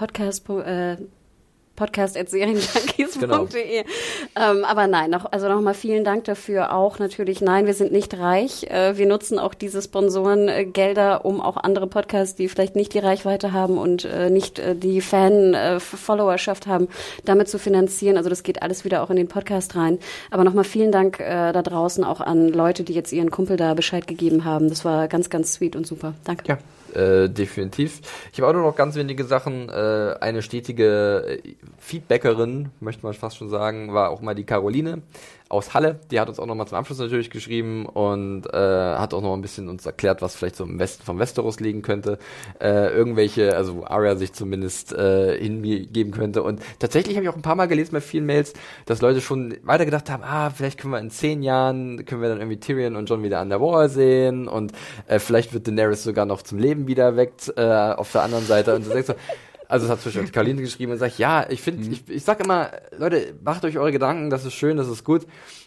podcast@serienjunkies.de. Genau. Aber nein, noch mal vielen Dank dafür auch natürlich. Nein, wir sind nicht reich. Wir nutzen auch diese Sponsorengelder, um auch andere Podcasts, die vielleicht nicht die Reichweite haben und nicht die Followerschaft haben, damit zu finanzieren. Also das geht alles wieder auch in den Podcast rein. Aber nochmal vielen Dank da draußen auch an Leute, die jetzt ihren Kumpel da Bescheid gegeben haben. Das war ganz, ganz sweet und super. Danke. Ja. Definitiv. Ich habe auch nur noch ganz wenige Sachen. Eine stetige Feedbackerin, möchte man fast schon sagen, war auch mal die Caroline aus Halle. Die hat uns auch noch mal zum Abschluss natürlich geschrieben und hat auch noch ein bisschen uns erklärt, was vielleicht so im Westen vom Westeros liegen könnte. Irgendwelche, also Arya sich zumindest hingeben könnte. Und tatsächlich habe ich auch ein paar Mal gelesen bei vielen Mails, dass Leute schon weitergedacht haben, vielleicht können wir in 10 Jahren, können wir dann irgendwie Tyrion und Jon wieder an der Wall sehen und vielleicht wird Daenerys sogar noch zum Leben wieder weckt auf der anderen Seite. Und du denkst so, also es hat zwischen Caroline geschrieben und sagt, ja, ich finde, ich sag immer, Leute, macht euch eure Gedanken, das ist schön, das ist gut,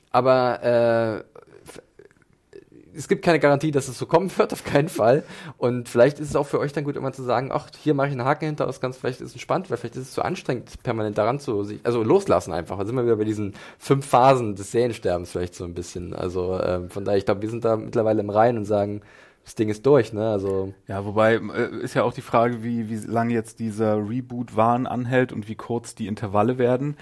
aber es gibt keine Garantie, dass es so kommen wird, auf keinen Fall. Und vielleicht ist es auch für euch dann gut, immer zu sagen, ach, hier mache ich einen Haken hinter, vielleicht ist es entspannt, weil vielleicht ist es zu anstrengend, permanent daran also loslassen einfach. Da sind wir wieder bei diesen 5 Phasen des Seriensterbens vielleicht so ein bisschen. Also von daher, ich glaube, wir sind da mittlerweile im Reinen und sagen, das Ding ist durch, ne? Also ja, wobei ist ja auch die Frage, wie lange jetzt dieser Reboot-Wahn anhält und wie kurz die Intervalle werden.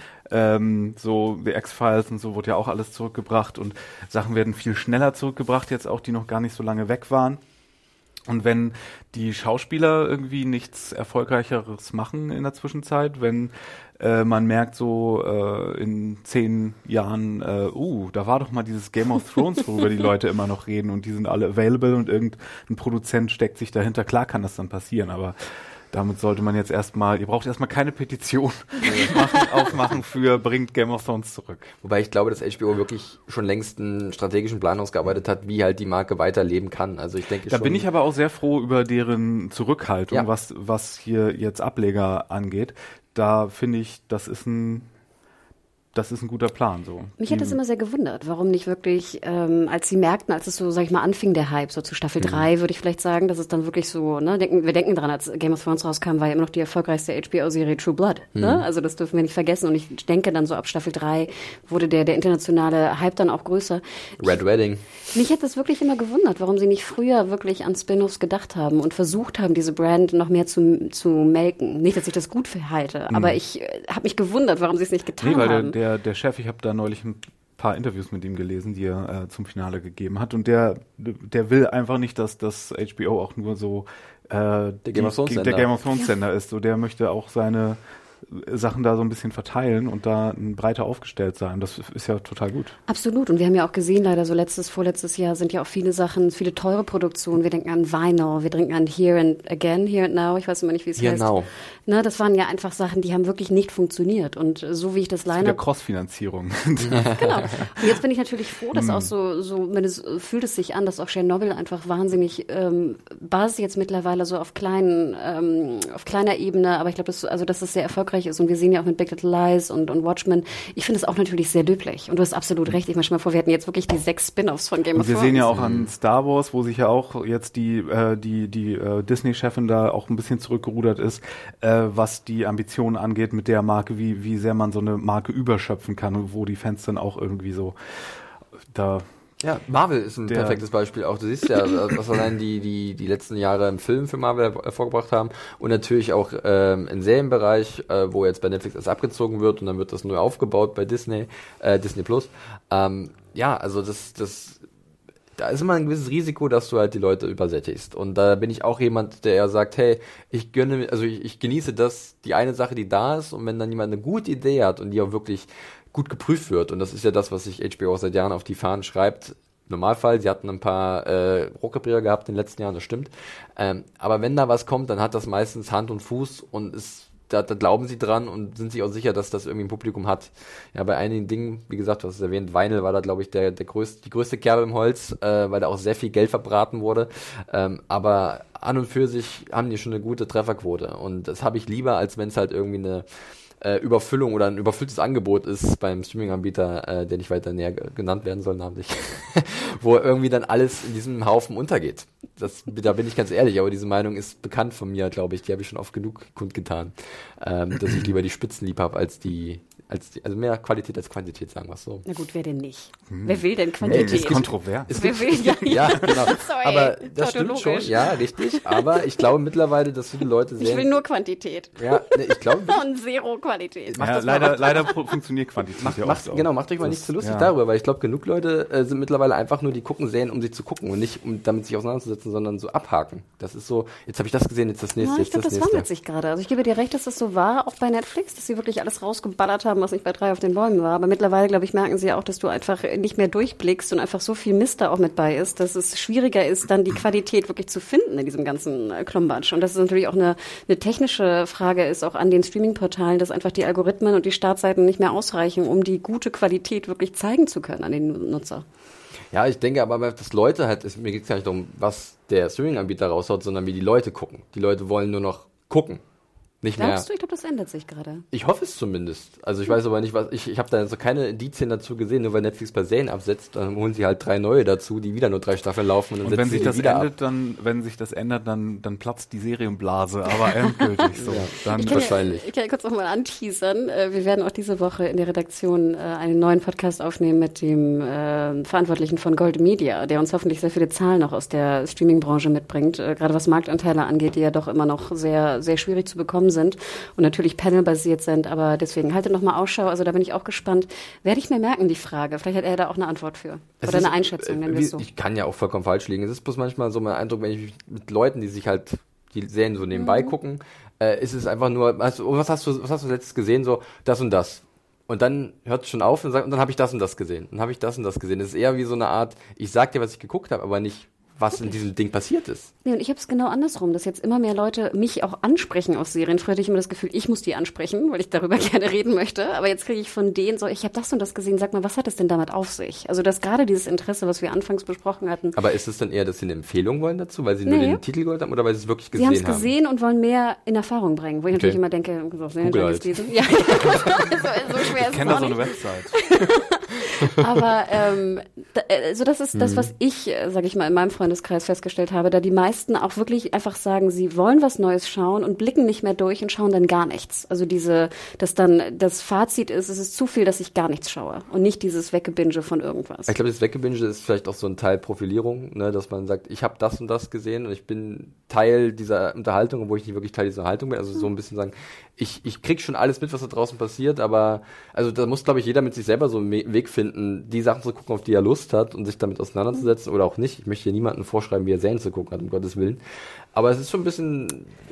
So The X-Files und so wurde ja auch alles zurückgebracht und Sachen werden viel schneller zurückgebracht jetzt auch, die noch gar nicht so lange weg waren. Und wenn die Schauspieler irgendwie nichts Erfolgreicheres machen in der Zwischenzeit, wenn man merkt so in 10 Jahren, da war doch mal dieses Game of Thrones, worüber die Leute immer noch reden und die sind alle available und irgendein Produzent steckt sich dahinter. Klar kann das dann passieren, aber damit sollte man jetzt ihr braucht erstmal keine Petition aufmachen für bringt Game of Thrones zurück. Wobei ich glaube, dass HBO wirklich schon längst einen strategischen Plan ausgearbeitet hat, wie halt die Marke weiterleben kann. Also ich denke bin ich aber auch sehr froh über deren Zurückhaltung, was hier jetzt Ableger angeht. Da finde ich, das ist ein guter Plan. So. Mich hat das immer sehr gewundert, warum nicht wirklich, als sie merkten, als es so, sag ich mal, anfing der Hype, so zu Staffel 3, würde ich vielleicht sagen, dass es dann wirklich so, ne, wir denken dran, als Game of Thrones rauskam, war ja immer noch die erfolgreichste HBO-Serie True Blood, ne? Also das dürfen wir nicht vergessen und ich denke dann so ab Staffel 3 wurde der internationale Hype dann auch größer. Red Wedding. Mich hat das wirklich immer gewundert, warum sie nicht früher wirklich an Spin-offs gedacht haben und versucht haben, diese Brand noch mehr zu melken. Nicht, dass ich das gut halte, aber ich habe mich gewundert, warum sie es nicht getan haben. Der Chef, ich habe da neulich ein paar Interviews mit ihm gelesen, die er zum Finale gegeben hat und der will einfach nicht, dass das HBO auch nur so der Game of Thrones Sender ist. So, der möchte auch seine Sachen da so ein bisschen verteilen und da breiter aufgestellt sein. Das ist ja total gut. Absolut. Und wir haben ja auch gesehen, leider so vorletztes Jahr sind ja auch viele Sachen, viele teure Produktionen. Wir denken an Vinyl, wir denken an Here and Now. Ich weiß immer nicht, wie es heißt. Now. Ne, das waren ja einfach Sachen, die haben wirklich nicht funktioniert. Und so wie ich das Line-Up... Cross-Finanzierung. Genau. Und jetzt bin ich natürlich froh, dass auch fühlt es sich an, dass auch Chernobyl einfach wahnsinnig Basis jetzt mittlerweile so auf kleiner Ebene, aber ich glaube, dass es sehr erfolgreich ist. Und wir sehen ja auch mit Big Little Lies und Watchmen. Ich finde es auch natürlich sehr löblich. Und du hast absolut recht. Ich meine, stell mal vor, wir hätten jetzt wirklich die 6 Spin-offs von Game of Thrones. Wir sehen ja auch an Star Wars, wo sich ja auch jetzt die Disney-Chefin da auch ein bisschen zurückgerudert ist, was die Ambitionen angeht mit der Marke, wie sehr man so eine Marke überschöpfen kann und wo die Fans dann auch irgendwie so da... Ja, Marvel ist ein perfektes Beispiel auch. Du siehst ja, was allein die letzten Jahre im Film für Marvel hervorgebracht haben und natürlich auch im Serienbereich, wo jetzt bei Netflix erst abgezogen wird und dann wird das neu aufgebaut bei Disney Plus. Also da ist immer ein gewisses Risiko, dass du halt die Leute übersättigst. Und da bin ich auch jemand, der eher sagt, hey, ich genieße die eine Sache, die da ist, und wenn dann jemand eine gute Idee hat und die auch wirklich gut geprüft wird, und das ist ja das, was sich HBO seit Jahren auf die Fahnen schreibt. Normalfall, sie hatten ein paar Rohrkrepierer gehabt in den letzten Jahren, das stimmt. Aber wenn da was kommt, dann hat das meistens Hand und Fuß und da glauben sie dran und sind sich auch sicher, dass das irgendwie ein Publikum hat. Ja, bei einigen Dingen, wie gesagt, du hast es erwähnt, Vinyl war da, glaube ich, die größte Kerbe im Holz, weil da auch sehr viel Geld verbraten wurde. Aber an und für sich haben die schon eine gute Trefferquote. Und das habe ich lieber, als wenn es halt irgendwie eine Überfüllung oder ein überfülltes Angebot ist beim Streaming-Anbieter, der nicht weiter näher genannt werden soll, namentlich, wo irgendwie dann alles in diesem Haufen untergeht. Da bin ich ganz ehrlich, aber diese Meinung ist bekannt von mir, glaube ich, die habe ich schon oft genug kundgetan, dass ich lieber die Spitzen lieb habe als also mehr Qualität als Quantität, sagen wir es so. Na gut, wer denn nicht? Wer will denn Quantität? Ist kontrovers. Wer will ja, genau. Aber das stimmt schon, ja, richtig. Aber ich glaube mittlerweile, dass viele Leute sehen... Ich will nur Quantität. Ja, ich glaube... Und Zero Qualität. Ja, leider funktioniert Quantität ja auch so. Genau, macht euch mal nicht zu lustig darüber, weil ich glaube, genug Leute sind mittlerweile einfach nur, die sehen, um sie zu gucken und nicht, um damit sich auseinanderzusetzen, sondern so abhaken. Das ist so, jetzt habe ich das gesehen, jetzt das nächste, ja, ich glaube, das wandelt sich gerade. Also ich gebe dir recht, dass das so war, auch bei Netflix, dass sie wirklich alles rausgeballert haben, was nicht bei 3 auf den Bäumen war. Aber mittlerweile, glaube ich, merken sie auch, dass du einfach nicht mehr durchblickst und einfach so viel Mist da auch mit bei ist, dass es schwieriger ist, dann die Qualität wirklich zu finden in diesem ganzen Klombatsch. Und das ist natürlich auch eine technische Frage ist auch an den Streaming-Portalen, dass einfach die Algorithmen und die Startseiten nicht mehr ausreichen, um die gute Qualität wirklich zeigen zu können an den Nutzer. Ja, ich denke aber, dass Leute mir geht es gar nicht darum, was der Streaming-Anbieter raushaut, sondern wie die Leute gucken. Die Leute wollen nur noch gucken. Nicht mehr. Glaubst du? Ich glaube, das ändert sich gerade. Ich hoffe es zumindest. Also ich weiß aber nicht, ich habe da so keine Indizien dazu gesehen, nur weil Netflix bei Serien absetzt, dann holen sie halt 3 neue dazu, die wieder nur 3 Staffeln laufen und dann wenn sich das ändert, dann platzt die Serienblase, aber endgültig so. Ja, dann wahrscheinlich. Ich kann ja kurz noch mal anteasern. Wir werden auch diese Woche in der Redaktion einen neuen Podcast aufnehmen mit dem Verantwortlichen von Gold Media, der uns hoffentlich sehr viele Zahlen noch aus der Streaming-Branche mitbringt, gerade was Marktanteile angeht, die ja doch immer noch sehr, sehr schwierig zu bekommen sind und natürlich panelbasiert sind, aber deswegen haltet noch mal Ausschau, also da bin ich auch gespannt. Werde ich mir merken, die Frage. Vielleicht hat er da auch eine Antwort für. Oder eine Einschätzung, nennen wir es so. Ich kann ja auch vollkommen falsch liegen. Es ist bloß manchmal so mein Eindruck, wenn ich mit Leuten, die sich halt die Serien so nebenbei gucken, ist es einfach nur, was hast du letztes gesehen, so das und das. Und dann hört es schon auf und dann habe ich das und das gesehen. Dann habe ich das und das gesehen. Das ist eher wie so eine Art, ich sag dir, was ich geguckt habe, aber nicht, was in diesem Ding passiert ist. Nee, und ich habe es genau andersrum, dass jetzt immer mehr Leute mich auch ansprechen auf Serien. Früher hatte ich immer das Gefühl, ich muss die ansprechen, weil ich darüber gerne reden möchte. Aber jetzt kriege ich von denen so, ich habe das und das gesehen, sag mal, was hat es denn damit auf sich? Also dass gerade dieses Interesse, was wir anfangs besprochen hatten. Aber ist es dann eher, dass sie eine Empfehlung wollen dazu, weil sie nur den Titel gehört haben oder weil sie es wirklich gesehen haben? Sie haben es gesehen und wollen mehr in Erfahrung bringen, wo ich natürlich immer denke, so schnell halt. lesen. Ja, so schwer ist es kenne auch da so nicht. eine Website. Aber so das ist das, was ich, sage ich mal, in meinem Freundeskreis festgestellt habe, da die meisten auch wirklich einfach sagen, sie wollen was Neues schauen und blicken nicht mehr durch und schauen dann gar nichts. Also dass dann das Fazit ist, es ist zu viel, dass ich gar nichts schaue und nicht dieses Weggebinge von irgendwas. Ich glaube, das Weggebinge ist vielleicht auch so ein Teil Profilierung, ne, dass man sagt, ich habe das und das gesehen und ich bin Teil dieser Unterhaltung, obwohl ich nicht wirklich Teil dieser Unterhaltung bin. Also so ein bisschen sagen, ich krieg schon alles mit, was da draußen passiert, aber also da muss, glaube ich, jeder mit sich selber so einen Weg finden, die Sachen zu gucken, auf die er Lust hat und sich damit auseinanderzusetzen oder auch nicht. Ich möchte hier niemandem vorschreiben, wie er Serien zu gucken hat, um Gottes Willen. Aber es ist schon ein bisschen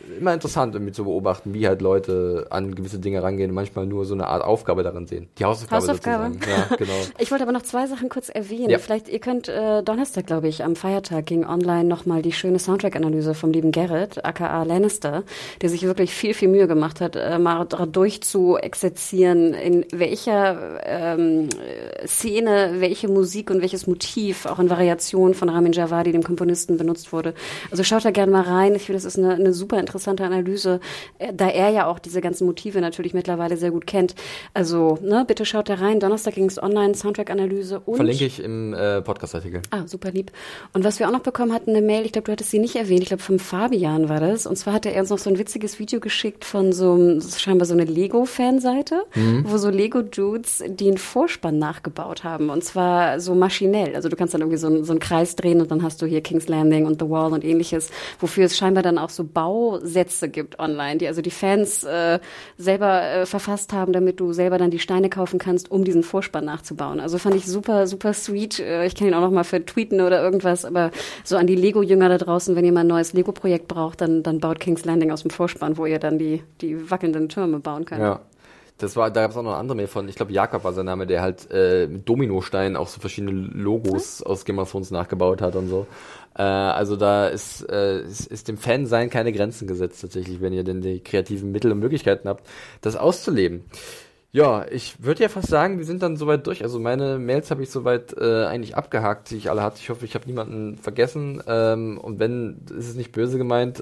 immer interessant, irgendwie zu beobachten, wie halt Leute an gewisse Dinge rangehen und manchmal nur so eine Art Aufgabe darin sehen. Die Hausaufgabe. Sozusagen. Ja, genau. Ich wollte aber noch 2 Sachen kurz erwähnen. Ja. Vielleicht, ihr könnt Donnerstag, glaube ich, am Feiertag ging online nochmal die schöne Soundtrack-Analyse vom lieben Gerrit, aka Lannister, der sich wirklich viel, viel Mühe gemacht hat, mal durchzuexerzieren, in welcher Szene, welche Musik und welches Motiv auch in Variationen von Ramin Djawadi, dem Komponisten, benutzt wurde. Also schaut da gerne mal rein. Ich finde, das ist eine super interessante Analyse, da er ja auch diese ganzen Motive natürlich mittlerweile sehr gut kennt. Also, bitte schaut da rein. Donnerstag ging es online, Soundtrack-Analyse und... Verlinke ich im Podcast-Artikel. Super lieb. Und was wir auch noch bekommen hatten, eine Mail, ich glaube, du hattest sie nicht erwähnt, ich glaube, vom Fabian war das. Und zwar hatte er uns noch so ein witziges Video geschickt von scheinbar so eine Lego-Fanseite, wo so Lego-Dudes den Vorspann nachgebaut haben. Und zwar so maschinell. Also du kannst dann irgendwie so einen Kreis drehen und dann hast du hier King's Landing und The Wall und ähnliches, wofür es scheinbar dann auch so Bausätze gibt online, die also die Fans selber verfasst haben, damit du selber dann die Steine kaufen kannst, um diesen Vorspann nachzubauen. Also fand ich super, super sweet. Ich kann ihn auch noch mal vertweeten oder irgendwas, aber so an die Lego-Jünger da draußen, wenn ihr mal ein neues Lego-Projekt braucht, dann baut King's Landing aus dem Vorspann, wo ihr dann die wackelnden Türme bauen könnt. Ja. Da gab es auch noch eine andere Mail von, ich glaube Jakob war sein Name, der halt mit Dominosteinen auch so verschiedene Logos aus Game of Thrones nachgebaut hat und so. Also da ist dem Fan-Sein keine Grenzen gesetzt tatsächlich, wenn ihr denn die kreativen Mittel und Möglichkeiten habt, das auszuleben. Ja, ich würde ja fast sagen, wir sind dann soweit durch. Also meine Mails habe ich soweit eigentlich abgehakt, die ich alle hatte. Ich hoffe, ich habe niemanden vergessen. Und wenn, ist es nicht böse gemeint,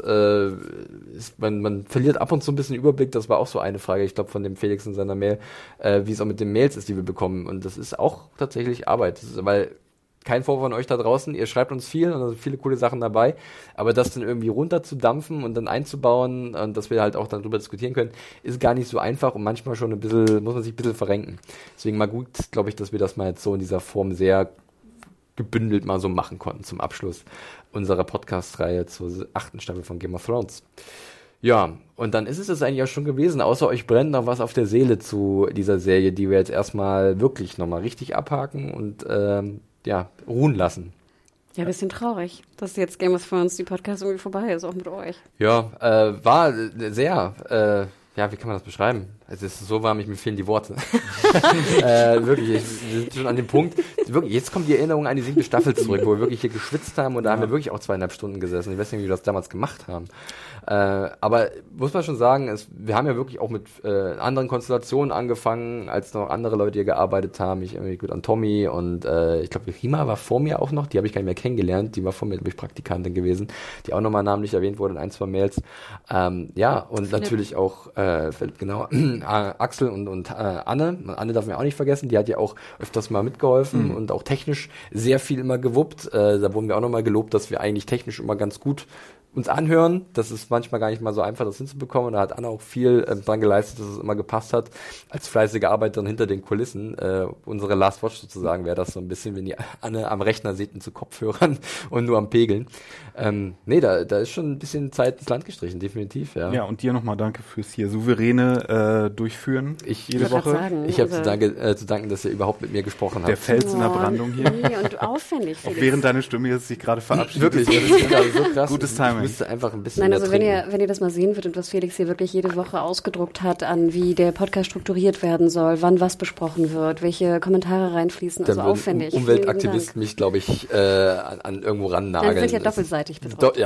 man verliert ab und zu ein bisschen Überblick. Das war auch so eine Frage, ich glaube, von dem Felix in seiner Mail, wie es auch mit den Mails ist, die wir bekommen. Und das ist auch tatsächlich Arbeit, weil kein Vorwurf von euch da draußen, ihr schreibt uns viel und da sind viele coole Sachen dabei, aber das dann irgendwie runterzudampfen und dann einzubauen und dass wir halt auch dann drüber diskutieren können, ist gar nicht so einfach und manchmal schon muss man sich ein bisschen verrenken. Deswegen mal gut, glaube ich, dass wir das mal jetzt so in dieser Form sehr gebündelt mal so machen konnten zum Abschluss unserer Podcast-Reihe zur 8. Staffel von Game of Thrones. Ja, und dann ist es das eigentlich auch schon gewesen, außer euch brennt noch was auf der Seele zu dieser Serie, die wir jetzt erstmal wirklich nochmal richtig abhaken und ruhen lassen. Ja, ein bisschen traurig, dass jetzt Game of Thrones, die Podcast irgendwie vorbei ist, auch mit euch. Ja, war sehr, wie kann man das beschreiben? Es ist so warm, mir fehlen die Worte. Wirklich, wir sind schon an dem Punkt, wirklich, jetzt kommt die Erinnerung an die 7. Staffel zurück, wo wir wirklich hier geschwitzt haben und da haben wir wirklich auch 2,5 Stunden gesessen. Ich weiß nicht, wie wir das damals gemacht haben. Aber muss man schon sagen, wir haben ja wirklich auch mit anderen Konstellationen angefangen, als noch andere Leute hier gearbeitet haben. Ich irgendwie gut an Tommy und ich glaube, Rima war vor mir auch noch, die habe ich gar nicht mehr kennengelernt, die war vor mir, glaube ich, Praktikantin gewesen, die auch nochmal namentlich erwähnt wurde in 1, 2 Mails. Und Philipp. Natürlich auch Philipp, genau, Axel und Anne. Anne darf man auch nicht vergessen, die hat ja auch öfters mal mitgeholfen und auch technisch sehr viel immer gewuppt. Da wurden wir auch nochmal gelobt, dass wir eigentlich technisch immer ganz gut uns anhören. Das ist manchmal gar nicht mal so einfach, das hinzubekommen. Und da hat Anna auch viel dran geleistet, dass es immer gepasst hat. Als fleißige Arbeiterin hinter den Kulissen. Unsere Last Watch sozusagen wäre das so ein bisschen, wenn die Anne am Rechner sieht zu Kopfhörern und nur am Pegeln. Da ist schon ein bisschen Zeit ins Land gestrichen, definitiv. Ja, und dir nochmal danke fürs hier souveräne Durchführen jede Woche. Ich habe zu danken, dass ihr überhaupt mit mir gesprochen habt. Der Fels in der Brandung hier. Nee, und aufwendig. Auch während deine Stimme jetzt sich gerade verabschiedet. Wirklich, das ist gerade so krass. Gutes Timing. Müsste einfach ein bisschen Nein, also wenn ihr das mal sehen würdet, was Felix hier wirklich jede Woche ausgedruckt hat, an wie der Podcast strukturiert werden soll, wann was besprochen wird, welche Kommentare reinfließen, also aufwendig. Umweltaktivist mich, glaube ich, an irgendwo rannageln. Dann sind ja doppelseitig bedruckt.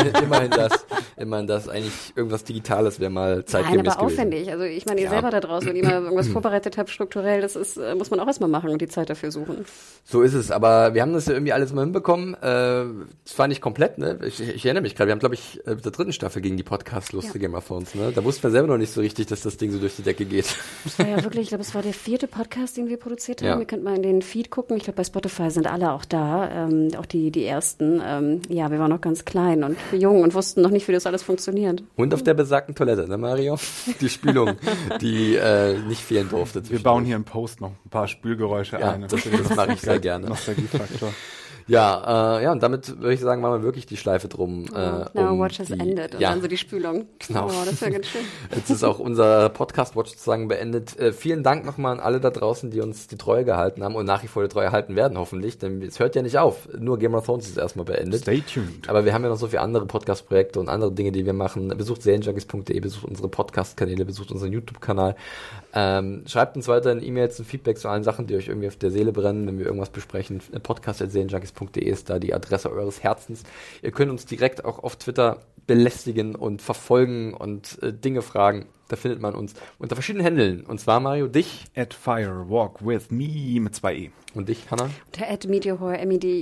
Immerhin das eigentlich irgendwas Digitales wäre mal zeitgemäß Nein, aber aufwendig. Also ich meine, ihr selber da draußen, wenn ihr mal irgendwas vorbereitet habt, strukturell, das ist, muss man auch erstmal machen und die Zeit dafür suchen. So ist es, aber wir haben das ja irgendwie alles mal hinbekommen. Es war nicht komplett, ne? Ich erinnere mich gerade, wir haben, glaube ich, mit der 3. Staffel gegen die Podcast-Lust Game of Thrones, ne? Da wussten wir selber noch nicht so richtig, dass das Ding so durch die Decke geht. Das war ja wirklich, ich glaube, es war der 4. Podcast, den wir produziert haben. Ja. Ihr könnt mal in den Feed gucken. Ich glaube, bei Spotify sind alle auch da, auch die ersten. Wir waren noch ganz klein und jung und wussten noch nicht, wie das alles funktioniert. Und auf der besagten Toilette, ne, Mario? Die Spülung, die nicht fehlen durfte. Wir bauen hier im Post noch ein paar Spülgeräusche ein. Das mache ich sehr gerne. Nostalgiefaktor. Ja, und damit würde ich sagen, machen wir wirklich die Schleife drum. Watch has ended und dann so die Spülung. Genau. Oh, das wäre ganz schön. Jetzt ist auch unser Podcast-Watch sozusagen beendet. Vielen Dank nochmal an alle da draußen, die uns die Treue gehalten haben und nach wie vor die Treue halten werden, hoffentlich, denn es hört ja nicht auf. Nur Game of Thrones ist erstmal beendet. Stay tuned. Aber wir haben ja noch so viele andere Podcast-Projekte und andere Dinge, die wir machen. Besucht serienjunkies.de, besucht unsere Podcast-Kanäle, besucht unseren YouTube-Kanal. Schreibt uns weiterhin E-Mails und Feedback zu allen Sachen, die euch irgendwie auf der Seele brennen, wenn wir irgendwas besprechen. Podcast@serienjunkies.de ist da die Adresse eures Herzens. Ihr könnt uns direkt auch auf Twitter belästigen und verfolgen und Dinge fragen. Da findet man uns unter verschiedenen Händeln. Und zwar, Mario, dich. @firewalkwithme mit 2 E. Und dich, Hannah. Unter @mediahore,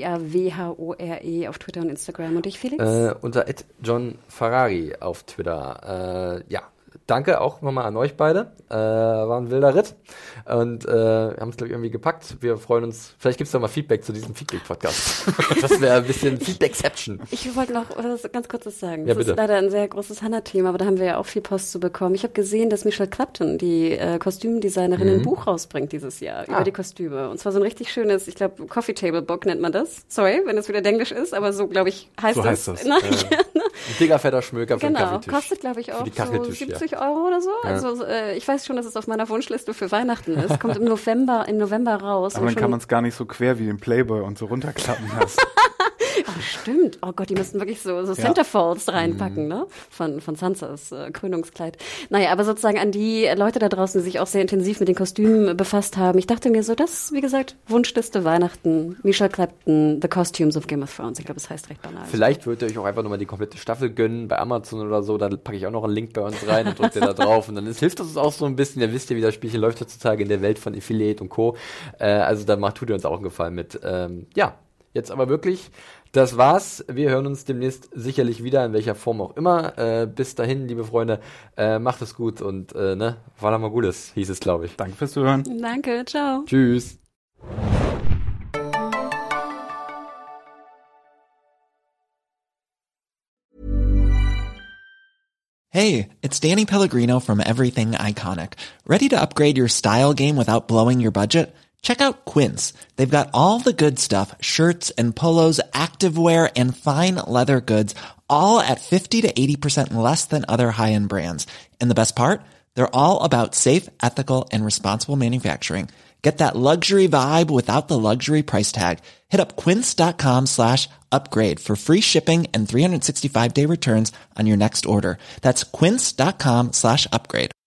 MEDIAWHORE auf Twitter und Instagram. Und dich, Felix? Unter @JohnFerrari auf Twitter. Danke auch nochmal an euch beide. War ein wilder Ritt. Und haben es, glaube ich, irgendwie gepackt. Wir freuen uns. Vielleicht gibt es doch mal Feedback zu diesem Feedback-Podcast. Das wäre ein bisschen Feedbackception. Ich wollte noch ganz kurz was sagen. Ja, das ist leider ein sehr großes Hannah-Thema, aber da haben wir ja auch viel Post zu bekommen. Ich habe gesehen, dass Michelle Clapton, die Kostümdesignerin, ein Buch rausbringt dieses Jahr über die Kostüme. Und zwar so ein richtig schönes, ich glaube, Coffee Table Book nennt man das. Sorry, wenn es wieder Englisch ist, aber so, glaube ich, heißt so es. Heißt das. Ein dicker, fetter Schmöker für den Kaffeetisch. Genau, kostet, glaube ich, auch so 70 ja. Euro oder so. Ja. Also ich weiß schon, dass es auf meiner Wunschliste für Weihnachten ist. Kommt im November raus. Aber dann kann man es gar nicht so quer wie den Playboy und so runterklappen lassen. Oh, stimmt. Oh Gott, die müssten wirklich so Centerfolds reinpacken, ne? Von Sansas Krönungskleid. Naja, aber sozusagen an die Leute da draußen, die sich auch sehr intensiv mit den Kostümen befasst haben. Ich dachte mir so, das, wie gesagt, Wunschliste Weihnachten, Michelle Clapton, The Costumes of Game of Thrones. Ich glaube, es heißt recht banal. Vielleicht würdet ihr euch auch einfach nochmal die komplette Staffel gönnen bei Amazon oder so. Da packe ich auch noch einen Link bei uns rein und drückt ihr da drauf. Und dann hilft das uns auch so ein bisschen. Ihr wisst ja, wie das Spielchen läuft heutzutage in der Welt von Affiliate und Co. Also da tut ihr uns auch einen Gefallen mit. Jetzt aber wirklich, das war's. Wir hören uns demnächst sicherlich wieder, in welcher Form auch immer. Bis dahin, liebe Freunde, macht es gut und Vala Magulis hieß es, glaube ich. Danke fürs Zuhören. Danke, ciao. Tschüss. Hey, it's Danny Pellegrino from Everything Iconic. Ready to upgrade your style game without blowing your budget? Check out Quince. They've got all the good stuff, shirts and polos, activewear, and fine leather goods, all at 50 to 80% less than other high-end brands. And the best part? They're all about safe, ethical, and responsible manufacturing. Get that luxury vibe without the luxury price tag. Hit up quince.com/upgrade for free shipping and 365-day returns on your next order. That's quince.com/upgrade.